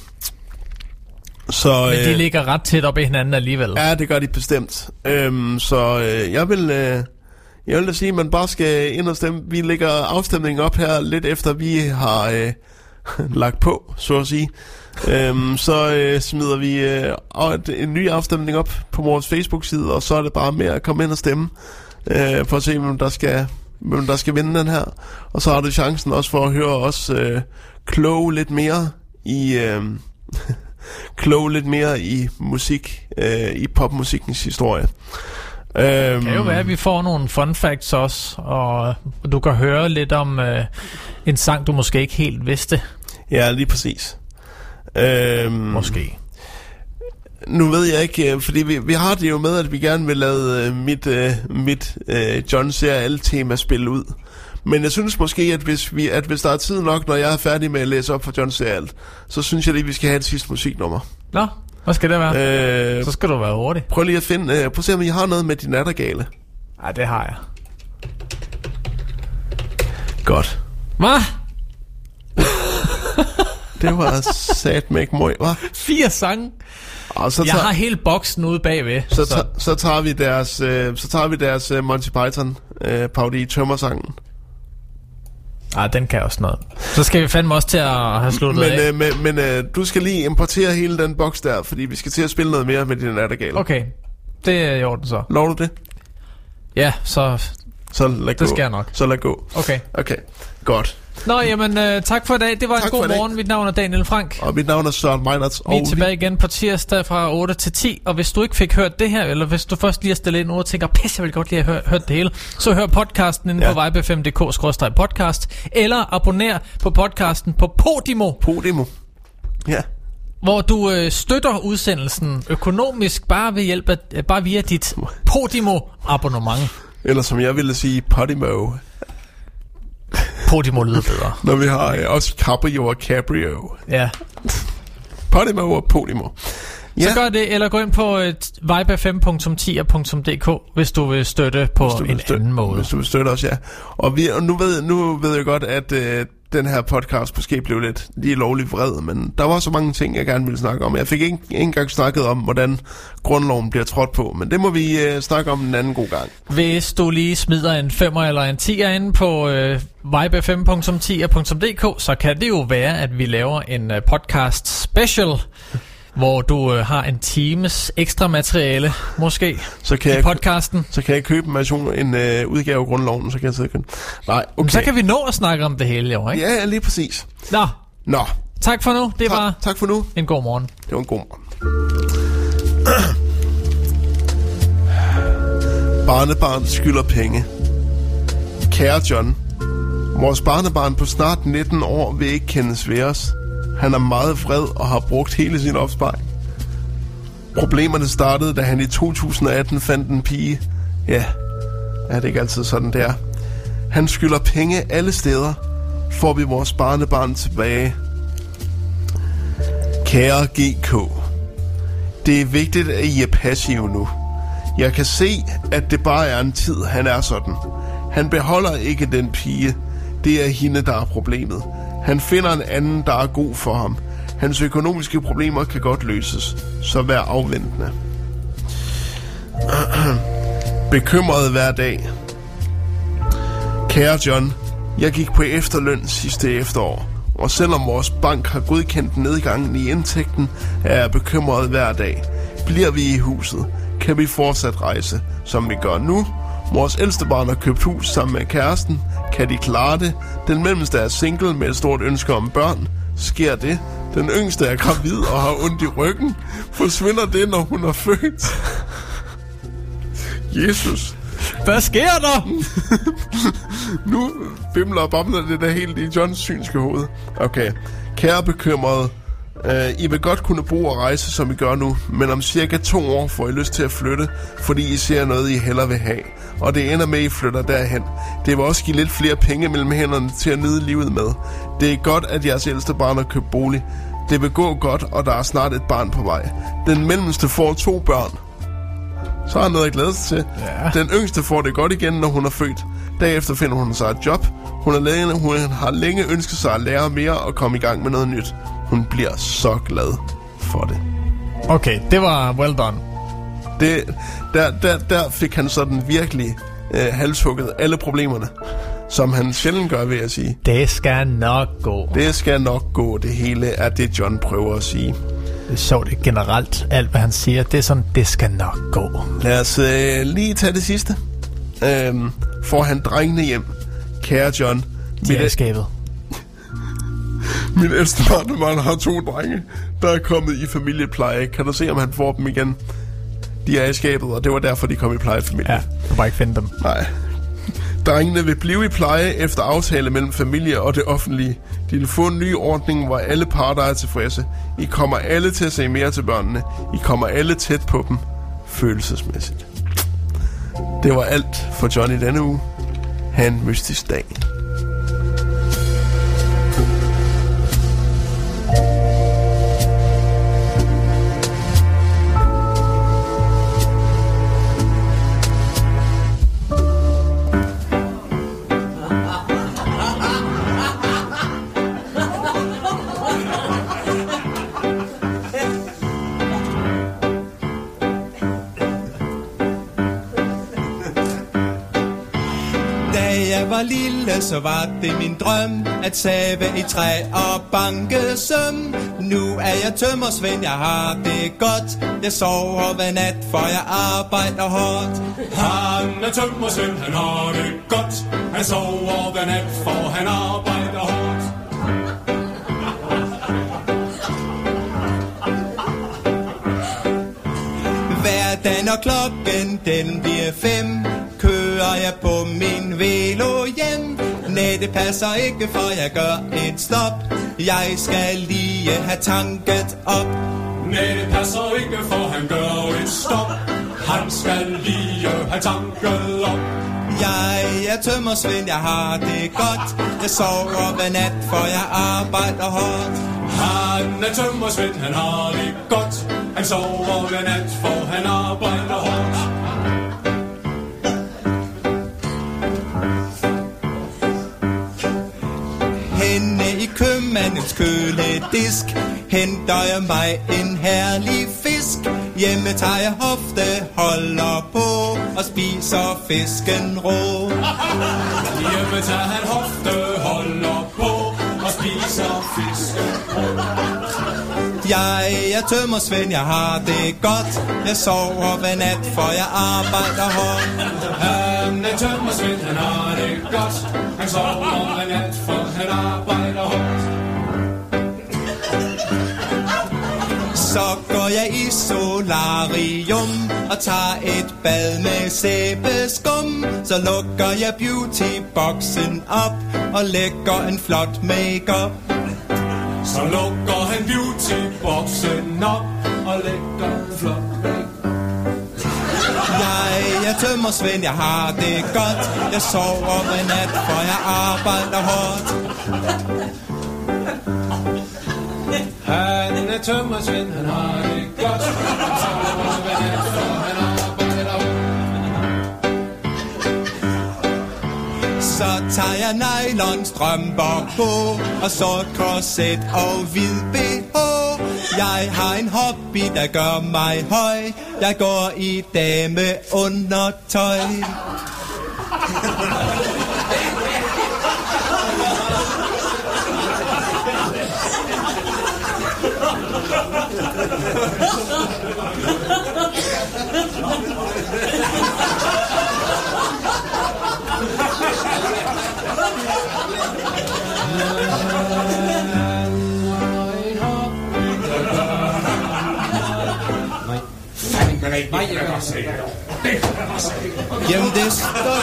så, Men de øh, ligger ret tæt op i hinanden alligevel. Ja, det gør de bestemt. Øhm, så øh, jeg vil... Øh, Jeg vil da sige, at man bare skal ind og stemme. Vi lægger afstemningen op her lidt efter, vi har øh, lagt på, så at sige. øhm, så øh, smider vi øh, en ny afstemning op på vores Facebook-side, og så er det bare med at komme ind og stemme, øh, for at se, hvem der skal, hvem der skal vinde den her. Og så har du chancen også for at høre os øh, kloge lidt mere i... Øh, kloge lidt mere i musik, øh, i popmusikkens historie. Det kan jo være, at vi får nogle fun facts også, og du kan høre lidt om øh, en sang, du måske ikke helt vidste. Ja, lige præcis. Øhm, måske. Nu ved jeg ikke, fordi vi, vi har det jo med, at vi gerne vil lade øh, mit, øh, mit øh, John ser alle tema spille ud. Men jeg synes måske, at hvis, vi, at hvis der er tid nok, når jeg er færdig med at læse op for John ser alt, så synes jeg lige, at vi skal have et sidste musiknummer. Nå, hvad skal det være? Øh, så skal du være hurtig. Prøv lige at finde, øh, prøv at se, om I har noget med de nattergale. Ja, det har jeg. Godt. Hvad? Det var satme ikke møg, hva'? Fire sange. Og så jeg tager, har hele boksen ude bagved. Så, så. Ta- så tager vi deres, øh, så tager vi deres øh, Monty Python øh, parodi Tømmersangen. Ah, den kan også noget. Så skal vi fandme også til at have sluttet men, af. Øh, men men øh, du skal lige importere hele den boks der, fordi vi skal til at spille noget mere med de nattergale. Okay, det er i orden så. Lover du det? Ja, så, så lad det gå. skal jeg nok. Så lad gå. Okay. Okay, godt. Nå, jamen, øh, tak for i dag. Det var tak en god morgen. Mit navn er Daniel Frank. Og mit navn er Søren Meinerts. Vi er tilbage igen på tirsdag fra otte til ti. Og hvis du ikke fik hørt det her, eller hvis du først lige har stillet ind og tænker, pisse, jeg vil godt lige have hørt, hørt det hele, så hør podcasten inde ja. på vibe f m punktum d k skråstreg podcast, eller abonner på podcasten på Podimo. Podimo, ja. Hvor du øh, støtter udsendelsen økonomisk bare ved hjælp af, øh, bare via dit Podimo abonnement. Eller som jeg ville sige, Podimo. Podimo lyder bedre. Når vi har øh, også Cabrio og Cabrio. Ja. Podimo og Podimo. Ja. Så gør det, eller gå ind på uh, vibe f m punktum tier punktum d k, hvis du vil støtte på en støtte, anden måde. Hvis du vil støtte os, ja. Og, vi, og nu, ved, nu ved jeg godt, at uh, den her podcast måske blev lidt lige lovligt vred, men der var så mange ting, jeg gerne ville snakke om. Jeg fik ikke, ikke engang snakket om, hvordan grundloven bliver trådt på, men det må vi uh, snakke om en anden god gang. Hvis du lige smider en femmer eller en tier inde på uh, vibe f m punktum tier punktum d k, så kan det jo være, at vi laver en uh, podcast special, hvor du øh, har en times ekstra materiale, måske, så kan i jeg, podcasten. Så kan jeg købe en version, en øh, udgave af grundloven, så kan jeg sidde og Nej, okay. Men så kan vi nå at snakke om det hele, jo, ikke? Ja, lige præcis. Nå. Nå. Tak for nu. Det Ta- var tak for nu. En god morgen. Det var en god morgen. Barnebarn skylder penge. Kære John, vores barnebarn på snart nitten år vil ikke kendes ved os. Han er meget vred og har brugt hele sin opsparing. Problemerne startede, da han i to tusind atten fandt en pige. Ja, er det ikke altid sådan, det er. Han skylder penge alle steder. Får vi vores barnebarn tilbage. Kære G K, det er vigtigt, at I er passive nu. Jeg kan se, at det bare er en tid, han er sådan. Han beholder ikke den pige. Det er hende, der er problemet. Han finder en anden, der er god for ham. Hans økonomiske problemer kan godt løses, så vær afventende. Bekymret hver dag. Kære John, jeg gik på efterløn sidste efterår, og selvom vores bank har godkendt nedgangen i indtægten, er jeg bekymret hver dag. Bliver vi i huset? Kan vi fortsat rejse, som vi gør nu? Vores ældste barn har købt hus sammen med kæresten. Kan de klare det? Den mellemste er single med et stort ønske om børn. Sker det? Den yngste er gravid og har ondt i ryggen. Forsvinder det, når hun er født? Jesus. Hvad sker der? Nu bimler og bobler det der helt i Johns synske hoved. Okay. Kære bekymrede, uh, I vil godt kunne bo og rejse, som I gør nu, men om cirka to år får I lyst til at flytte, fordi I ser noget, I hellere vil have. Og det ender med, at I flytter derhen. Det vil også give lidt flere penge mellem hænderne til at nyde livet med. Det er godt, at jeres ældste barn har købt bolig. Det vil gå godt, og der er snart et barn på vej. Den mellemste får to børn. Så har han noget at glæde sig til. Ja. Den yngste får det godt igen, når hun er født. Derefter finder hun sig et job. Hun, er længe, hun har længe ønsket sig at lære mere og komme i gang med noget nyt. Hun bliver så glad for det. Okay, det var well done. Det, der, der, der fik han sådan virkelig øh, halshugget alle problemerne, som han sjældent gør, vil jeg sige. Det skal nok gå. Det skal nok gå. Det hele er det, John prøver at sige. Det er sjovt, det generelt. Alt, hvad han siger, det er sådan, det skal nok gå. Lad os øh, lige tage det sidste. Øhm, får han drengene hjem? Kære John. De er i skabet. Min ældste barnebarn har to drenge, der er kommet i familiepleje. Kan du se, om han får dem igen? De er i skabet, og det var derfor, de kom i plejefamilie. Ja, du kan bare ikke finde dem. Nej. Drengene vil blive i pleje efter aftale mellem familie og det offentlige. De vil få en ny ordning, hvor alle parter er tilfredse. I kommer alle til at se mere til børnene. I kommer alle tæt på dem, følelsesmæssigt. Det var alt for John i denne uge. Ha' en mystisk dag. Lille, så var det min drøm at save i træ og banke søm. Nu er jeg tømmersvend, jeg har det godt. Jeg sover hver nat, for jeg arbejder hårdt. Han er tømmersvend, han har det godt. Han sover hver nat, for han arbejder hårdt. Hverdag når klokken den bliver fem, kører jeg på min velo hjem. Nej, det passer ikke, for jeg gør et stop. Jeg skal lige have tanket op. Nej, det passer ikke, for han gør et stop. Han skal lige have tanket op. Jeg er tømmersvend, jeg har det godt. Jeg sover hver nat, for jeg arbejder hårdt. Han er tømmersvend, han har det godt. Han sover hver nat, for han arbejder hårdt. Henne i købmandens køledisk henter jeg mig en herlig fisk. Hjemme tager jeg hofte, holder på og spiser fisken rå. Hjemme tager han hofte, holder på og spiser fisken rå. Jeg er tømmersvend, jeg har det godt. Jeg sover hver nat, for jeg arbejder hårdt. Han er tømmersvend, han har det godt. Han sover hver nat, for han arbejder hårdt. Så går jeg i solarium og tager et bad med sæbeskum. Så lukker jeg beautyboxen op og lægger en flot makeup. Så lukker han beautyboxen op og lægger en flot makeup. Jeg er tømmersvend, jeg har det godt. Jeg sover hver nat, for jeg arbejder hårdt. Han er tømmersvend, han har det godt. Han sover hver nat, for han arbejder hårdt. Så tager jeg nylonstrømper på og sort korset og hvid B H. Jeg har en hobby, der gør mig høj. Jeg går i dameundertøj. Jamen, det står